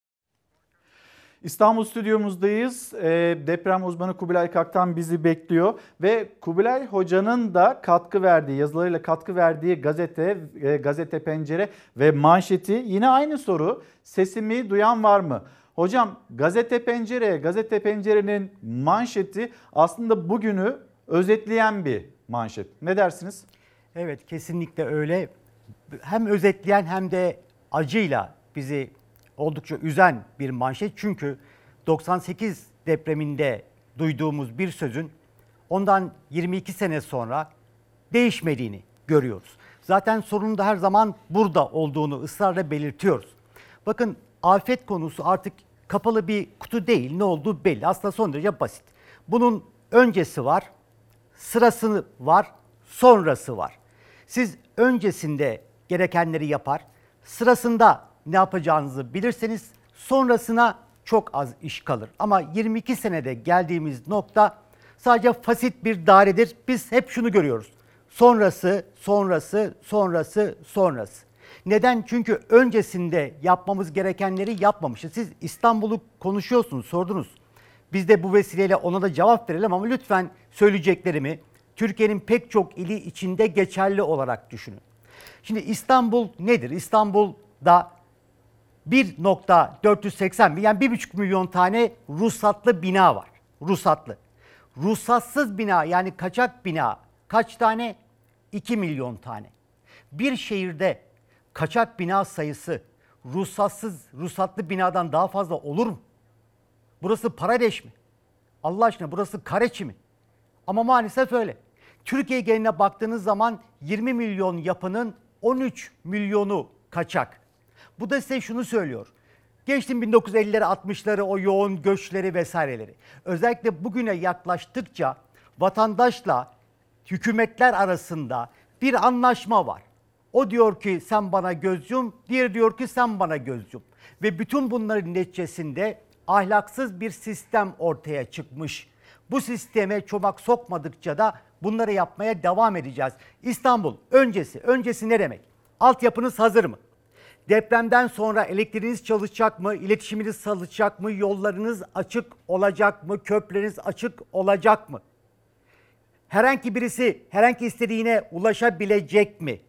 İstanbul stüdyomuzdayız. Deprem uzmanı Kubilay Kaktan bizi bekliyor ve Kubilay Hoca'nın da katkı verdiği, yazılarıyla katkı verdiği gazete Pencere ve manşeti yine aynı soru. Sesimi duyan var mı? Hocam Gazete Pencere'nin manşeti aslında bugünü özetleyen bir manşet. Ne dersiniz? Evet, kesinlikle öyle. Hem özetleyen hem de acıyla bizi oldukça üzen bir manşet. Çünkü 98 depreminde duyduğumuz bir sözün ondan 22 sene sonra değişmediğini görüyoruz. Zaten sorunun da her zaman burada olduğunu ısrarla belirtiyoruz. Bakın, afet konusu artık kapalı bir kutu değil, ne olduğu belli. Aslında son derece basit. Bunun öncesi var, sırası var, sonrası var. Siz öncesinde gerekenleri yapar, sırasında ne yapacağınızı bilirseniz sonrasına çok az iş kalır. Ama 22 senede geldiğimiz nokta sadece fasit bir dairedir. Biz hep şunu görüyoruz. Sonrası, sonrası, sonrası, sonrası. Neden? Çünkü öncesinde yapmamız gerekenleri yapmamışız. Siz İstanbul'u konuşuyorsunuz, sordunuz. Biz de bu vesileyle ona da cevap verelim ama lütfen söyleyeceklerimi Türkiye'nin pek çok ili içinde geçerli olarak düşünün. Şimdi İstanbul nedir? İstanbul'da 1.480 milyon, yani 1,5 milyon tane ruhsatlı bina var. Ruhsatlı. Ruhsatsız bina, yani kaçak bina kaç tane? 2 milyon tane. Bir şehirde kaçak bina sayısı ruhsatlı binadan daha fazla olur mu? Burası Paradeş mi? Allah aşkına, burası Kareçi mi? Ama maalesef öyle. Türkiye geneline baktığınız zaman 20 milyon yapının 13 milyonu kaçak. Bu da size şunu söylüyor. Geçtim 1950'leri, 60'ları, o yoğun göçleri vesaireleri. Özellikle bugüne yaklaştıkça vatandaşla hükümetler arasında bir anlaşma var. O diyor ki sen bana göz yum, diğeri diyor ki sen bana göz yum. Ve bütün bunların neticesinde ahlaksız bir sistem ortaya çıkmış. Bu sisteme çomak sokmadıkça da bunları yapmaya devam edeceğiz. İstanbul öncesi ne demek? Altyapınız hazır mı? Depremden sonra elektriğiniz çalışacak mı? İletişiminiz çalışacak mı? Yollarınız açık olacak mı? Köprüleriniz açık olacak mı? Herhangi birisi herhangi istediğine ulaşabilecek mi?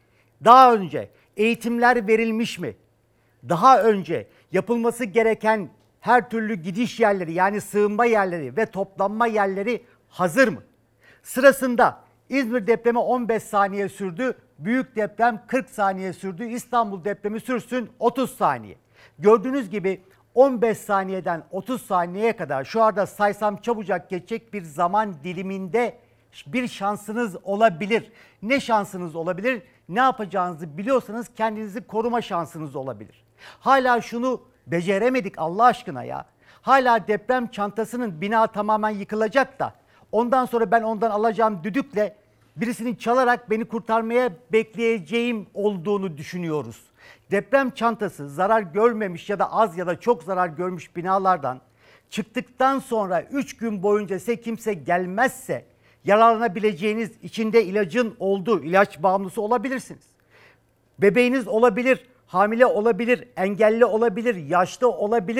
Daha önce eğitimler verilmiş mi? Daha önce yapılması gereken her türlü gidiş yerleri, yani sığınma yerleri ve toplanma yerleri hazır mı? Sırasında İzmir depremi 15 saniye sürdü, büyük deprem 40 saniye sürdü, İstanbul depremi sürsün 30 saniye. Gördüğünüz gibi 15 saniyeden 30 saniyeye kadar şu anda saysam çabucak geçecek bir zaman diliminde bir şansınız olabilir. Ne şansınız olabilir? Ne yapacağınızı biliyorsanız kendinizi koruma şansınız olabilir. Hala şunu beceremedik Allah aşkına ya. Hala deprem çantasının bina tamamen yıkılacak da ondan sonra ben ondan alacağım düdükle birisinin çalarak beni kurtarmaya bekleyeceğim olduğunu düşünüyoruz. Deprem çantası zarar görmemiş ya da az ya da çok zarar görmüş binalardan çıktıktan sonra 3 gün boyunca size kimse gelmezse yararlanabileceğiniz, içinde ilacın olduğu, ilaç bağımlısı olabilirsiniz. Bebeğiniz olabilir, hamile olabilir, engelli olabilir, yaşlı olabilir.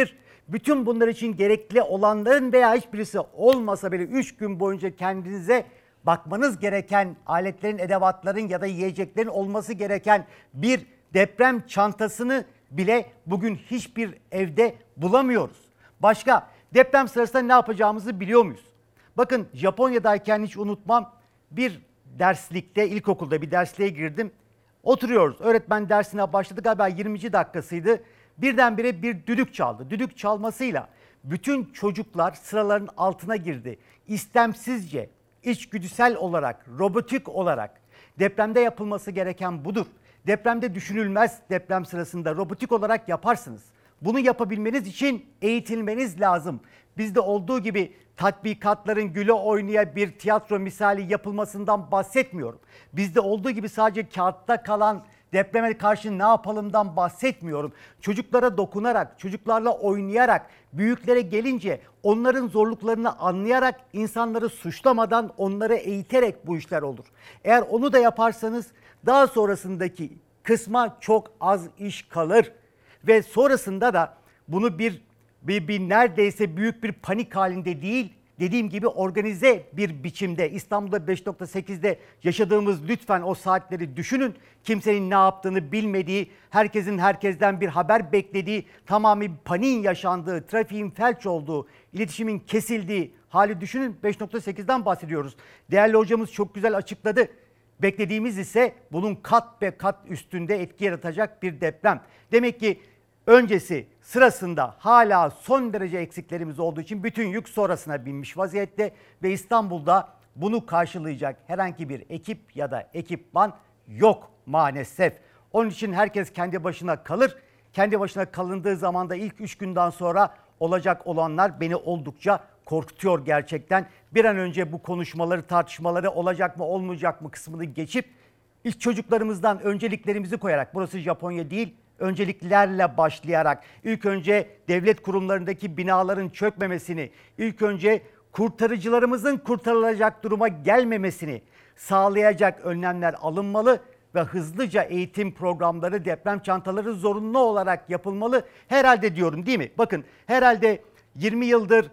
Bütün bunlar için gerekli olanların veya hiçbirisi olmasa bile 3 gün boyunca kendinize bakmanız gereken aletlerin, edevatların ya da yiyeceklerin olması gereken bir deprem çantasını bile bugün hiçbir evde bulamıyoruz. Başka deprem sırasında ne yapacağımızı biliyor muyuz? Bakın Japonya'dayken hiç unutmam, bir derslikte, ilkokulda bir dersliğe girdim. Oturuyoruz. Öğretmen dersine başladı. Galiba 20. dakikasıydı. Birdenbire bir düdük çaldı. Düdük çalmasıyla bütün çocuklar sıraların altına girdi. İstemsizce, içgüdüsel olarak, robotik olarak depremde yapılması gereken budur. Depremde düşünülmez, deprem sırasında robotik olarak yaparsınız. Bunu yapabilmeniz için eğitilmeniz lazım. Bizde olduğu gibi tatbikatların güle oynaya bir tiyatro misali yapılmasından bahsetmiyorum. Bizde olduğu gibi sadece kağıtta kalan depreme karşı ne yapalımdan bahsetmiyorum. Çocuklara dokunarak, çocuklarla oynayarak, büyüklere gelince onların zorluklarını anlayarak, insanları suçlamadan onları eğiterek bu işler olur. Eğer onu da yaparsanız daha sonrasındaki kısma çok az iş kalır. Ve sonrasında da bunu bir neredeyse büyük bir panik halinde değil, dediğim gibi organize bir biçimde İstanbul'da 5.8'de yaşadığımız lütfen o saatleri düşünün. Kimsenin ne yaptığını bilmediği, herkesin herkesten bir haber beklediği, tamamen paniğin yaşandığı, trafiğin felç olduğu, iletişimin kesildiği hali düşünün. 5.8'den bahsediyoruz. Değerli hocamız çok güzel açıkladı. Beklediğimiz ise bunun kat be kat üstünde etki yaratacak bir deprem. Demek ki öncesi, sırasında hala son derece eksiklerimiz olduğu için bütün yük sonrasına binmiş vaziyette ve İstanbul'da bunu karşılayacak herhangi bir ekip ya da ekipman yok maalesef. Onun için herkes kendi başına kalır. Kendi başına kalındığı zaman da ilk 3 günden sonra olacak olanlar beni oldukça korkutuyor gerçekten. Bir an önce bu konuşmaları, tartışmaları olacak mı olmayacak mı kısmını geçip ilk çocuklarımızdan önceliklerimizi koyarak, burası Japonya değil, önceliklerle başlayarak, ilk önce devlet kurumlarındaki binaların çökmemesini, ilk önce kurtarıcılarımızın kurtarılacak duruma gelmemesini sağlayacak önlemler alınmalı ve hızlıca eğitim programları, deprem çantaları zorunlu olarak yapılmalı. Herhalde diyorum değil mi? Bakın herhalde 20 yıldır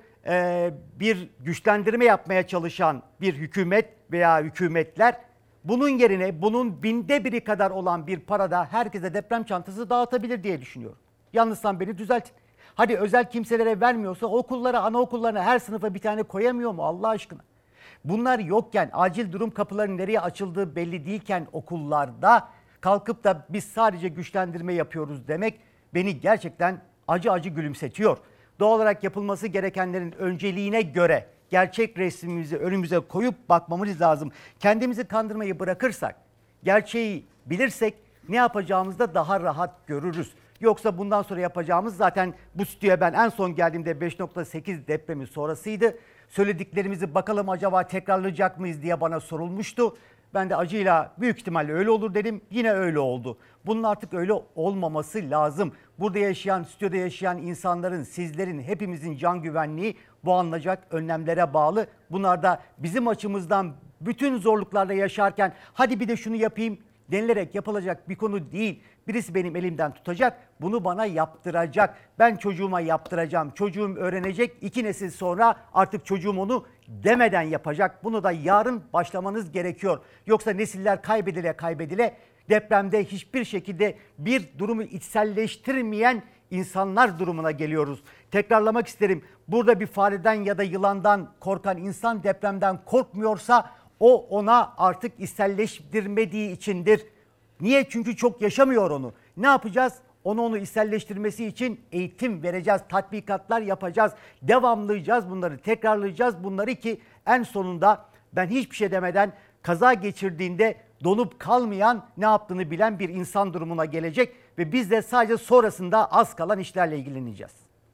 bir güçlendirme yapmaya çalışan bir hükümet veya hükümetler bunun yerine bunun 1/1000'i kadar olan bir parada herkese deprem çantası dağıtabilir diye düşünüyorum. Yanlışsam beni düzeltin. Hadi özel kimselere vermiyorsa okullara, anaokullarına her sınıfa bir tane koyamıyor mu Allah aşkına? Bunlar yokken, acil durum kapılarının nereye açıldığı belli değilken okullarda kalkıp da biz sadece güçlendirme yapıyoruz demek beni gerçekten acı acı gülümsetiyor. Doğal olarak yapılması gerekenlerin önceliğine göre gerçek resmimizi önümüze koyup bakmamız lazım. Kendimizi kandırmayı bırakırsak, gerçeği bilirsek ne yapacağımızı da daha rahat görürüz. Yoksa bundan sonra yapacağımız zaten bu stüdyoya ben en son geldiğimde 5.8 depremi sonrasıydı. Söylediklerimizi bakalım acaba tekrarlayacak mıyız diye bana sorulmuştu. Ben de acıyla büyük ihtimalle öyle olur dedim. Yine öyle oldu. Bunun artık öyle olmaması lazım. Burada yaşayan, stüdyoda yaşayan insanların, sizlerin, hepimizin can güvenliği bu alınacak önlemlere bağlı. Bunlar da bizim açımızdan bütün zorluklarla yaşarken hadi bir de şunu yapayım denilerek yapılacak bir konu değil. Birisi benim elimden tutacak, bunu bana yaptıracak. Ben çocuğuma yaptıracağım, çocuğum öğrenecek. 2 nesil sonra artık çocuğum onu demeden yapacak. Bunu da yarın başlamanız gerekiyor. Yoksa nesiller kaybedile depremde hiçbir şekilde bir durumu içselleştirmeyen insanlar durumuna geliyoruz. Tekrarlamak isterim. Burada bir fareden ya da yılandan korkan insan depremden korkmuyorsa o ona artık içselleştirmediği içindir. Niye? Çünkü çok yaşamıyor onu. Ne yapacağız? Onu içselleştirmesi için eğitim vereceğiz, tatbikatlar yapacağız, devamlayacağız bunları, tekrarlayacağız bunları ki en sonunda ben hiçbir şey demeden kaza geçirdiğinde donup kalmayan, ne yaptığını bilen bir insan durumuna gelecek ve biz de sadece sonrasında az kalan işlerle ilgileneceğiz.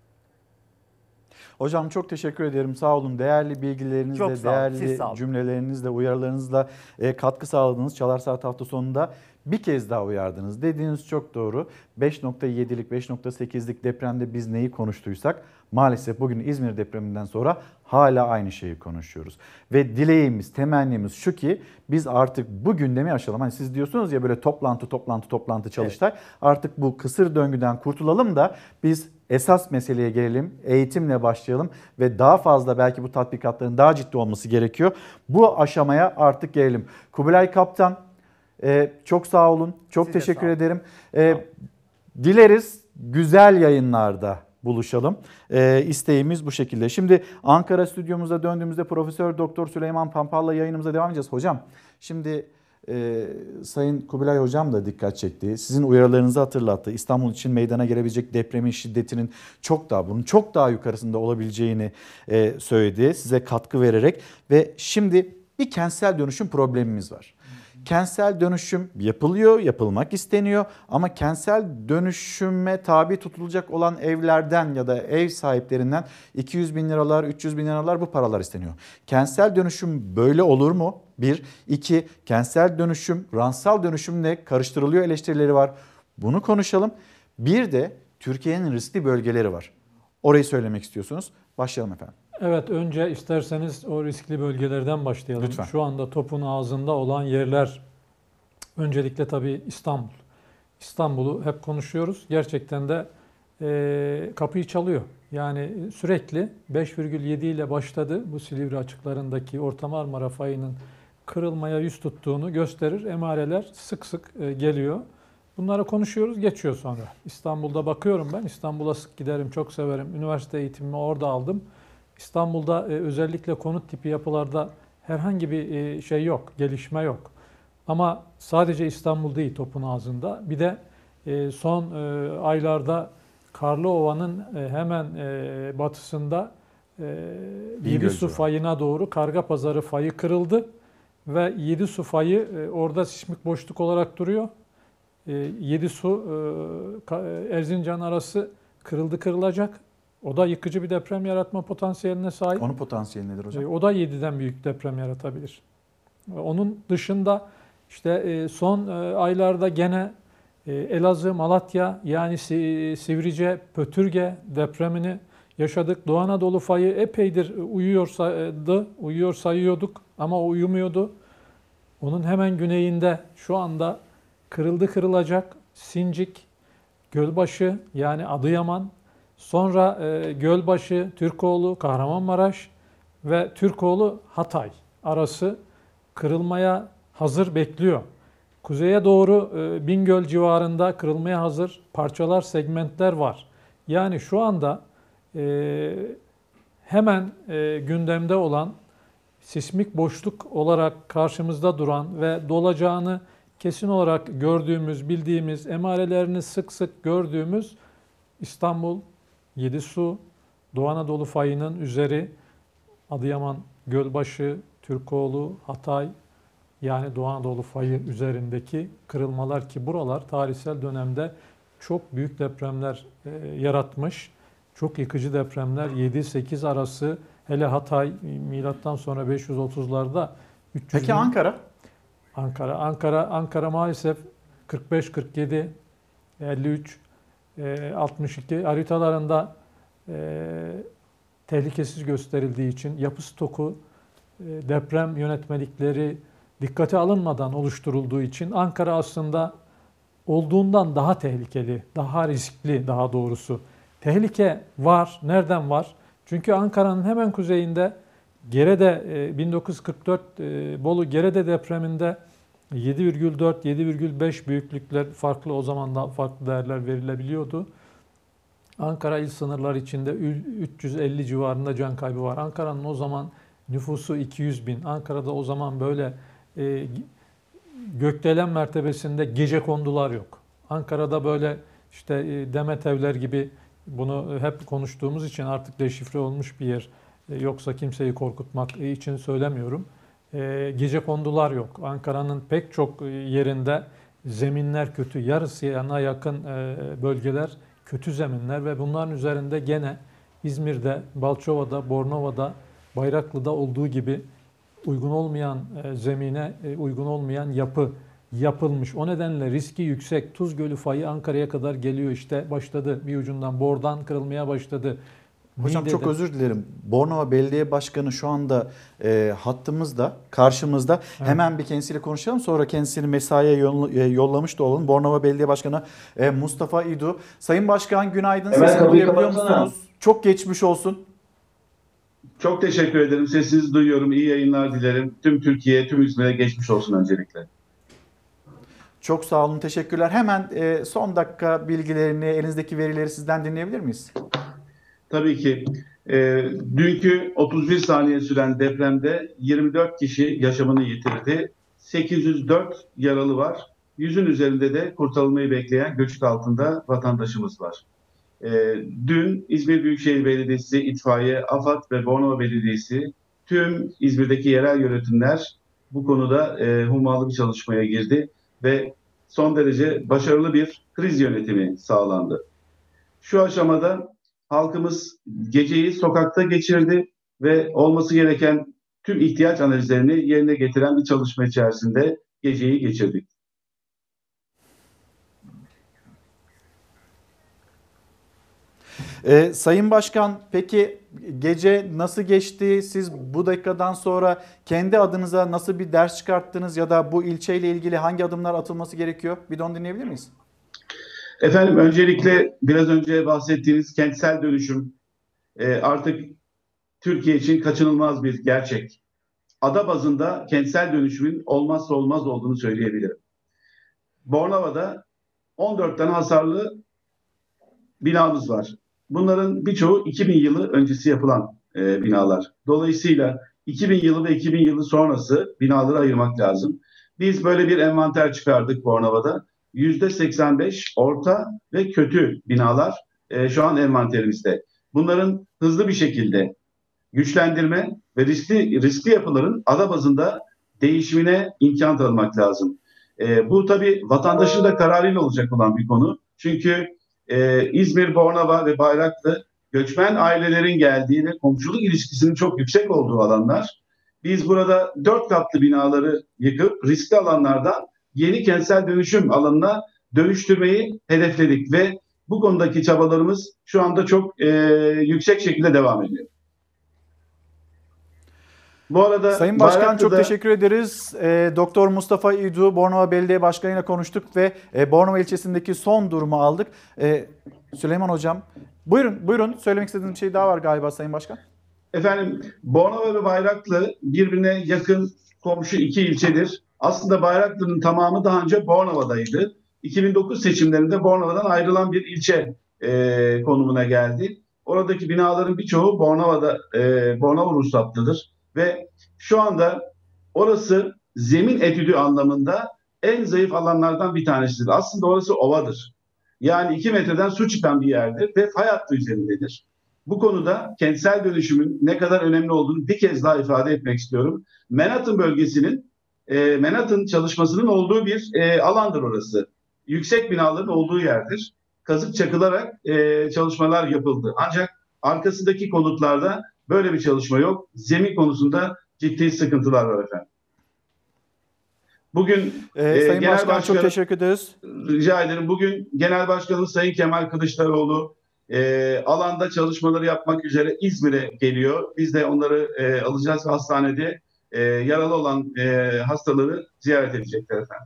Hocam çok teşekkür ederim. Sağ olun. Değerli bilgilerinizle, değerli cümlelerinizle, uyarılarınızla katkı sağladınız. Çalar Saat hafta sonunda bir kez daha uyardınız. Dediğiniz çok doğru. 5.7'lik, 5.8'lik depremde biz neyi konuştuysak maalesef bugün İzmir depreminden sonra hala aynı şeyi konuşuyoruz. Ve dileğimiz, temennimiz şu ki biz artık bu gündemi aşalım. Hani siz diyorsunuz ya böyle toplantı Çalıştay. Evet. Artık bu kısır döngüden kurtulalım da biz esas meseleye gelelim. Eğitimle başlayalım ve daha fazla belki bu tatbikatların daha ciddi olması gerekiyor. Bu aşamaya artık gelelim. Kubilay Kaptan, çok sağ olun. Çok teşekkür ederim. Dileriz güzel yayınlarda buluşalım. İsteğimiz bu şekilde. Şimdi Ankara stüdyomuza döndüğümüzde Profesör Doktor Süleyman Pampal'la yayınımıza devam edeceğiz. Hocam şimdi Sayın Kubilay Hocam da dikkat çekti. Sizin uyarılarınızı hatırlattı. İstanbul için meydana gelebilecek depremin şiddetinin bunun çok daha yukarısında olabileceğini söyledi. Size katkı vererek ve şimdi bir kentsel dönüşüm problemimiz var. Kentsel dönüşüm yapılıyor, yapılmak isteniyor ama kentsel dönüşüme tabi tutulacak olan evlerden ya da ev sahiplerinden 200 bin liralar, 300 bin liralar bu paralar isteniyor. Kentsel dönüşüm böyle olur mu? 1. 2. Kentsel dönüşüm, rantsal dönüşümle karıştırılıyor eleştirileri var. Bunu konuşalım. Bir de Türkiye'nin riskli bölgeleri var. Orayı söylemek istiyorsunuz. Başlayalım efendim. Evet, önce isterseniz o riskli bölgelerden başlayalım. Lütfen. Şu anda topun ağzında olan yerler, öncelikle tabii İstanbul. İstanbul'u hep konuşuyoruz. Gerçekten de kapıyı çalıyor. Yani sürekli 5,7 ile başladı. Bu Silivri açıklarındaki Orta Marmara fayının kırılmaya yüz tuttuğunu gösterir. Emareler sık sık geliyor. Bunları konuşuyoruz, geçiyor sonra. İstanbul'da bakıyorum ben. İstanbul'a sık giderim, çok severim. Üniversite eğitimimi orada aldım. İstanbul'da özellikle konut tipi yapılarda herhangi bir şey yok, gelişme yok. Ama sadece İstanbul değil topun ağzında. Bir de son aylarda Karlıova'nın hemen batısında Yedisu fayına doğru Kargapazarı fayı kırıldı. Ve Yedisu fayı orada sismik boşluk olarak duruyor. Yedisu Erzincan arası kırılacak. O da yıkıcı bir deprem yaratma potansiyeline sahip. Onun potansiyeli nedir hocam? O da 7'den büyük deprem yaratabilir. Onun dışında işte son aylarda gene Elazığ, Malatya yani Sivrice, Pötürge depremini yaşadık. Doğu Anadolu fayı epeydir uyuyor sayıyorduk ama o uyumuyordu. Onun hemen güneyinde şu anda kırılacak Sincik, Gölbaşı yani Adıyaman, sonra Gölbaşı, Türkoğlu, Kahramanmaraş ve Türkoğlu, Hatay arası kırılmaya hazır bekliyor. Kuzeye doğru Bingöl civarında kırılmaya hazır parçalar, segmentler var. Yani şu anda hemen gündemde olan sismik boşluk olarak karşımızda duran ve dolacağını kesin olarak gördüğümüz, bildiğimiz, emarelerini sık sık gördüğümüz İstanbul, Yedisu, Doğu Anadolu fayının üzeri, Adıyaman, Gölbaşı, Türkoğlu, Hatay yani Doğu Anadolu fayı üzerindeki kırılmalar ki buralar tarihsel dönemde çok büyük depremler yaratmış. Çok yıkıcı depremler 7-8 arası, hele Hatay milattan sonra 530'larda 300. Peki Ankara? Ankara maalesef 45, 47, 53, 62 haritalarında tehlikesiz gösterildiği için yapı stoku, deprem yönetmelikleri dikkate alınmadan oluşturulduğu için Ankara aslında olduğundan daha tehlikeli, daha riskli daha doğrusu. Tehlike var. Nereden var? Çünkü Ankara'nın hemen kuzeyinde Gerede 1944 Bolu Gerede depreminde 7,4, 7,5 büyüklükler farklı, o zaman da farklı değerler verilebiliyordu. Ankara il sınırları içinde 350 civarında can kaybı var. Ankara'nın o zaman nüfusu 200 bin. Ankara'da o zaman böyle gökdelen mertebesinde gecekondular yok. Ankara'da böyle işte Demet Evler gibi, bunu hep konuştuğumuz için artık deşifre olmuş bir yer. Yoksa kimseyi korkutmak için söylemiyorum. Gecekondular yok. Ankara'nın pek çok yerinde zeminler kötü. Yarısına yakın bölgeler kötü zeminler ve bunların üzerinde gene İzmir'de, Balçova'da, Bornova'da, Bayraklı'da olduğu gibi uygun olmayan zemine, uygun olmayan yapı yapılmış. O nedenle riski yüksek. Tuz Gölü fayı Ankara'ya kadar geliyor, işte başladı bir ucundan, bordan kırılmaya başladı. Hocam çok Niğde'de. özür dilerim. Bornova Belediye Başkanı şu anda hattımızda, karşımızda. Evet. Hemen bir kendisiyle konuşalım. Sonra kendisini mesaiye yollamış da olalım. Bornova Belediye Başkanı Mustafa İdu. Sayın Başkan günaydın. Evet, sesini duyabiliyor kapatsana. musunuz? Çok geçmiş olsun. Çok teşekkür ederim. Sesinizi duyuyorum. İyi yayınlar dilerim. Tüm Türkiye'ye, tüm İzmir'e geçmiş olsun öncelikle. Çok sağ olun. Teşekkürler. Hemen son dakika bilgilerini, elinizdeki verileri sizden dinleyebilir miyiz? Tabii ki. Dünkü 31 saniye süren depremde 24 kişi yaşamını yitirdi. 804 yaralı var. 100'ün üzerinde de kurtarılmayı bekleyen göçük altında vatandaşımız var. Dün İzmir Büyükşehir Belediyesi, İtfaiye, AFAD ve Bornova Belediyesi tüm İzmir'deki yerel yönetimler bu konuda hummalı bir çalışmaya girdi ve son derece başarılı bir kriz yönetimi sağlandı. Şu aşamada halkımız geceyi sokakta geçirdi ve olması gereken tüm ihtiyaç analizlerini yerine getiren bir çalışma içerisinde geceyi geçirdik. Sayın Başkan, peki gece nasıl geçti? Siz bu dakikadan sonra kendi adınıza nasıl bir ders çıkarttınız ya da bu ilçeyle ilgili hangi adımlar atılması gerekiyor? Bir de onu dinleyebilir miyiz? Efendim öncelikle biraz önce bahsettiğiniz kentsel dönüşüm artık Türkiye için kaçınılmaz bir gerçek. Ada bazında kentsel dönüşümün olmazsa olmaz olduğunu söyleyebilirim. Bornova'da 14 tane hasarlı binamız var. Bunların birçoğu 2000 yılı öncesi yapılan binalar. Dolayısıyla 2000 yılı ve 2000 yılı sonrası binaları ayırmak lazım. Biz böyle bir envanter çıkardık Bornova'da. %85 orta ve kötü binalar şu an envanterimizde. Bunların hızlı bir şekilde güçlendirme ve riskli yapıların ada bazında değişimine imkan tanımak lazım. Bu tabii vatandaşın da kararıyla olacak olan bir konu. Çünkü İzmir, Bornova ve Bayraklı göçmen ailelerin geldiği ve komşuluk ilişkisinin çok yüksek olduğu alanlar. Biz burada 4 katlı binaları yıkıp riskli alanlardan yeni kentsel dönüşüm alanına dönüştürmeyi hedefledik ve bu konudaki çabalarımız şu anda çok yüksek şekilde devam ediyor. Bu arada Sayın Başkan Bayraklı'da... çok teşekkür ederiz. Doktor Mustafa İdu, Bornova Belediye Başkanı ile konuştuk ve Bornova ilçesindeki son durumu aldık. Süleyman Hocam, buyurun. Söylemek istediğiniz bir şey daha var galiba Sayın Başkan. Efendim, Bornova ve Bayraklı birbirine yakın komşu iki ilçedir. Aslında Bayraklı'nın tamamı daha önce Bornova'daydı. 2009 seçimlerinde Bornova'dan ayrılan bir ilçe konumuna geldi. Oradaki binaların birçoğu Bornova ruhsatlıdır. Ve şu anda orası zemin etüdü anlamında en zayıf alanlardan bir tanesidir. Aslında orası ovadır. Yani 2 metreden su çıkan bir yerdir ve fay hattı üzerindedir. Bu konuda kentsel dönüşümün ne kadar önemli olduğunu bir kez daha ifade etmek istiyorum. Manhattan bölgesinin, Manhattan çalışmasının olduğu bir alandır orası. Yüksek binaların olduğu yerdir. Kazık çakılarak çalışmalar yapıldı. Ancak arkasındaki konutlarda böyle bir çalışma yok. Zemin konusunda ciddi sıkıntılar var efendim. Bugün Sayın Genel Başkan çok teşekkür ederiz. Rica ederim. Bugün Genel Başkanımız Sayın Kemal Kılıçdaroğlu alanda çalışmaları yapmak üzere İzmir'e geliyor. Biz de onları alacağız. Hastanede yaralı olan hastaları ziyaret edecekler efendim.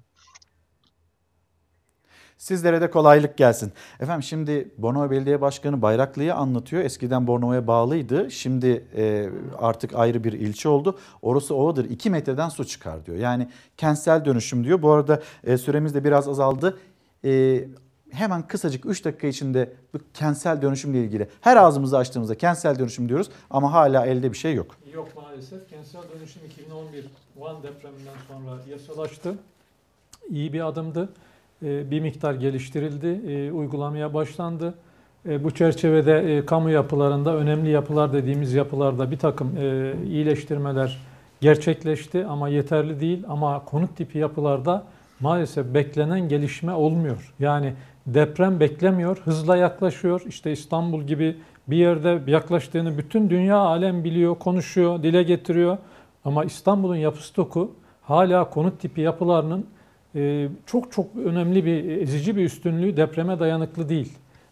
Sizlere de kolaylık gelsin. Efendim şimdi Bornova Belediye Başkanı Bayraklı'yı anlatıyor. Eskiden Bornova'ya bağlıydı. Şimdi artık ayrı bir ilçe oldu. Orası ovadır. 2 metreden su çıkar diyor. Yani kentsel dönüşüm diyor. Bu arada süremiz de biraz azaldı. Hemen kısacık 3 dakika içinde bu kentsel dönüşümle ilgili her ağzımızı açtığımızda kentsel dönüşüm diyoruz ama hala elde bir şey yok. Yok maalesef. Kentsel dönüşüm 2011 Van depreminden sonra yasalaştı. İyi bir adımdı. Bir miktar geliştirildi, uygulamaya başlandı. Bu çerçevede kamu yapılarında, önemli yapılar dediğimiz yapılarda bir takım iyileştirmeler gerçekleşti ama yeterli değil. Ama konut tipi yapılarda maalesef beklenen gelişme olmuyor. Yani deprem beklemiyor, hızla yaklaşıyor. İşte İstanbul gibi bir yerde yaklaştığını bütün dünya alem biliyor, konuşuyor, dile getiriyor. Ama İstanbul'un yapı stoku hala konut tipi yapılarının çok önemli bir, ezici bir üstünlüğü depreme dayanıklı değil.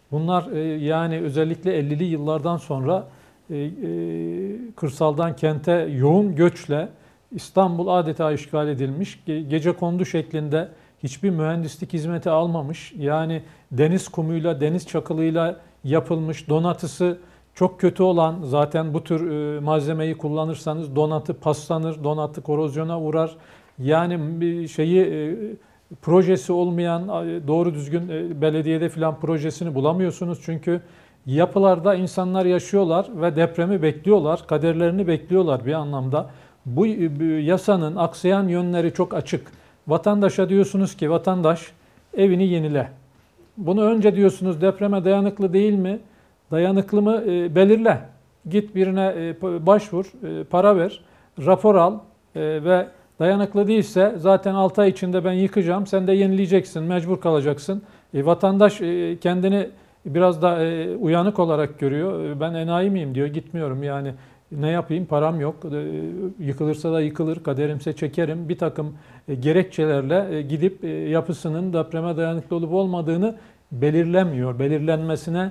Bunlar yani özellikle 50'li yıllardan sonra kırsaldan kente yoğun göçle İstanbul adeta işgal edilmiş. Gecekondu şeklinde hiçbir mühendislik hizmeti almamış. Yani deniz kumuyla, deniz çakılıyla yapılmış, donatısı çok kötü olan, zaten bu tür malzemeyi kullanırsanız donatı paslanır, donatı korozyona uğrar. Yani bir projesi olmayan, doğru düzgün belediyede filan projesini bulamıyorsunuz. Çünkü yapılarda insanlar yaşıyorlar ve depremi bekliyorlar, kaderlerini bekliyorlar bir anlamda. Bu yasanın aksayan yönleri çok açık. Vatandaşa diyorsunuz ki vatandaş evini yenile. Bunu önce diyorsunuz depreme dayanıklı değil mi? Dayanıklı mı? Belirle. Git birine başvur, para ver, rapor al ve dayanıklı değilse zaten 6 ay içinde ben yıkacağım, sen de yenileyeceksin, mecbur kalacaksın. Vatandaş kendini biraz da uyanık olarak görüyor. Ben enayi miyim diyor, gitmiyorum yani. Ne yapayım, param yok, yıkılırsa da yıkılır, kaderimse çekerim. Bir takım gerekçelerle gidip yapısının depreme dayanıklı olup olmadığını belirlemiyor. Belirlenmesine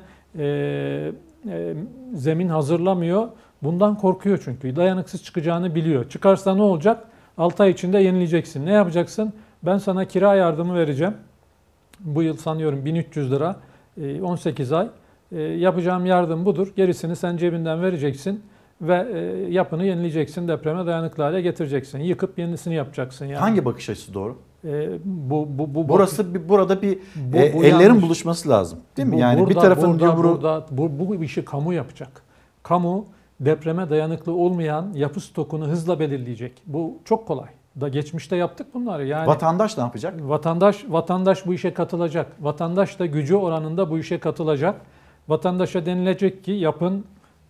zemin hazırlamıyor. Bundan korkuyor çünkü. Dayanıksız çıkacağını biliyor. Çıkarsa ne olacak? 6 ay içinde yenileyeceksin. Ne yapacaksın? Ben sana kira yardımı vereceğim. Bu yıl sanıyorum 1300 lira, 18 ay. Yapacağım yardım budur. Gerisini sen cebinden vereceksin ve yapını yenileyeceksin. Depreme dayanıklı hale getireceksin. Yıkıp yenisini yapacaksın. Yani. Hangi bakış açısı doğru? Burası burada bir ellerin yanlış. Buluşması lazım. Değil mi? Yani bir tarafın bu işi kamu yapacak. Kamu depreme dayanıklı olmayan yapı stokunu hızla belirleyecek. Bu çok kolay. Geçmişte yaptık bunları. Yani vatandaş ne yapacak? Vatandaş bu işe katılacak. Vatandaş da gücü oranında bu işe katılacak. Vatandaşa denilecek ki yapın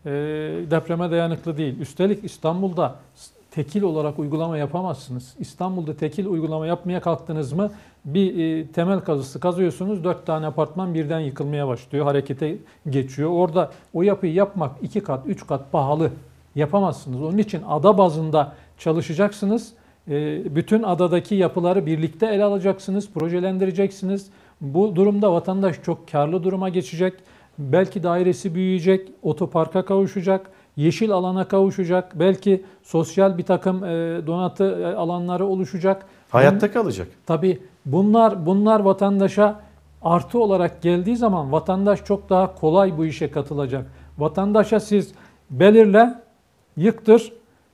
depreme dayanıklı değil. Üstelik İstanbul'da tekil olarak uygulama yapamazsınız. İstanbul'da tekil uygulama yapmaya kalktınız mı bir temel kazısı kazıyorsunuz, 4 tane apartman birden yıkılmaya başlıyor, harekete geçiyor. Orada o yapıyı yapmak 2 kat, 3 kat pahalı, yapamazsınız. Onun için ada bazında çalışacaksınız. Bütün adadaki yapıları birlikte ele alacaksınız, projelendireceksiniz. Bu durumda vatandaş çok karlı duruma geçecek. Belki dairesi büyüyecek, otoparka kavuşacak, yeşil alana kavuşacak, belki sosyal bir takım donatı alanları oluşacak. Hayatta kalacak. Tabii bunlar vatandaşa artı olarak geldiği zaman vatandaş çok daha kolay bu işe katılacak. Vatandaşa siz belirle, yıktır,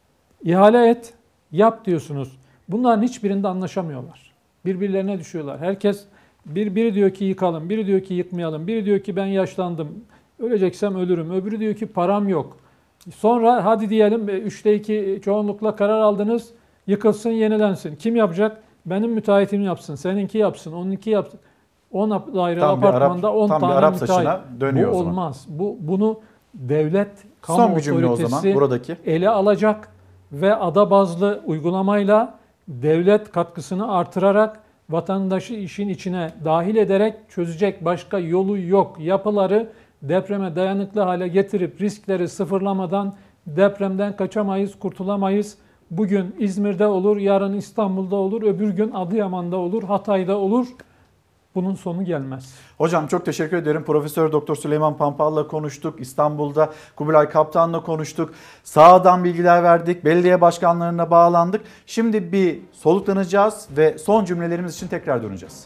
ihale et, yap diyorsunuz. Bunların hiçbirinde anlaşamıyorlar. Birbirlerine düşüyorlar. Herkes biri diyor ki yıkalım, biri diyor ki yıkmayalım, biri diyor ki ben yaşlandım, öleceksem ölürüm, öbürü diyor ki param yok. Sonra hadi diyelim 3'te 2 çoğunlukla karar aldınız, yıkılsın, yenilensin. Kim yapacak? Benim müteahhitim yapsın, seninki yapsın, onunki yapsın. 10 daire apartmanda 10 tane müteahhit. Bu olmaz. Bunu devlet, kamu otoritesi ele alacak ve ada bazlı uygulamayla devlet katkısını artırarak vatandaşı işin içine dahil ederek çözecek, başka yolu yok. Yapıları depreme dayanıklı hale getirip riskleri sıfırlamadan depremden kaçamayız, kurtulamayız. Bugün İzmir'de olur, yarın İstanbul'da olur, öbür gün Adıyaman'da olur, Hatay'da olur. Bunun sonu gelmez. Hocam çok teşekkür ederim. Profesör Doktor Süleyman Pampal'la konuştuk. İstanbul'da Kubilay Kaptan'la konuştuk. Sahadan bilgiler verdik. Belediye başkanlarına bağlandık. Şimdi bir soluklanacağız ve son cümlelerimiz için tekrar döneceğiz.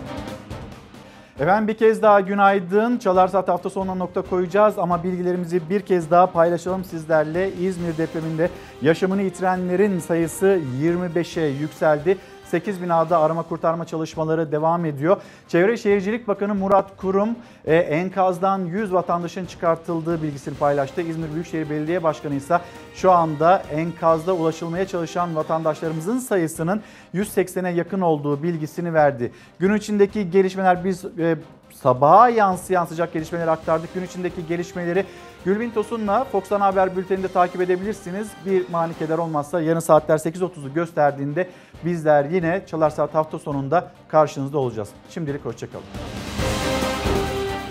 Efendim bir kez daha günaydın. Çalar Saat hafta sonuna nokta koyacağız ama bilgilerimizi bir kez daha paylaşalım sizlerle. İzmir depreminde yaşamını yitirenlerin sayısı 25'e yükseldi. 8 binada arama kurtarma çalışmaları devam ediyor. Çevre Şehircilik Bakanı Murat Kurum enkazdan 100 vatandaşın çıkartıldığı bilgisini paylaştı. İzmir Büyükşehir Belediye Başkanı ise şu anda enkazda ulaşılmaya çalışan vatandaşlarımızın sayısının 180'e yakın olduğu bilgisini verdi. Gün içindeki gelişmeler biz sabaha yansıyan sıcak gelişmeleri aktardık. Gün içindeki gelişmeleri Gülbin Tosun'la Fox Ana Haber Bülteni'nde takip edebilirsiniz. Bir mani keder olmazsa yarın saatler 8.30'u gösterdiğinde bizler yine Çalar Saat hafta sonunda karşınızda olacağız. Şimdilik hoşçakalın.